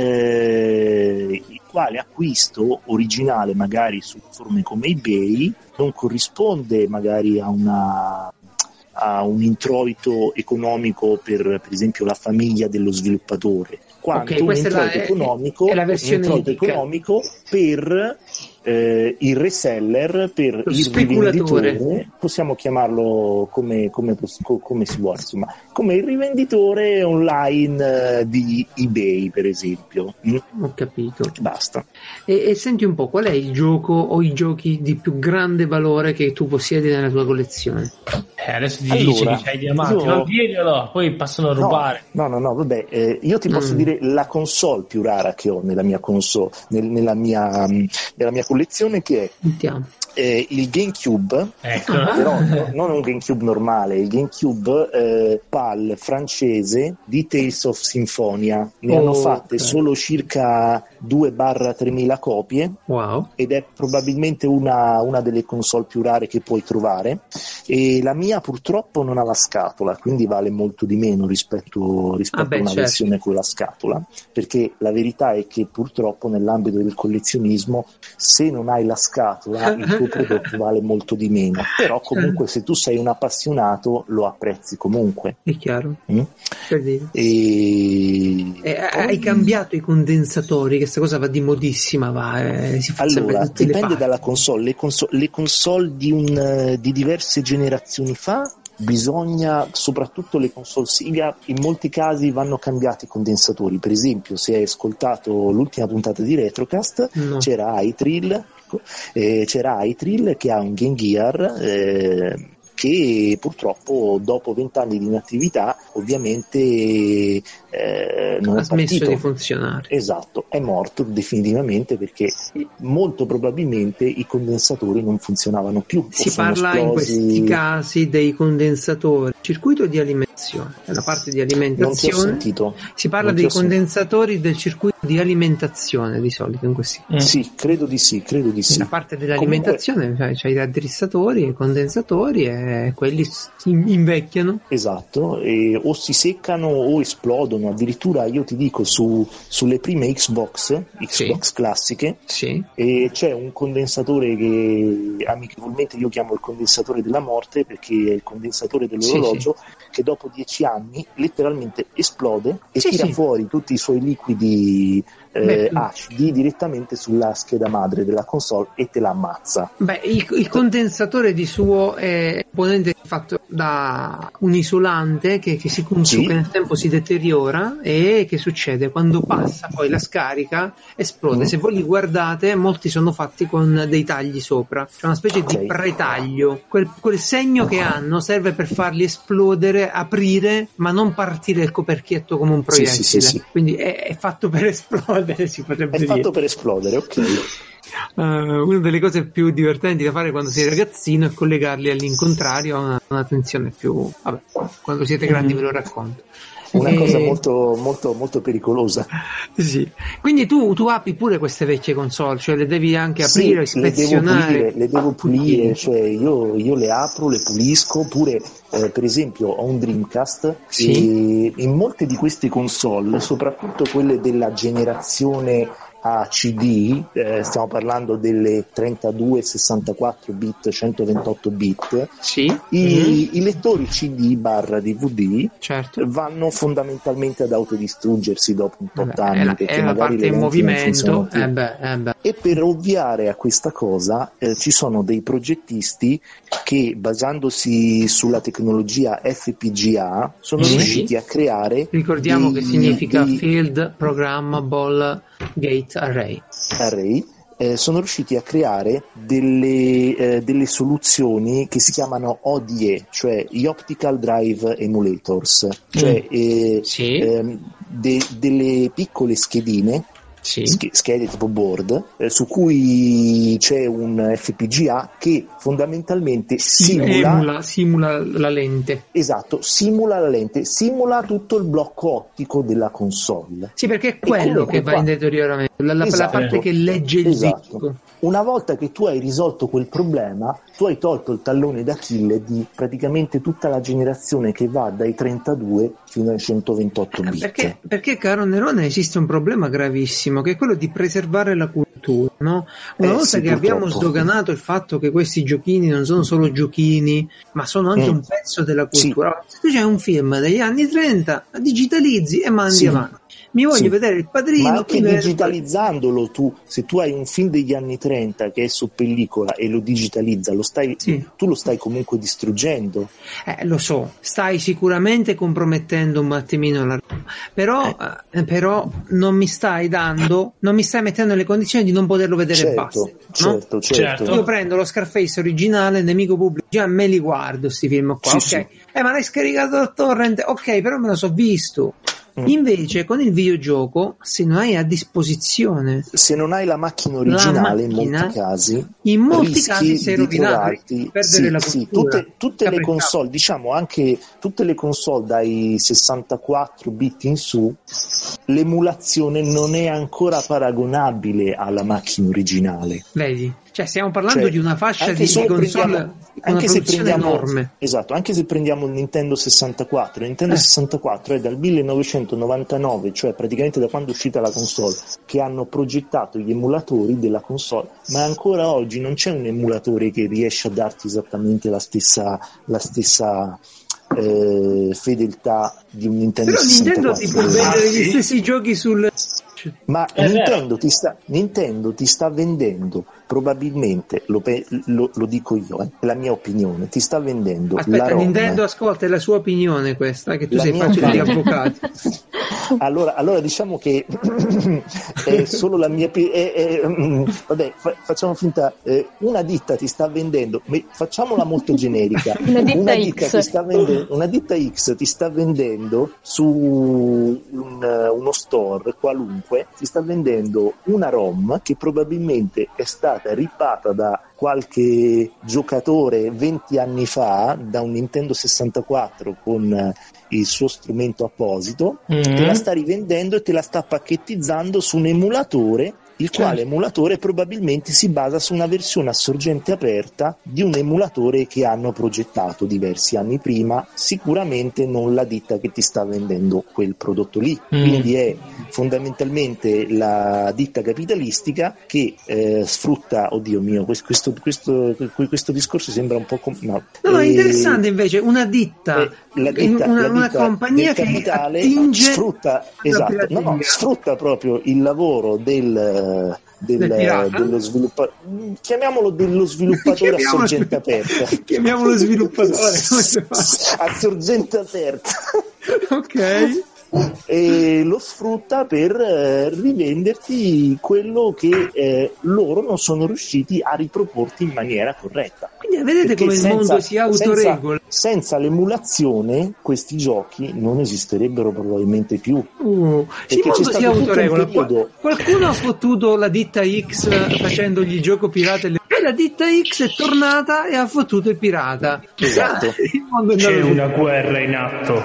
D: eh, il quale acquisto originale magari su forme come eBay non corrisponde magari a una a un introito economico per per esempio la famiglia dello sviluppatore, quanto okay, un introito, è, economico,
A: è la versione
D: un introito economico per eh, il reseller, per
A: lo
D: il rivenditore, possiamo chiamarlo come, come, come si vuole, insomma, come il rivenditore online eh, di eBay, per esempio.
A: Mm? Ho capito.
D: Basta.
A: E, e senti un po', qual è il gioco o i giochi di più grande valore che tu possiedi nella tua collezione?
B: Eh, adesso ti allora, dice che c'hai diamanti, io... ma chiedilo, poi passano a rubare.
D: No, no, no, vabbè, eh, io ti posso mm. dire la console più rara che ho nella mia console, nel, nella mia nella mia collezione, che è
A: Sentiamo.
D: Eh, il GameCube,
B: ecco.
D: però no, non un GameCube normale, il GameCube eh, P A L francese di Tales of Symphonia. Ne oh, hanno fatte okay. solo circa due tremila copie.
A: Wow.
D: Ed è probabilmente una, una delle console più rare che puoi trovare, e la mia purtroppo non ha la scatola, quindi vale molto di meno rispetto, rispetto ah beh, a una certo. versione con la scatola, perché la verità è che purtroppo nell'ambito del collezionismo, se non hai la scatola il tuo prodotto vale molto di meno, però comunque se tu sei un appassionato lo apprezzi comunque.
A: È chiaro.
D: Mm?
A: E... E hai cambiato i condensatori, che questa cosa va di modissima, va, eh, si fa
D: allora dipende dalla console. Le, console le console di, un, di diverse generazioni fa, bisogna, soprattutto le console Sega, in molti casi vanno cambiati i condensatori. Per esempio, se hai ascoltato l'ultima puntata di Retrocast, no. c'era Hytrill eh, c'era Hytrill che ha un Game Gear eh, che purtroppo dopo vent'anni di inattività ovviamente eh, non
A: ha
D: è
A: smesso
D: partito.
A: di funzionare.
D: Esatto, è morto definitivamente, perché molto probabilmente i condensatori non funzionavano più.
A: Si parla esplosi... in questi casi dei condensatori, circuito di alimentazione, la parte di alimentazione.
D: Non ti ho sentito.
A: Si parla
D: non
A: dei condensatori sentito. del circuito di alimentazione di solito in questi.
D: Mm. Sì, credo di sì, credo di sì.
A: La parte dell'alimentazione, comunque... c'hai i raddrizzatori, i condensatori, e quelli invecchiano.
D: Esatto, e o si seccano o esplodono. Addirittura io ti dico, su sulle prime Xbox, Xbox sì. classiche,
A: sì.
D: e c'è un condensatore che amichevolmente io chiamo il condensatore della morte, perché è il condensatore dell'orologio sì, sì. che dopo dieci anni letteralmente esplode e sì, tira sì. fuori tutti i suoi liquidi eh, H D direttamente sulla scheda madre della console e te la ammazza.
A: Beh, il, il condensatore di suo è componente fatto da un isolante che, che si consume, sì. nel tempo si deteriora, e che succede? Quando passa poi la scarica esplode. Mm. Se voi li guardate, molti sono fatti con dei tagli sopra, c'è una specie okay. di pretaglio. Quel, quel segno che hanno serve per farli esplodere, aprire, ma non partire il coperchietto come un proiettile. Sì, sì, sì, sì. Quindi è, è fatto per esplodere, si potrebbe
D: è
A: dire.
D: È fatto per esplodere, ok.
A: Uh, una delle cose più divertenti da fare quando sei ragazzino è collegarli all'incontrario a una, una tensione più, vabbè, quando siete grandi ve lo racconto.
D: Una e... cosa molto molto molto pericolosa.
A: Sì. Quindi tu, tu apri pure queste vecchie console, cioè le devi anche aprire, sì, ispezionare.
D: Le devo pulire, le devo pulire, cioè io, io le apro, le pulisco, pure eh, per esempio ho un Dreamcast, sì. e in molte di queste console, soprattutto quelle della generazione a C D, eh, stiamo parlando delle trentadue sessantaquattro bit, centoventotto bit,
A: sì.
D: I, mm. i lettori C D barra D V D,
A: certo.
D: vanno fondamentalmente ad autodistruggersi dopo un tot
A: eh
D: anni,
A: è la,
D: perché
A: è la
D: magari
A: parte in movimento, eh beh, eh beh.
D: E per ovviare a questa cosa eh, ci sono dei progettisti che, basandosi sulla tecnologia F P G A, sono sì. riusciti a creare,
A: ricordiamo
D: dei,
A: che significa
D: dei,
A: Field Programmable Gate Array,
D: array eh, sono riusciti a creare delle, eh, delle soluzioni che si chiamano O D E, cioè gli Optical Drive Emulators, cioè mm. eh, sì. eh, de, delle piccole schedine, sì. sch- schede tipo board, eh, su cui c'è un F P G A che fondamentalmente
A: sì,
D: simula,
A: emula, simula la lente.
D: Esatto, simula la lente, simula tutto il blocco ottico della console.
A: Sì, perché è quello che va qua in deterioramento, la, la, esatto. la parte che legge il
D: esatto.
A: disco.
D: Una volta che tu hai risolto quel problema, tu hai tolto il tallone d'Achille di praticamente tutta la generazione che va dai trentadue fino ai centoventotto bit.
A: Perché, perché caro Nerone, esiste un problema gravissimo, che è quello di preservare la cultura, no? Una
D: eh,
A: volta
D: sì,
A: che
D: purtroppo.
A: abbiamo sdoganato il fatto che questi giochini non sono solo giochini, ma sono anche mm. un pezzo della cultura. Sì. Se tu c'hai un film degli anni trenta, digitalizzi e mandi sì. avanti. Mi voglio sì. vedere Il Padrino.
D: Ma anche digitalizzandolo, tu, se tu hai un film degli anni trenta che è su pellicola e lo digitalizza, lo stai, sì. tu lo stai comunque distruggendo.
A: Eh, lo so, stai sicuramente compromettendo un attimino la roba, però, eh. Eh, però non mi stai dando, non mi stai mettendo nelle condizioni di non poterlo vedere
D: certo,
A: e basta.
D: Certo,
A: no?
D: certo.
A: Io prendo lo Scarface originale, Nemico Pubblico, già me li guardo sti film qua, sì, ok? Sì. Eh, ma l'hai scaricato dal torrent? Ok, però me lo so visto. Invece con il videogioco, se non hai a disposizione,
D: se non hai la macchina originale, macchina, in molti casi
A: in molti casi sei rovinato, perdere
D: sì,
A: la
D: sì, tutte, tutte le console, diciamo anche tutte le console dai sessantaquattro bit in su, l'emulazione non è ancora paragonabile alla macchina originale.
A: Vedi? Cioè stiamo parlando cioè, di una fascia di,
D: di
A: console,
D: anche se prendiamo,
A: enorme.
D: Esatto, anche se prendiamo il Nintendo sessantaquattro, il Nintendo eh. sessantaquattro è dal millenovecentonovantanove, cioè praticamente da quando è uscita la console, che hanno progettato gli emulatori della console, ma ancora oggi non c'è un emulatore che riesce a darti esattamente la stessa la stessa eh, fedeltà di un Nintendo
A: Però
D: sessantaquattro.
A: Nintendo ti può vendere gli stessi giochi sul
D: ma Nintendo ti, sta, Nintendo ti sta vendendo probabilmente, lo, lo, lo dico io, è eh, la mia opinione, ti sta vendendo
A: aspetta,
D: la ROM.
A: Nintendo ascolta, è la sua opinione questa, che tu la sei facile di avvocati.
D: allora, allora diciamo che è solo la mia è, è, vabbè, fa, facciamo finta, eh, una ditta ti sta vendendo, facciamola molto generica,
C: una ditta,
D: una ditta
C: X.
D: Ti sta vendendo, una ditta X ti sta vendendo su un, uno store qualunque, ti sta vendendo una ROM che probabilmente è stata ripata da qualche giocatore venti anni fa da un Nintendo sessantaquattro con il suo strumento apposito, mm-hmm. te la sta rivendendo e te la sta pacchettizzando su un emulatore, il certo. quale emulatore probabilmente si basa su una versione a sorgente aperta di un emulatore che hanno progettato diversi anni prima, sicuramente non la ditta che ti sta vendendo quel prodotto lì. Mm. Quindi è fondamentalmente la ditta capitalistica che eh, sfrutta, oddio mio, questo, questo, questo, questo discorso sembra un po' com- no,
A: no,
D: è
A: interessante invece, una ditta
D: eh, la ditta,
A: una,
D: la
A: una
D: ditta
A: compagnia
D: del capitale
A: che
D: sfrutta, esatto, no, no, sfrutta proprio il lavoro del, del,
A: del
D: dello sviluppatore, chiamiamolo dello sviluppatore a sorgente aperta.
A: Chiamiamolo sviluppatore, come si fa?
D: A sorgente aperta.
A: Ok.
D: E lo sfrutta per eh, rivenderti quello che eh, loro non sono riusciti a riproporti in maniera corretta.
A: Quindi vedete
D: Perché
A: come il
D: senza,
A: mondo si autoregola.
D: Senza, senza l'emulazione questi giochi non esisterebbero probabilmente più.
A: Uh, il mondo si autoregola.
D: Periodo...
A: Qualcuno ha fottuto la ditta X facendogli il gioco pirata e la ditta X è tornata e ha fottuto il pirata.
D: Esatto.
B: C'è una guerra in atto.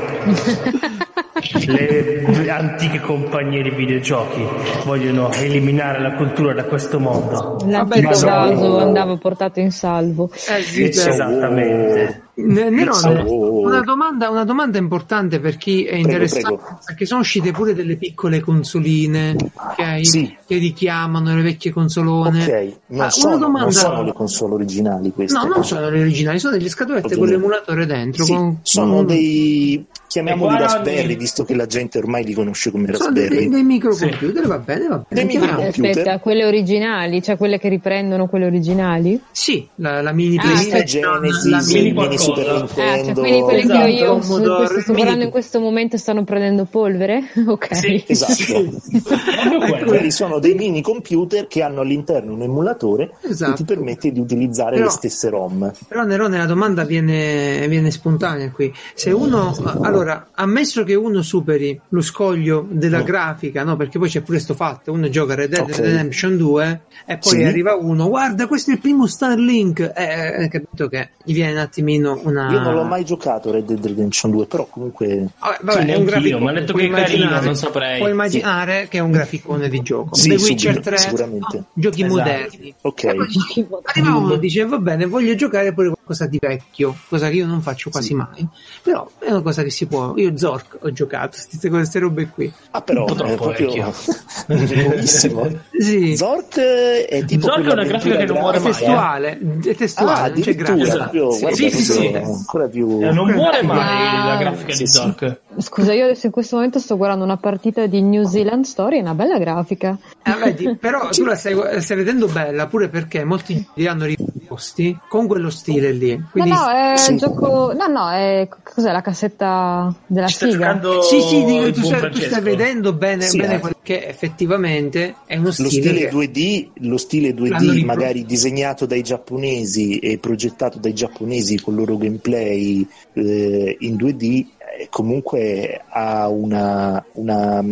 B: Le antiche compagnie di videogiochi vogliono eliminare la cultura da questo mondo.
C: L'antico vaso andava portato in salvo.
A: Eh sì,
B: esattamente.
A: Nerone, una domanda, una domanda importante per chi è interessato,
D: prego, prego.
A: Perché sono uscite pure delle piccole consoline, okay,
D: sì.
A: che richiamano le vecchie consolone.
D: Ok, non,
A: ah,
D: sono,
A: domanda...
D: non sono le console originali queste.
A: No, non sono le originali, sono delle scatolette con l'emulatore dentro.
D: Sì,
A: con...
D: sono dei, chiamiamoli Raspberry, visto che la gente ormai li conosce come Raspberry.
A: Sono dei, dei microcomputer, sì. va bene, va bene.
D: Dei microcomputer.
C: Aspetta, quelle originali, cioè quelle che riprendono quelle originali?
A: Sì, la, la mini
C: ah,
A: PlayStation,
D: Genesis,
A: la mini,
D: mini Super Nintendo.
C: Ah, cioè quindi quelle
A: esatto,
C: che io sto
A: mini...
C: guardando in questo momento stanno prendendo polvere? Ok.
D: Sì, esatto. Quelli sono dei mini computer che hanno all'interno un emulatore esatto. che ti permette di utilizzare però, le stesse ROM.
A: Però Nerone, la domanda viene, viene spontanea qui. Se uno, allora, ammesso che uno superi lo scoglio della no. grafica, no? Perché poi c'è pure sto fatto, uno gioca Red Dead okay. Redemption due e poi sì. arriva uno, guarda, questo è il primo Starlink, e eh, capito che gli viene un attimino una...
D: Io non l'ho mai giocato Red Dead Redemption due, però comunque
A: vabbè, vabbè, è un grafico,
B: ma detto che è carino, non saprei.
A: Puoi immaginare sì. che è un graficone di gioco.
D: Sì,
A: The Witcher
D: subito,
A: tre,
D: sicuramente.
A: No, giochi esatto. moderni.
D: Ok.
A: Arriva uno e dice va bene, voglio giocare pure qualcosa di vecchio, cosa che io non faccio quasi sì. mai, però è una cosa che si può. Io Zork ho giocato, queste, queste robe qui.
D: Ah, però
B: un po'
D: è proprio nuovissimo.
A: Sì.
D: Zork è tipo
B: Zork è una grafica che non muore mai.
A: È testuale, è testuale,
D: ah,
A: non c'è grafica.
D: Proprio,
A: sì,
D: guarda,
A: sì, sì, sì.
D: Ancora più...
B: eh, non muore mai ah, la grafica
D: sì,
B: di Zork.
C: Sì. Scusa, io adesso in questo momento sto guardando una partita di New Zealand Story, è una bella grafica.
A: Eh, vedi, però tu la stai, stai vedendo bella pure perché molti li hanno riposti con quello stile lì. Quindi...
C: No, no, è
D: sì.
C: il gioco. No, no, è cos'è la cassetta della
B: Ci
C: sigla?
A: Sì, sì, dico, tu, stai, tu stai vedendo bene, sì, bene eh. perché effettivamente è uno stile.
D: Lo stile
A: che...
D: due D, lo stile due D magari disegnato dai giapponesi e progettato dai giapponesi con il loro gameplay eh, in due D. Comunque ha una, una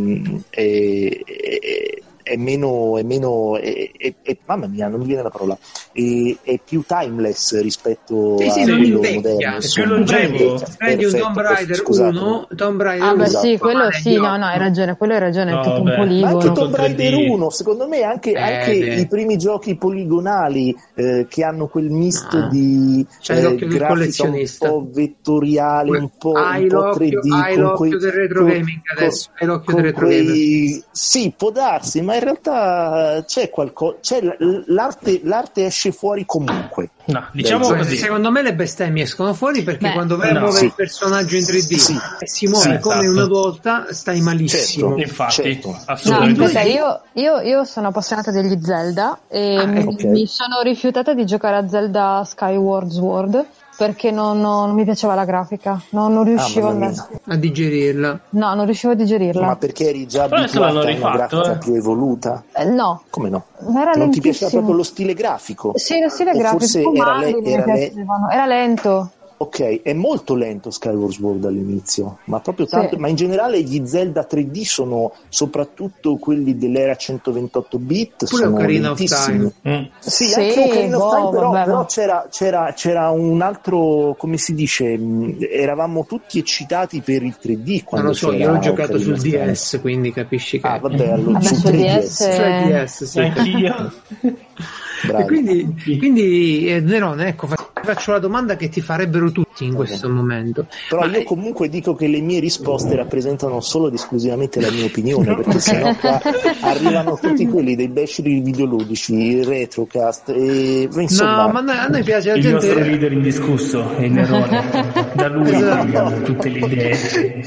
D: è, è, è meno è meno è, è, è, mamma mia, non mi viene la parola, è, è più timeless rispetto
A: sì,
D: a
A: sì,
D: quello
A: invecchia,
D: moderno.
A: è più longevo. Prendi un Tomb Raider uno, Tomb Raider
C: ah, beh,
A: esatto.
C: sì, quello sì, no, no, hai ragione, quello hai ragione,
B: no,
C: è tipo
B: beh.
C: un poligono.
D: Ma anche Tomb Raider uno, secondo me, anche,
A: eh,
D: anche i primi giochi poligonali eh, che hanno quel misto ah. di
A: eh,
D: grafica un po' vettoriale, un po',
A: hai
D: un po' tre D.
A: Hai
D: con
A: l'occhio
D: quei,
A: del retro
D: con,
A: gaming adesso, hai l'occhio
D: con
A: del retro
D: quei,
A: gaming.
D: Sì, può darsi, ma in realtà c'è qualcosa, c'è l'arte, l'arte esce fuori comunque.
B: No, diciamo
A: Beh,
B: così.
A: Secondo me le bestemmie escono fuori perché Beh, quando vai no, a muovere
D: sì.
A: il personaggio in tre D
D: sì.
A: e si muove
B: sì,
A: come
B: esatto.
A: una volta, stai malissimo.
B: Certo, infatti,
D: certo.
C: assolutamente. No, aspetta, io, io, io sono appassionata degli Zelda e ah, mi, okay. mi sono rifiutata di giocare a Zelda Skyward Sword perché non, non, non mi piaceva la grafica, non, non riuscivo
D: ah,
C: a,
A: a digerirla.
C: No, non riuscivo a digerirla.
D: Ma perché eri già abituata a una grafica eh. più evoluta?
C: Eh, no.
D: Come no?
C: Era
D: non
C: lentissimo.
D: Ti piaceva proprio lo stile grafico?
C: Sì, lo stile
D: o
C: grafico.
D: Forse era, le, era, le...
C: era lento.
D: Ok, è molto lento Skyward Sword all'inizio, ma proprio tanto, sì. Ma in generale gli Zelda tre D sono soprattutto quelli dell'era centoventotto bit,
A: pure
D: sono
A: Ocarina of Time.
D: Mm. Sì, sì, anche Ocarina of Time, però, però c'era, c'era, c'era un altro, come si dice, eravamo tutti eccitati per il tre D quando
A: non lo so, io l'ho giocato
D: Ocarina
A: sul D S, quindi capisci che...
D: Ah, vabbè, allora
C: vabbè,
D: sul tre D S.
A: Sul D S, sì.
B: Anch'io.
A: E quindi, quindi eh, Nerone, ecco, faccio la domanda che ti farebbero tutti in questo okay. momento.
D: Però Ma io comunque dico che le mie risposte rappresentano solo ed esclusivamente la mia opinione, perché sennò qua arrivano tutti quelli dei bachelor videoludici, il retrocast e insomma.
A: No, ma a noi piace la
B: il
A: gente.
B: Il nostro leader indiscusso è Nerone. Da lui abbiamo tutte le idee.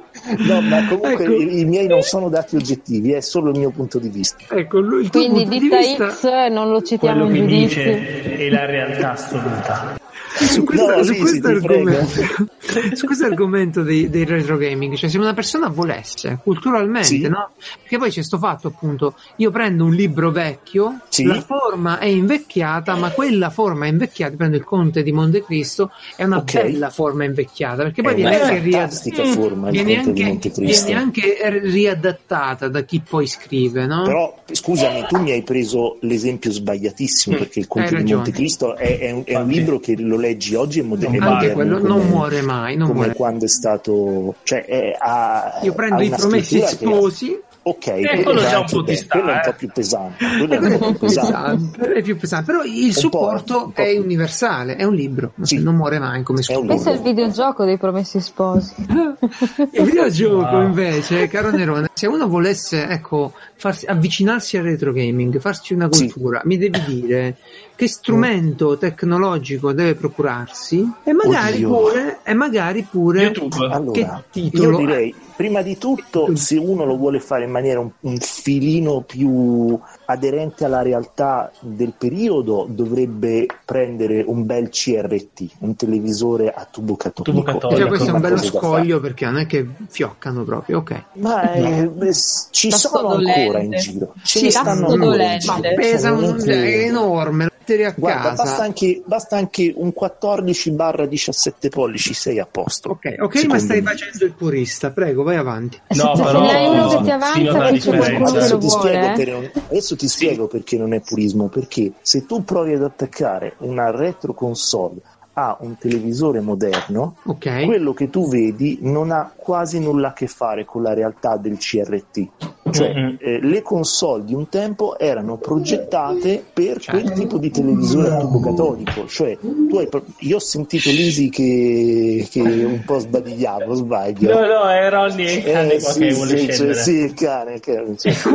D: No, ma comunque ecco. i, i miei non sono dati oggettivi, è solo il mio punto di vista.
A: Ecco, il tuo
C: Quindi
A: punto
C: ditta
A: di vista...
C: X non lo citiamo
B: quello
C: in
B: che
C: giudizio.
B: dice è la realtà assoluta.
A: Su questo,
D: no,
A: su
D: sì,
A: questo
D: sì,
A: argomento, su questo argomento dei, dei retro gaming, cioè se una persona volesse culturalmente, sì. no? Perché poi c'è sto fatto appunto, io prendo un libro vecchio, sì. la forma è invecchiata, ma quella forma invecchiata, prendo il Conte di Montecristo, è una okay. bella forma invecchiata, perché poi
D: è
A: viene anche,
D: riad- forma,
A: viene, anche, viene anche riadattata da chi poi scrive, no?
D: Però scusami, tu mi hai preso l'esempio sbagliatissimo, perché il Conte di Montecristo è, è, un, è un libro che lo leggi oggi è moderno,
A: anche quello non muore mai, non
D: come
A: muore.
D: Quando è stato, cioè è, ha,
A: io prendo i Promessi Sposi
D: che... ok,
B: eh, quello già un po' di sta,
D: quello è un po' più pesante, quello è un po' più pesante.
A: È più pesante, però il supporto è universale, è un libro, sì. non muore mai come scudo.
C: Questo è il videogioco dei Promessi Sposi.
A: Il videogioco wow. invece, caro Nerone, se uno volesse ecco farsi, avvicinarsi al retro gaming, farsi una cultura, sì. mi devi dire che strumento tecnologico deve procurarsi e magari Oddio. pure e magari pure
B: YouTube.
D: Allora,
A: che titolo
D: io direi prima di tutto, se uno lo vuole fare in maniera un, un filino più aderente alla realtà del periodo, dovrebbe prendere un bel C R T, un televisore a tubo catodico.
B: Tubo catodico.
A: Cioè, questo è un bello scoglio perché non è che fioccano proprio, ok.
D: Ma è, beh, ci sono ancora in giro. Ce ne stanno ancora in giro.
A: Ma pesa un, è enorme. A
D: Guarda,
A: casa.
D: Basta, anche, basta anche un quattordici diciassette pollici, sei a posto.
A: Ok, ok, ma stai me. facendo il purista, prego, vai avanti.
B: No,
C: se
B: però
C: ne hai uno che ti avanza e c'è qualcuno che lo vuole.
D: Per, adesso ti spiego sì. perché non è purismo, perché se tu provi ad attaccare una retro console a un televisore moderno,
A: okay.
D: quello che tu vedi non ha quasi nulla a che fare con la realtà del C R T. Cioè mm-hmm. eh, le console di un tempo erano progettate per certo. quel tipo di televisore a tubo catodico, cioè tu hai pro- io ho sentito Lisi che, che un po' sbadigliavo, sbaglio.
B: No, no, è Ronny il cane eh, sì, che vuole
D: sì,
B: scendere.
D: Cioè, sì, il cane, il cane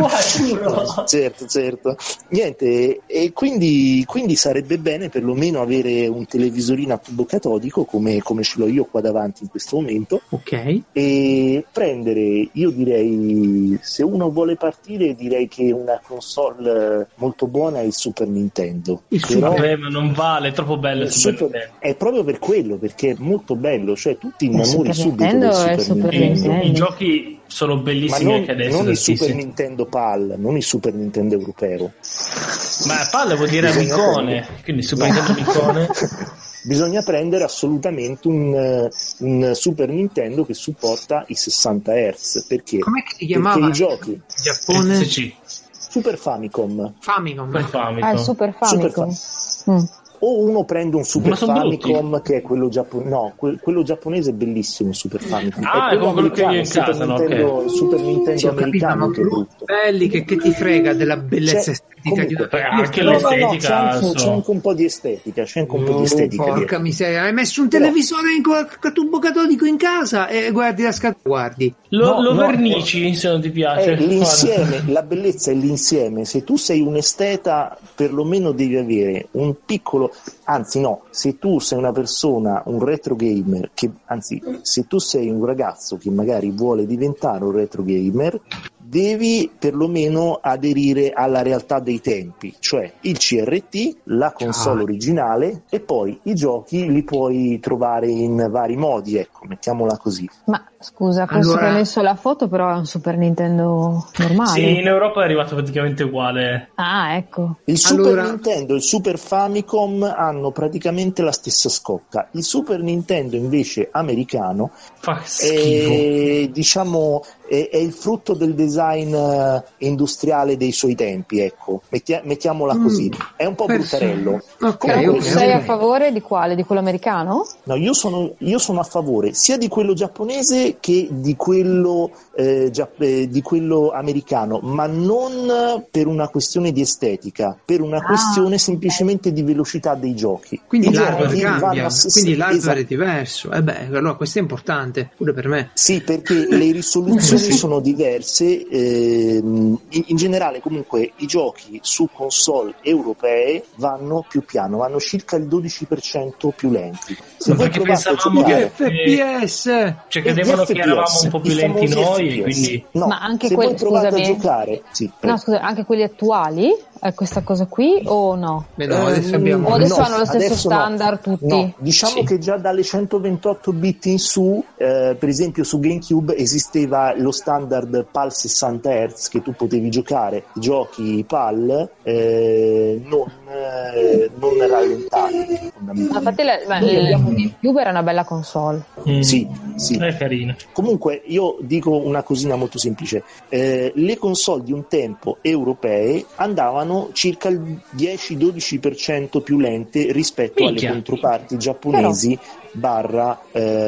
D: certo. certo, certo. Niente, e quindi, quindi sarebbe bene perlomeno avere un televisorino a tubo catodico come, come ce l'ho io qua davanti in questo momento.
A: Ok.
D: E prendere, io direi, se uno vuole partire, direi che una console molto buona è il Super Nintendo.
B: Il Però, Super ma non vale, è troppo bello il Super, Super Nintendo.
D: È proprio per quello, perché è molto bello, cioè tu ti innamori subito del Super,
C: Super
D: Nintendo.
C: Nintendo.
B: I giochi sono bellissimi
D: non,
B: anche adesso.
D: Non il Super Nintendo P A L, non il Super Nintendo europeo.
B: Ma P A L vuol dire amicone, quindi Super Nintendo amicone.
D: Bisogna prendere assolutamente un, un Super Nintendo che supporta i sessanta hertz. Perché?
A: Come si chiamava?
D: Perché i giochi
A: Giappone?
B: S C.
D: Super Famicom.
A: Famicom.
B: Super Famicom.
C: Ah, il Super Famicom.
D: Super Fam- mm. O uno prende un Super Famicom brutti. Che è quello giapponese. No, que- quello giapponese è bellissimo. Super Famicom.
B: Ah, è, è quello che io in
D: Super
B: casa,
D: Nintendo,
B: okay.
D: Super Nintendo sì, americano che è brutto.
A: Belli, che, che ti frega della bellezza
D: c'è,
A: estetica.
B: Comunque, anche
D: no,
B: l'estetica.
D: No, no, c'è, anche, c'è anche un po' di estetica. C'è anche un
A: oh,
D: po' di estetica.
A: Porca dietro. Miseria, hai messo un televisore in tubo catodico in casa e guardi la scatola. Guardi.
B: Lo,
D: no,
B: lo
D: no,
B: vernici se non ti piace.
D: È l'insieme, la bellezza è l'insieme. Se tu sei un esteta, perlomeno devi avere un piccolo. Anzi, no, se tu sei una persona, un retro gamer, che anzi, se tu sei un ragazzo che magari vuole diventare un retro gamer, devi perlomeno aderire alla realtà dei tempi, cioè il C R T, la console ah. originale e poi i giochi li puoi trovare in vari modi, ecco, mettiamola così.
C: Ma scusa, questo allora... che hai messo la foto però è un Super Nintendo normale?
B: Sì, in Europa è arrivato praticamente uguale.
C: Ah, ecco.
D: Il Super
A: allora...
D: Nintendo e il Super Famicom hanno praticamente la stessa scocca. Il Super Nintendo invece americano
B: fa schifo.
D: È, diciamo, è, è il frutto del design uh, industriale dei suoi tempi, ecco, Mettia, mettiamola così. Mm. È un po'
A: Perso...
D: bruttarello.
A: Okay,
C: okay, sei
A: okay.
C: a favore di quale? Di quello americano?
D: No, io sono, io sono a favore sia di quello giapponese diverse che di quello, eh, già, eh, di quello americano, ma non per una questione di estetica, per una ah, questione semplicemente di velocità dei giochi.
A: Quindi l'hardware cambia, s- quindi l'hardware esatto. è diverso. Eh beh, allora questo è importante pure per me.
D: Sì, perché le risoluzioni sì. sono diverse. Ehm, in, in generale, comunque, i giochi su console europee vanno più piano, vanno circa il dodici per cento più lenti. Se
B: ma perché pensavamo
A: che F P S,
B: cioè credevano che eravamo un po' più lenti noi, quindi
D: no,
C: ma anche
D: se
C: quelli,
D: voi provate
C: scusami,
D: a giocare, sì,
C: no, scusa, anche quelli attuali è questa cosa qui o no?
A: Beh, no adesso abbiamo...
C: o adesso
D: no,
C: hanno lo stesso standard
D: no.
C: tutti?
D: No, diciamo sì. che già dalle centoventotto bit in su, eh, per esempio su GameCube esisteva lo standard PAL sessanta hertz che tu potevi giocare giochi PAL eh, non, eh, non rallentati.
C: Infatti la, ma, il GameCube era una bella console.
D: Mm. Sì, sì.
B: È carina.
D: Comunque io dico una cosina molto semplice. Eh, le console di un tempo europee andavano circa il dieci-dodici per cento più lente rispetto Minchia. alle controparti giapponesi Però. barra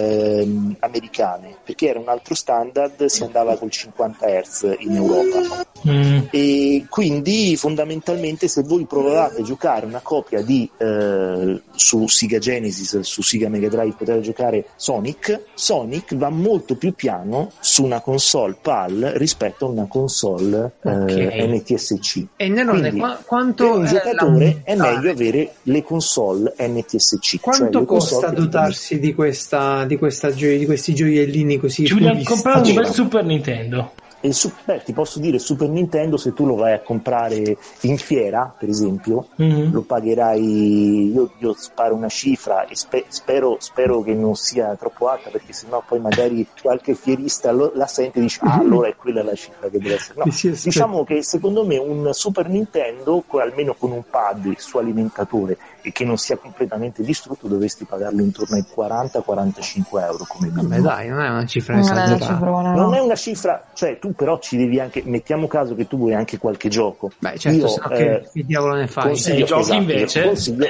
D: ehm, americane, perché era un altro standard, si andava col cinquanta hertz in Europa. Mm. E quindi fondamentalmente se voi provavate a giocare una copia di eh, su Sega Genesis, su Sega Mega Drive potete giocare Sonic, Sonic va molto più piano su una console PAL rispetto a una console okay. eh, N T S C.
A: E Nerone, qu- quanto
D: per un giocatore la... è meglio ah. avere le console N T S C.
A: Quanto
D: cioè
A: costa dotarsi di questa di questa gio- di questi gioiellini così?
B: Ci vogliamo comprare un bel Super Nintendo.
D: Il super, ti posso dire Super Nintendo, se tu lo vai a comprare in fiera per esempio mm-hmm. lo pagherai, io, io sparo una cifra e spe, spero, spero che non sia troppo alta, perché sennò poi magari qualche fierista lo, la sente e dice ah allora è quella la cifra che deve essere. No, diciamo che secondo me un Super Nintendo almeno con un pad, il suo alimentatore, e che non sia completamente distrutto, dovresti pagarlo intorno ai quaranta quarantacinque euro come minimo.
A: Vabbè dai, non è una cifra esagerata,
C: no.
D: non è una cifra, cioè tu però ci devi anche, mettiamo caso che tu vuoi anche qualche gioco.
A: Beh certo,
D: io,
A: so
D: eh,
A: che, che diavolo ne fai?
B: E i giochi esatto, invece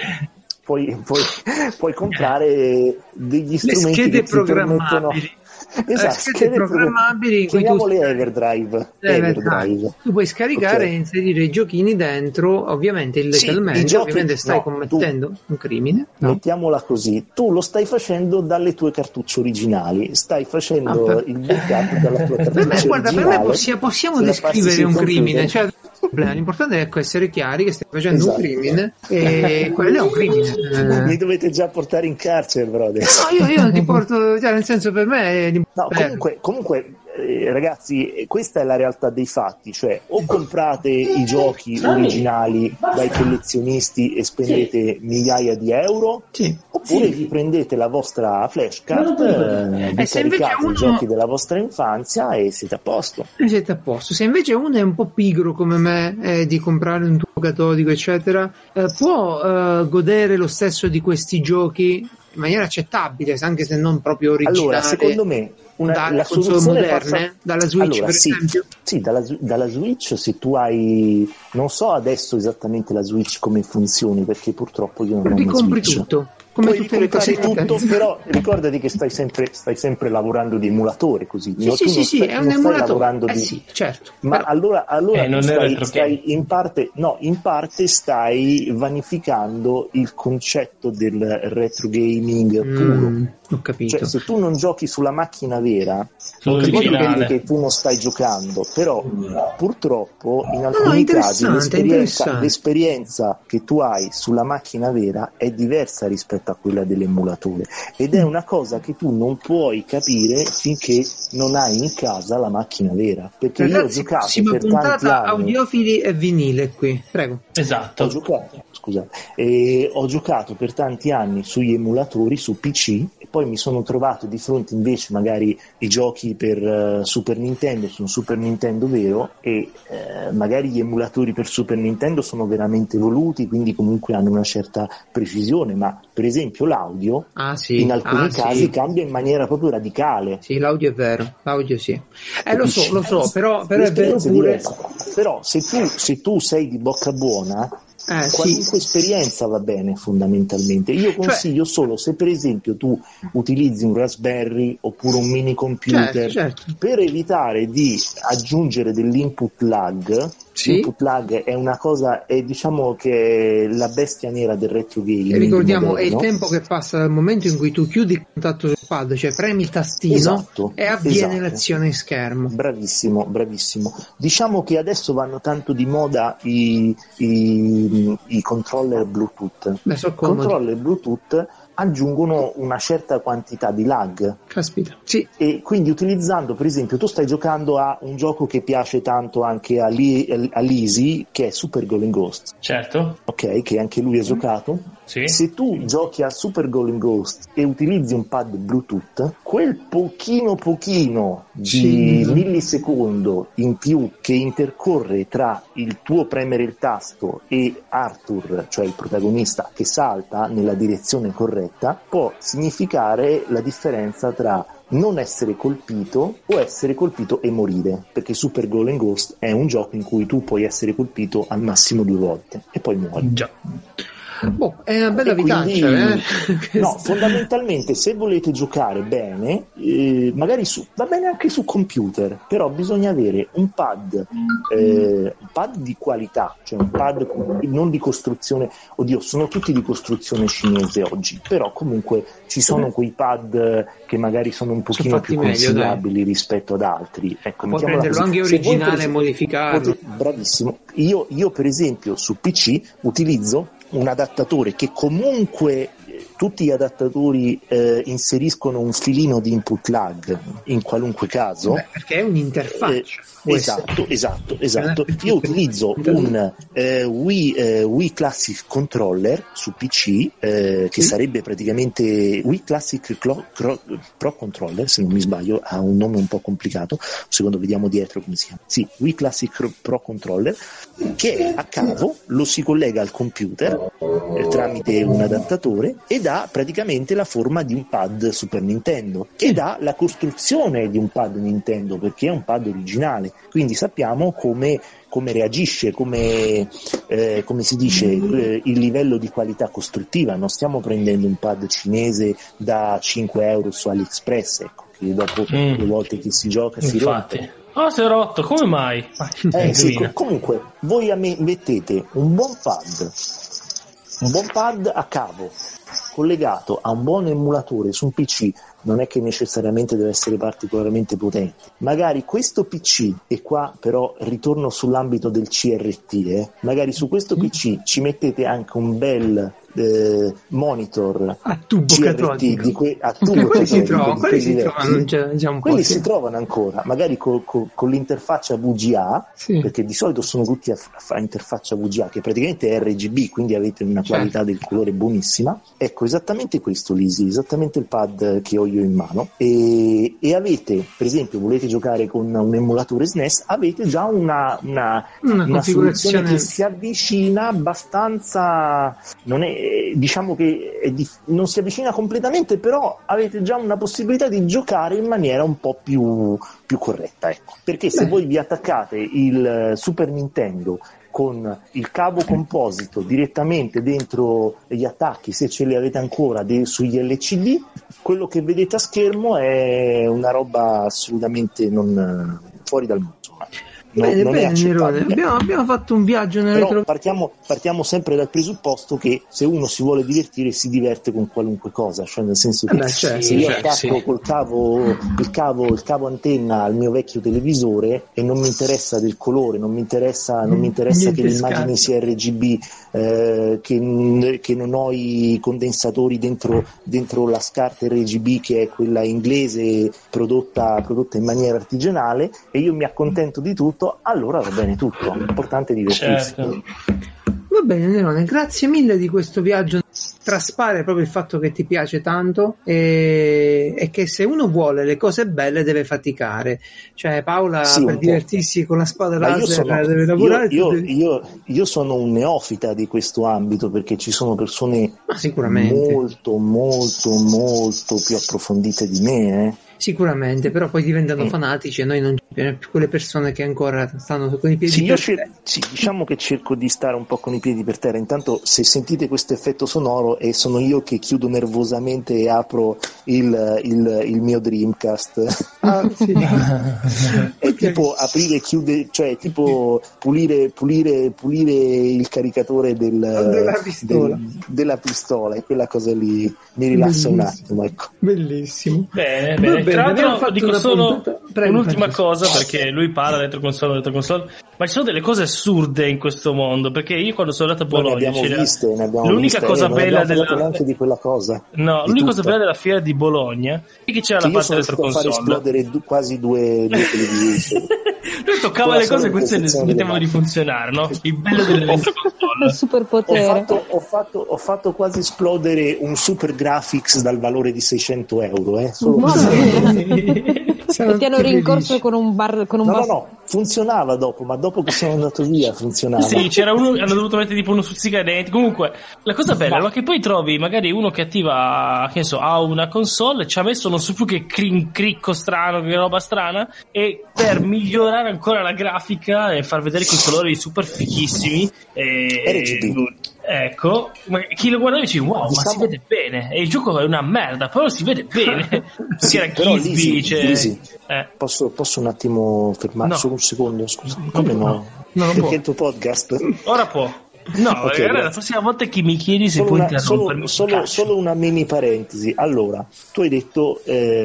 D: puoi, puoi, puoi comprare degli strumenti
A: le schede
D: che
A: programmabili.
D: Ti esatto,
A: schede programmabili,
D: chiamiamole Everdrive. Everdrive.
A: Tu puoi scaricare okay. e inserire i giochini dentro, ovviamente illegalmente, sì, giochi, ovviamente stai no, commettendo tu, un crimine.
D: No? Mettiamola così, tu lo stai facendo dalle tue cartucce originali, stai facendo ah, per... il backup dalla tua cartuccia
A: per me, guarda,
D: originale.
A: Per me possiamo, possiamo descrivere un crimine, cioè l'importante è ecco, essere chiari che stai facendo esatto. un crimine e quello è un crimine.
D: Mi dovete già portare in carcere però adesso.
A: No, io, io non ti porto, cioè nel senso per me è
D: no, comunque, comunque eh, ragazzi, questa è la realtà dei fatti, cioè o comprate i giochi originali dai collezionisti e spendete migliaia di euro
A: sì.
D: oppure
A: sì.
D: vi prendete la vostra flashcard, eh, vi caricate uno... i giochi della vostra infanzia e siete a posto.
A: E siete a posto. Se invece uno è un po' pigro come me eh, di comprare un tubo catodico eccetera, eh, può eh, godere lo stesso di questi giochi in maniera accettabile, anche se non proprio originale.
D: Allora, secondo me una,
A: dalle
D: la
A: console moderne, passa... dalla Switch
D: allora,
A: per
D: sì,
A: esempio?
D: Sì, dalla, dalla Switch, se tu hai, non so adesso esattamente la Switch come funzioni, perché purtroppo io non ho una
A: compri
D: Switch.
A: tutto. Come
D: puoi
A: tutte le cose
D: tutto, però ricordati che stai sempre, stai sempre lavorando di emulatore, così.
A: Sì,
D: no,
A: sì,
D: tu
A: sì, sì,
D: stai,
A: è un emulatore.
D: Eh
A: di... sì, certo.
D: Ma
A: però...
D: allora, allora
B: eh, non
D: stai, stai in parte, no, in parte stai vanificando il concetto del retro gaming
A: mm,
D: puro.
A: Ho capito.
D: Cioè, se tu non giochi sulla macchina vera, non ti voglio dire che tu non stai giocando, però purtroppo in alcuni
A: no, no,
D: casi l'esperienza, l'esperienza che tu hai sulla macchina vera è diversa rispetto a quella dell'emulatore, ed è una cosa che tu non puoi capire finché non hai in casa la macchina vera, perché
A: ragazzi,
D: io ho giocato per
A: puntata
D: tanti anni
A: audiofili e vinile qui, prego.
B: Esatto.
D: Ho giocato, scusate, e ho giocato per tanti anni sugli emulatori su P C e poi mi sono trovato di fronte invece magari i giochi per uh, Super Nintendo su un Super Nintendo vero e uh, magari gli emulatori per Super Nintendo sono veramente evoluti, quindi comunque hanno una certa precisione, ma per esempio l'audio
A: ah, sì.
D: in alcuni
A: ah,
D: casi
A: sì.
D: cambia in maniera proprio radicale.
A: Sì, l'audio è vero, l'audio sì. Eh, lo so, lo so, però, però è vero pure...
D: Però se tu, se tu sei di bocca buona Eh, qualunque sì. esperienza va bene fondamentalmente. Io consiglio cioè, solo se per esempio tu utilizzi un Raspberry oppure un mini computer, certo, certo. per evitare di aggiungere dell'input lag. Sì. L'input lag è una cosa, è diciamo che è la bestia nera del retro gaming.
A: E ricordiamo, moderno. È il tempo che passa dal momento in cui tu chiudi il contatto sul pad, cioè premi il tastino, esatto, e avviene esatto. l'azione in schermo.
D: Bravissimo, bravissimo. Diciamo che adesso vanno tanto di moda i, i, i controller Bluetooth.
A: Beh, so
D: controller Bluetooth aggiungono una certa quantità di lag.
A: Caspita. Sì.
D: E quindi utilizzando, per esempio, tu stai giocando a un gioco che piace tanto anche a, Li- a Lisi, che è Super Golden Ghost.
B: Certo.
D: Ok, che anche lui ha giocato.
B: Sì.
D: Se tu giochi a Super Golden Ghost e utilizzi un pad Bluetooth, quel pochino pochino di sì. millisecondo in più che intercorre tra il tuo premere il tasto e Arthur, cioè il protagonista, che salta nella direzione corretta, può significare la differenza tra non essere colpito o essere colpito e morire, perché Super Golden Ghost è un gioco in cui tu puoi essere colpito al massimo due volte e poi muori.
A: Già. Boh, è una bella vitaccia, eh?
D: No, fondamentalmente se volete giocare bene, eh, magari su, va bene anche su computer, però bisogna avere un pad eh, un pad di qualità, cioè un pad non di costruzione, oddio, sono tutti di costruzione cinese oggi, però comunque ci sono quei pad che magari sono un pochino sono più consigliabili meglio, rispetto ad altri. Ecco,
A: puoi prenderlo così. Anche originale e modificarlo.
D: Bravissimo. Io, io per esempio su P C utilizzo un adattatore che comunque tutti gli adattatori eh, inseriscono un filino di input lag in qualunque caso.
A: Beh, perché è un'interfaccia.
D: Eh, esatto, esatto, esatto. Io utilizzo un eh, Wii, eh, Wii Classic Controller su P C, eh, che sì. sarebbe praticamente Wii Classic Clo- Cro- Pro Controller, se non mi sbaglio, ha un nome un po' complicato, un secondo vediamo dietro come si chiama. Sì, Wii Classic Pro Controller, che a cavo lo si collega al computer eh, tramite un adattatore ed ha praticamente la forma di un pad Super Nintendo ed ha la costruzione di un pad Nintendo, perché è un pad originale, quindi sappiamo come, come reagisce, come, eh, come si dice, eh, il livello di qualità costruttiva. Non stiamo prendendo un pad cinese da cinque euro su AliExpress, ecco, che dopo mm. le volte che si gioca si rompe.
B: Oh, si è rotto, come mai?
D: Eh, sì, co- comunque voi a me mettete un buon pad un buon pad a cavo collegato a un buon emulatore su un P C, non è che necessariamente deve essere particolarmente potente, magari questo P C, e qua però ritorno sull'ambito del C R T, eh, magari su questo P C ci mettete anche un bel eh, monitor
A: a tubo
D: C R T
A: catronico
D: di que- a tubo
A: quelli si trovano, quelli si trovano, già, già un
D: quelli
A: po',
D: si
A: sì.
D: trovano ancora, magari co- co- con l'interfaccia V G A, sì. perché di solito sono tutti a, a interfaccia V G A, che praticamente è R G B, quindi avete una qualità certo. del colore buonissima. Ecco, esattamente questo, Lisi, esattamente il pad che ho io in mano, e, e avete, per esempio, volete giocare con un emulatore S N E S, avete già una, una,
A: una,
D: una soluzione che si avvicina abbastanza, non è, diciamo che è dif- non si avvicina completamente, però avete già una possibilità di giocare in maniera un po' più, più corretta, ecco. Perché se Beh. voi vi attaccate il Super Nintendo con il cavo composito direttamente dentro gli attacchi, se ce li avete ancora de- sugli L C D, quello che vedete a schermo è una roba assolutamente non fuori dal mondo. No,
A: bene, non bene, Nerone. Abbiamo, abbiamo fatto un viaggio nelle
D: Però partiamo, partiamo sempre dal presupposto che se uno si vuole divertire si diverte con qualunque cosa, cioè nel senso che eh beh, certo, se io attacco sì. col cavo il, cavo il cavo antenna al mio vecchio televisore e non mi interessa del colore, non mi interessa, non mi interessa che l'immagine sia R G B, eh, che, che non ho i condensatori dentro, dentro la scarta R G B che è quella inglese prodotta, prodotta in maniera artigianale, e io mi accontento di tutto, allora va bene tutto, l'importante è divertirsi.
B: Certo.
A: Va bene Nerone, grazie mille di questo viaggio. Traspare proprio il fatto che ti piace tanto e, e che se uno vuole le cose belle deve faticare, cioè Paola sì, per divertirsi con la spada Ma laser sono, deve lavorare.
D: Io, io,
A: devi...
D: io, io sono un neofita di questo ambito, perché ci sono persone molto molto molto più approfondite di me, eh.
A: Sicuramente, però poi diventano mm. fanatici e noi non, per quelle persone che ancora stanno con i piedi
D: sì,
A: per
D: io
A: terra.
D: cer- sì, diciamo che cerco di stare un po' con i piedi per terra. Intanto, se sentite questo effetto sonoro, e sono io che chiudo nervosamente e apro il, il, il mio Dreamcast.
A: Ah, sì.
D: È tipo aprire e chiudere, cioè tipo pulire, pulire, pulire il caricatore del,
A: della pistola.
D: del, della pistola, e quella cosa lì mi rilassa un attimo, ecco.
A: Bellissimo.
B: Bene, bene.
A: bene,
B: Tra l'altro dico solo
A: Prego,
B: un'ultima
A: Francesco.
B: cosa, perché lui parla retro console, retro console, ma ci sono delle cose assurde in questo mondo, perché io quando sono andato a
D: Noi ne
B: Bologna
D: abbiamo
B: c'era
D: viste, ne abbiamo
B: l'unica
D: viste,
B: cosa
D: eh, non
B: bella
D: abbiamo parlato
B: della
D: neanche di quella cosa.
B: no,
D: di
B: l'unica cosa
D: tutto.
B: bella della fiera di Bologna è che c'era
D: Che
B: la
D: io
B: parte
D: sono
B: retro
D: riuscito a fare
B: console.
D: esplodere du- quasi due, due televisori.
B: Lui toccava
D: Con la
B: le cose
D: sola
B: e queste ne
D: impostazione
B: smettevano di
D: delle
B: funzionare, no? Il bello delle retro console.
C: Il superpotere.
D: Ho fatto, ho, fatto, ho fatto quasi esplodere un super graphics dal valore di seicento euro, eh? Solo
C: Mamma
D: questo.
C: mia. E ti hanno rincorso con un bar con un
D: No, no,
C: bas-
D: no, funzionava dopo, ma dopo che sono andato via funzionava.
B: Sì, c'era uno, hanno dovuto mettere tipo uno stuzzicadenti. Comunque, la cosa bella è che poi trovi magari uno che attiva, che ne so, ha una console, ci ha messo non so più che crin, cricco strano, che roba strana, e per migliorare ancora la grafica e far vedere quei colori super fichissimi. E,
D: R G B.
B: Ecco, ma chi lo guarda dice wow, ma
D: Diciamo-
B: si vede bene. E il gioco è una merda, però si vede bene. Si era
D: Però
B: Kisby,
D: Lisi,
B: cioè,
D: Lisi,
B: eh.
D: posso, posso un attimo fermare
B: No.
D: solo un secondo? Scusa, come no?
B: No, non
D: Perché
B: può.
D: è il tuo podcast?
B: Ora può. No,
D: Ok,
B: ragazzi, la
D: grazie.
B: prossima volta che mi chiedi se
D: Solo
B: puoi
D: una, solo,
B: interrompermi,
D: solo,
B: cazzo.
D: solo una mini parentesi. Allora, tu hai detto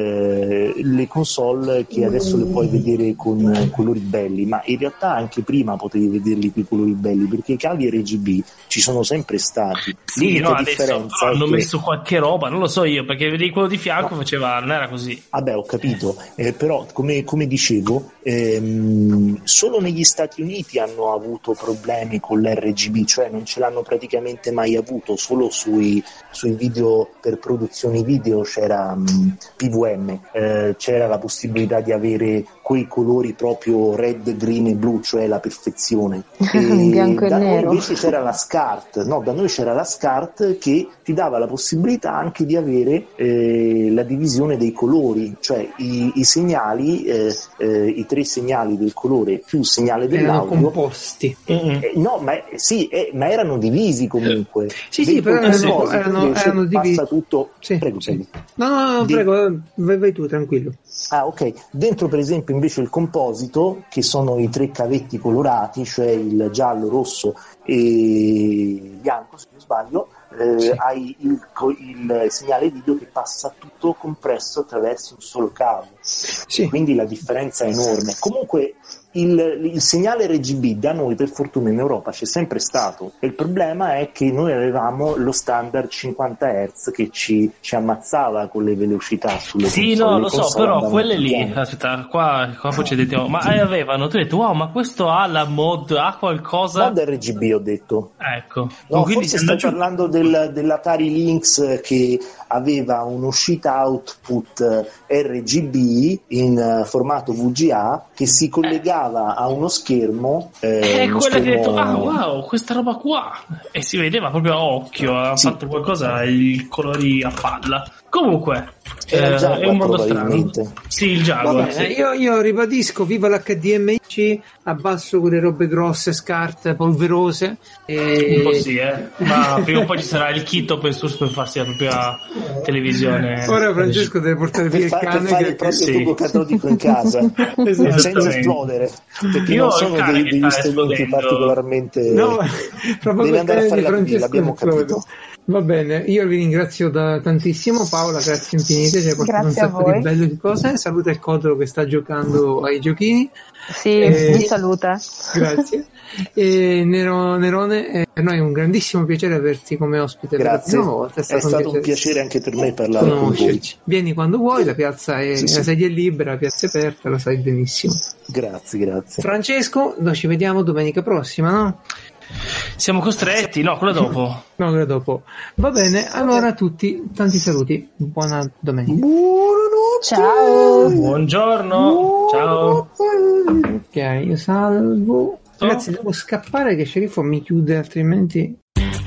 D: eh, le console che adesso le puoi vedere con eh, colori belli, ma in realtà anche prima potevi vederli con i colori belli, perché i cavi R G B ci sono sempre stati.
B: Sì,
D: L'unica
B: no, adesso
D: differenza
B: però
D: è
B: hanno
D: che...
B: messo qualche roba, non lo so io, perché vedi quello di fianco faceva, non era così.
D: Vabbè, ho capito, eh, però come, come dicevo, ehm, solo negli Stati Uniti hanno avuto problemi con l'R G B, cioè non ce l'hanno praticamente mai avuto, solo sui, sui video per produzioni video c'era mh, P V M, eh, c'era la possibilità di avere quei colori proprio red, green e blu, cioè la perfezione.
C: In bianco e
D: da noi
C: nero.
D: invece c'era la SCART, no, da noi c'era la SCART che ti dava la possibilità anche di avere eh, la divisione dei colori, cioè i, i segnali, eh, eh, i tre segnali del colore più il segnale
A: erano
D: dell'audio.
A: composti.
D: Eh, no, ma, sì, eh, ma erano divisi comunque.
A: Sì, sì, però
D: Dentro
A: erano,
D: Composite
A: erano,
D: invece
A: erano divisi.
D: passa tutto.
A: Sì,
D: Prego,
A: sì.
D: prego.
A: No, no, no,
D: Di-
A: prego, vai, vai tu, tranquillo.
D: Ah, ok. Dentro per esempio invece il composito, che sono i tre cavetti colorati, cioè il giallo, rosso e bianco, se non sbaglio, eh,
A: Sì.
D: hai il, co- il segnale video che passa tutto compresso attraverso un solo cavo.
A: Sì.
D: Quindi la differenza è enorme. Comunque il, il segnale R G B da noi per fortuna in Europa c'è sempre stato, e il problema è che noi avevamo lo standard cinquanta hertz che ci, ci ammazzava con le velocità sulle
B: Sì,
D: console.
B: no,
D: Le
B: lo so,
D: console
B: però
D: andavano
B: quelle lì,
D: piano.
B: aspetta, qua, qua poi ci detto, ma avevano, tu hai detto, wow, ma questo ha la mod, ha qualcosa?
D: Mod R G B ho detto.
B: Ecco.
D: No,
B: Quindi
D: forse
B: se
D: stai
B: andaci-
D: parlando del, dell'Atari Lynx che aveva un'uscita output R G B in eh, formato V G A che si collegava a uno schermo. Eh,
B: È
D: uno
B: quella che hai detto,
D: schermo-
B: ah wow, questa roba qua, e si vedeva proprio a occhio, ha
D: Sì.
B: fatto qualcosa, i colori a palla. Comunque,
D: Era il
B: eh,
D: Jaguar,
B: è un mondo strano.
D: probabilmente.
B: Sì, il
A: Va
B: Jaguar.
A: bene,
B: Sì.
A: io, io ribadisco, viva l'H D M I, abbasso quelle robe grosse, scarte, polverose. E...
B: Un po' sì, eh. Ma prima o poi ci sarà il kit open source per farsi la propria televisione.
A: Ora Francesco deve portare via
D: Per,
A: il
D: fa- per
A: cane.
D: fare
A: che-
D: il proprio
B: sì.
D: tubo catodico in casa senza
B: Esattamente.
D: esplodere, perché
B: Io
D: non
B: ho il
D: sono
B: cane
D: dei-
B: che
D: degli
B: sta
D: strumenti
B: esplodendo.
D: particolarmente.
A: No, proprio
D: Devi
A: per
D: andare a fare la pipì,
A: Francesco
D: l'abbiamo
A: esplode.
D: capito.
A: Va bene, io vi ringrazio da tantissimo. Paola, grazie infinite, ci hai portato
C: Grazie
A: un
C: a
A: sacco
C: voi.
A: di belle cose. Saluta il Codolo che sta giocando ai giochini.
C: Sì,
A: Eh,
C: mi saluta.
A: Grazie. E Nero, Nerone, eh, per noi è un grandissimo piacere averti come ospite per la
D: Grazie,
A: prima volta.
D: è stato un piacere anche per me parlare con voi.
A: conoscerci. Vieni quando vuoi, la piazza è,
D: Sì, sì.
A: la sedia è libera, la piazza è aperta, lo sai benissimo.
D: Grazie, grazie.
A: Francesco, noi ci vediamo domenica prossima, no?
B: Siamo costretti, no, quello dopo.
A: No, quello dopo. Va bene, allora a tutti, tanti saluti, buona domenica.
C: Ciao.
B: Buongiorno, ciao.
A: Ok, io salvo. Ragazzi, devo scappare che Sceriffo mi chiude, altrimenti...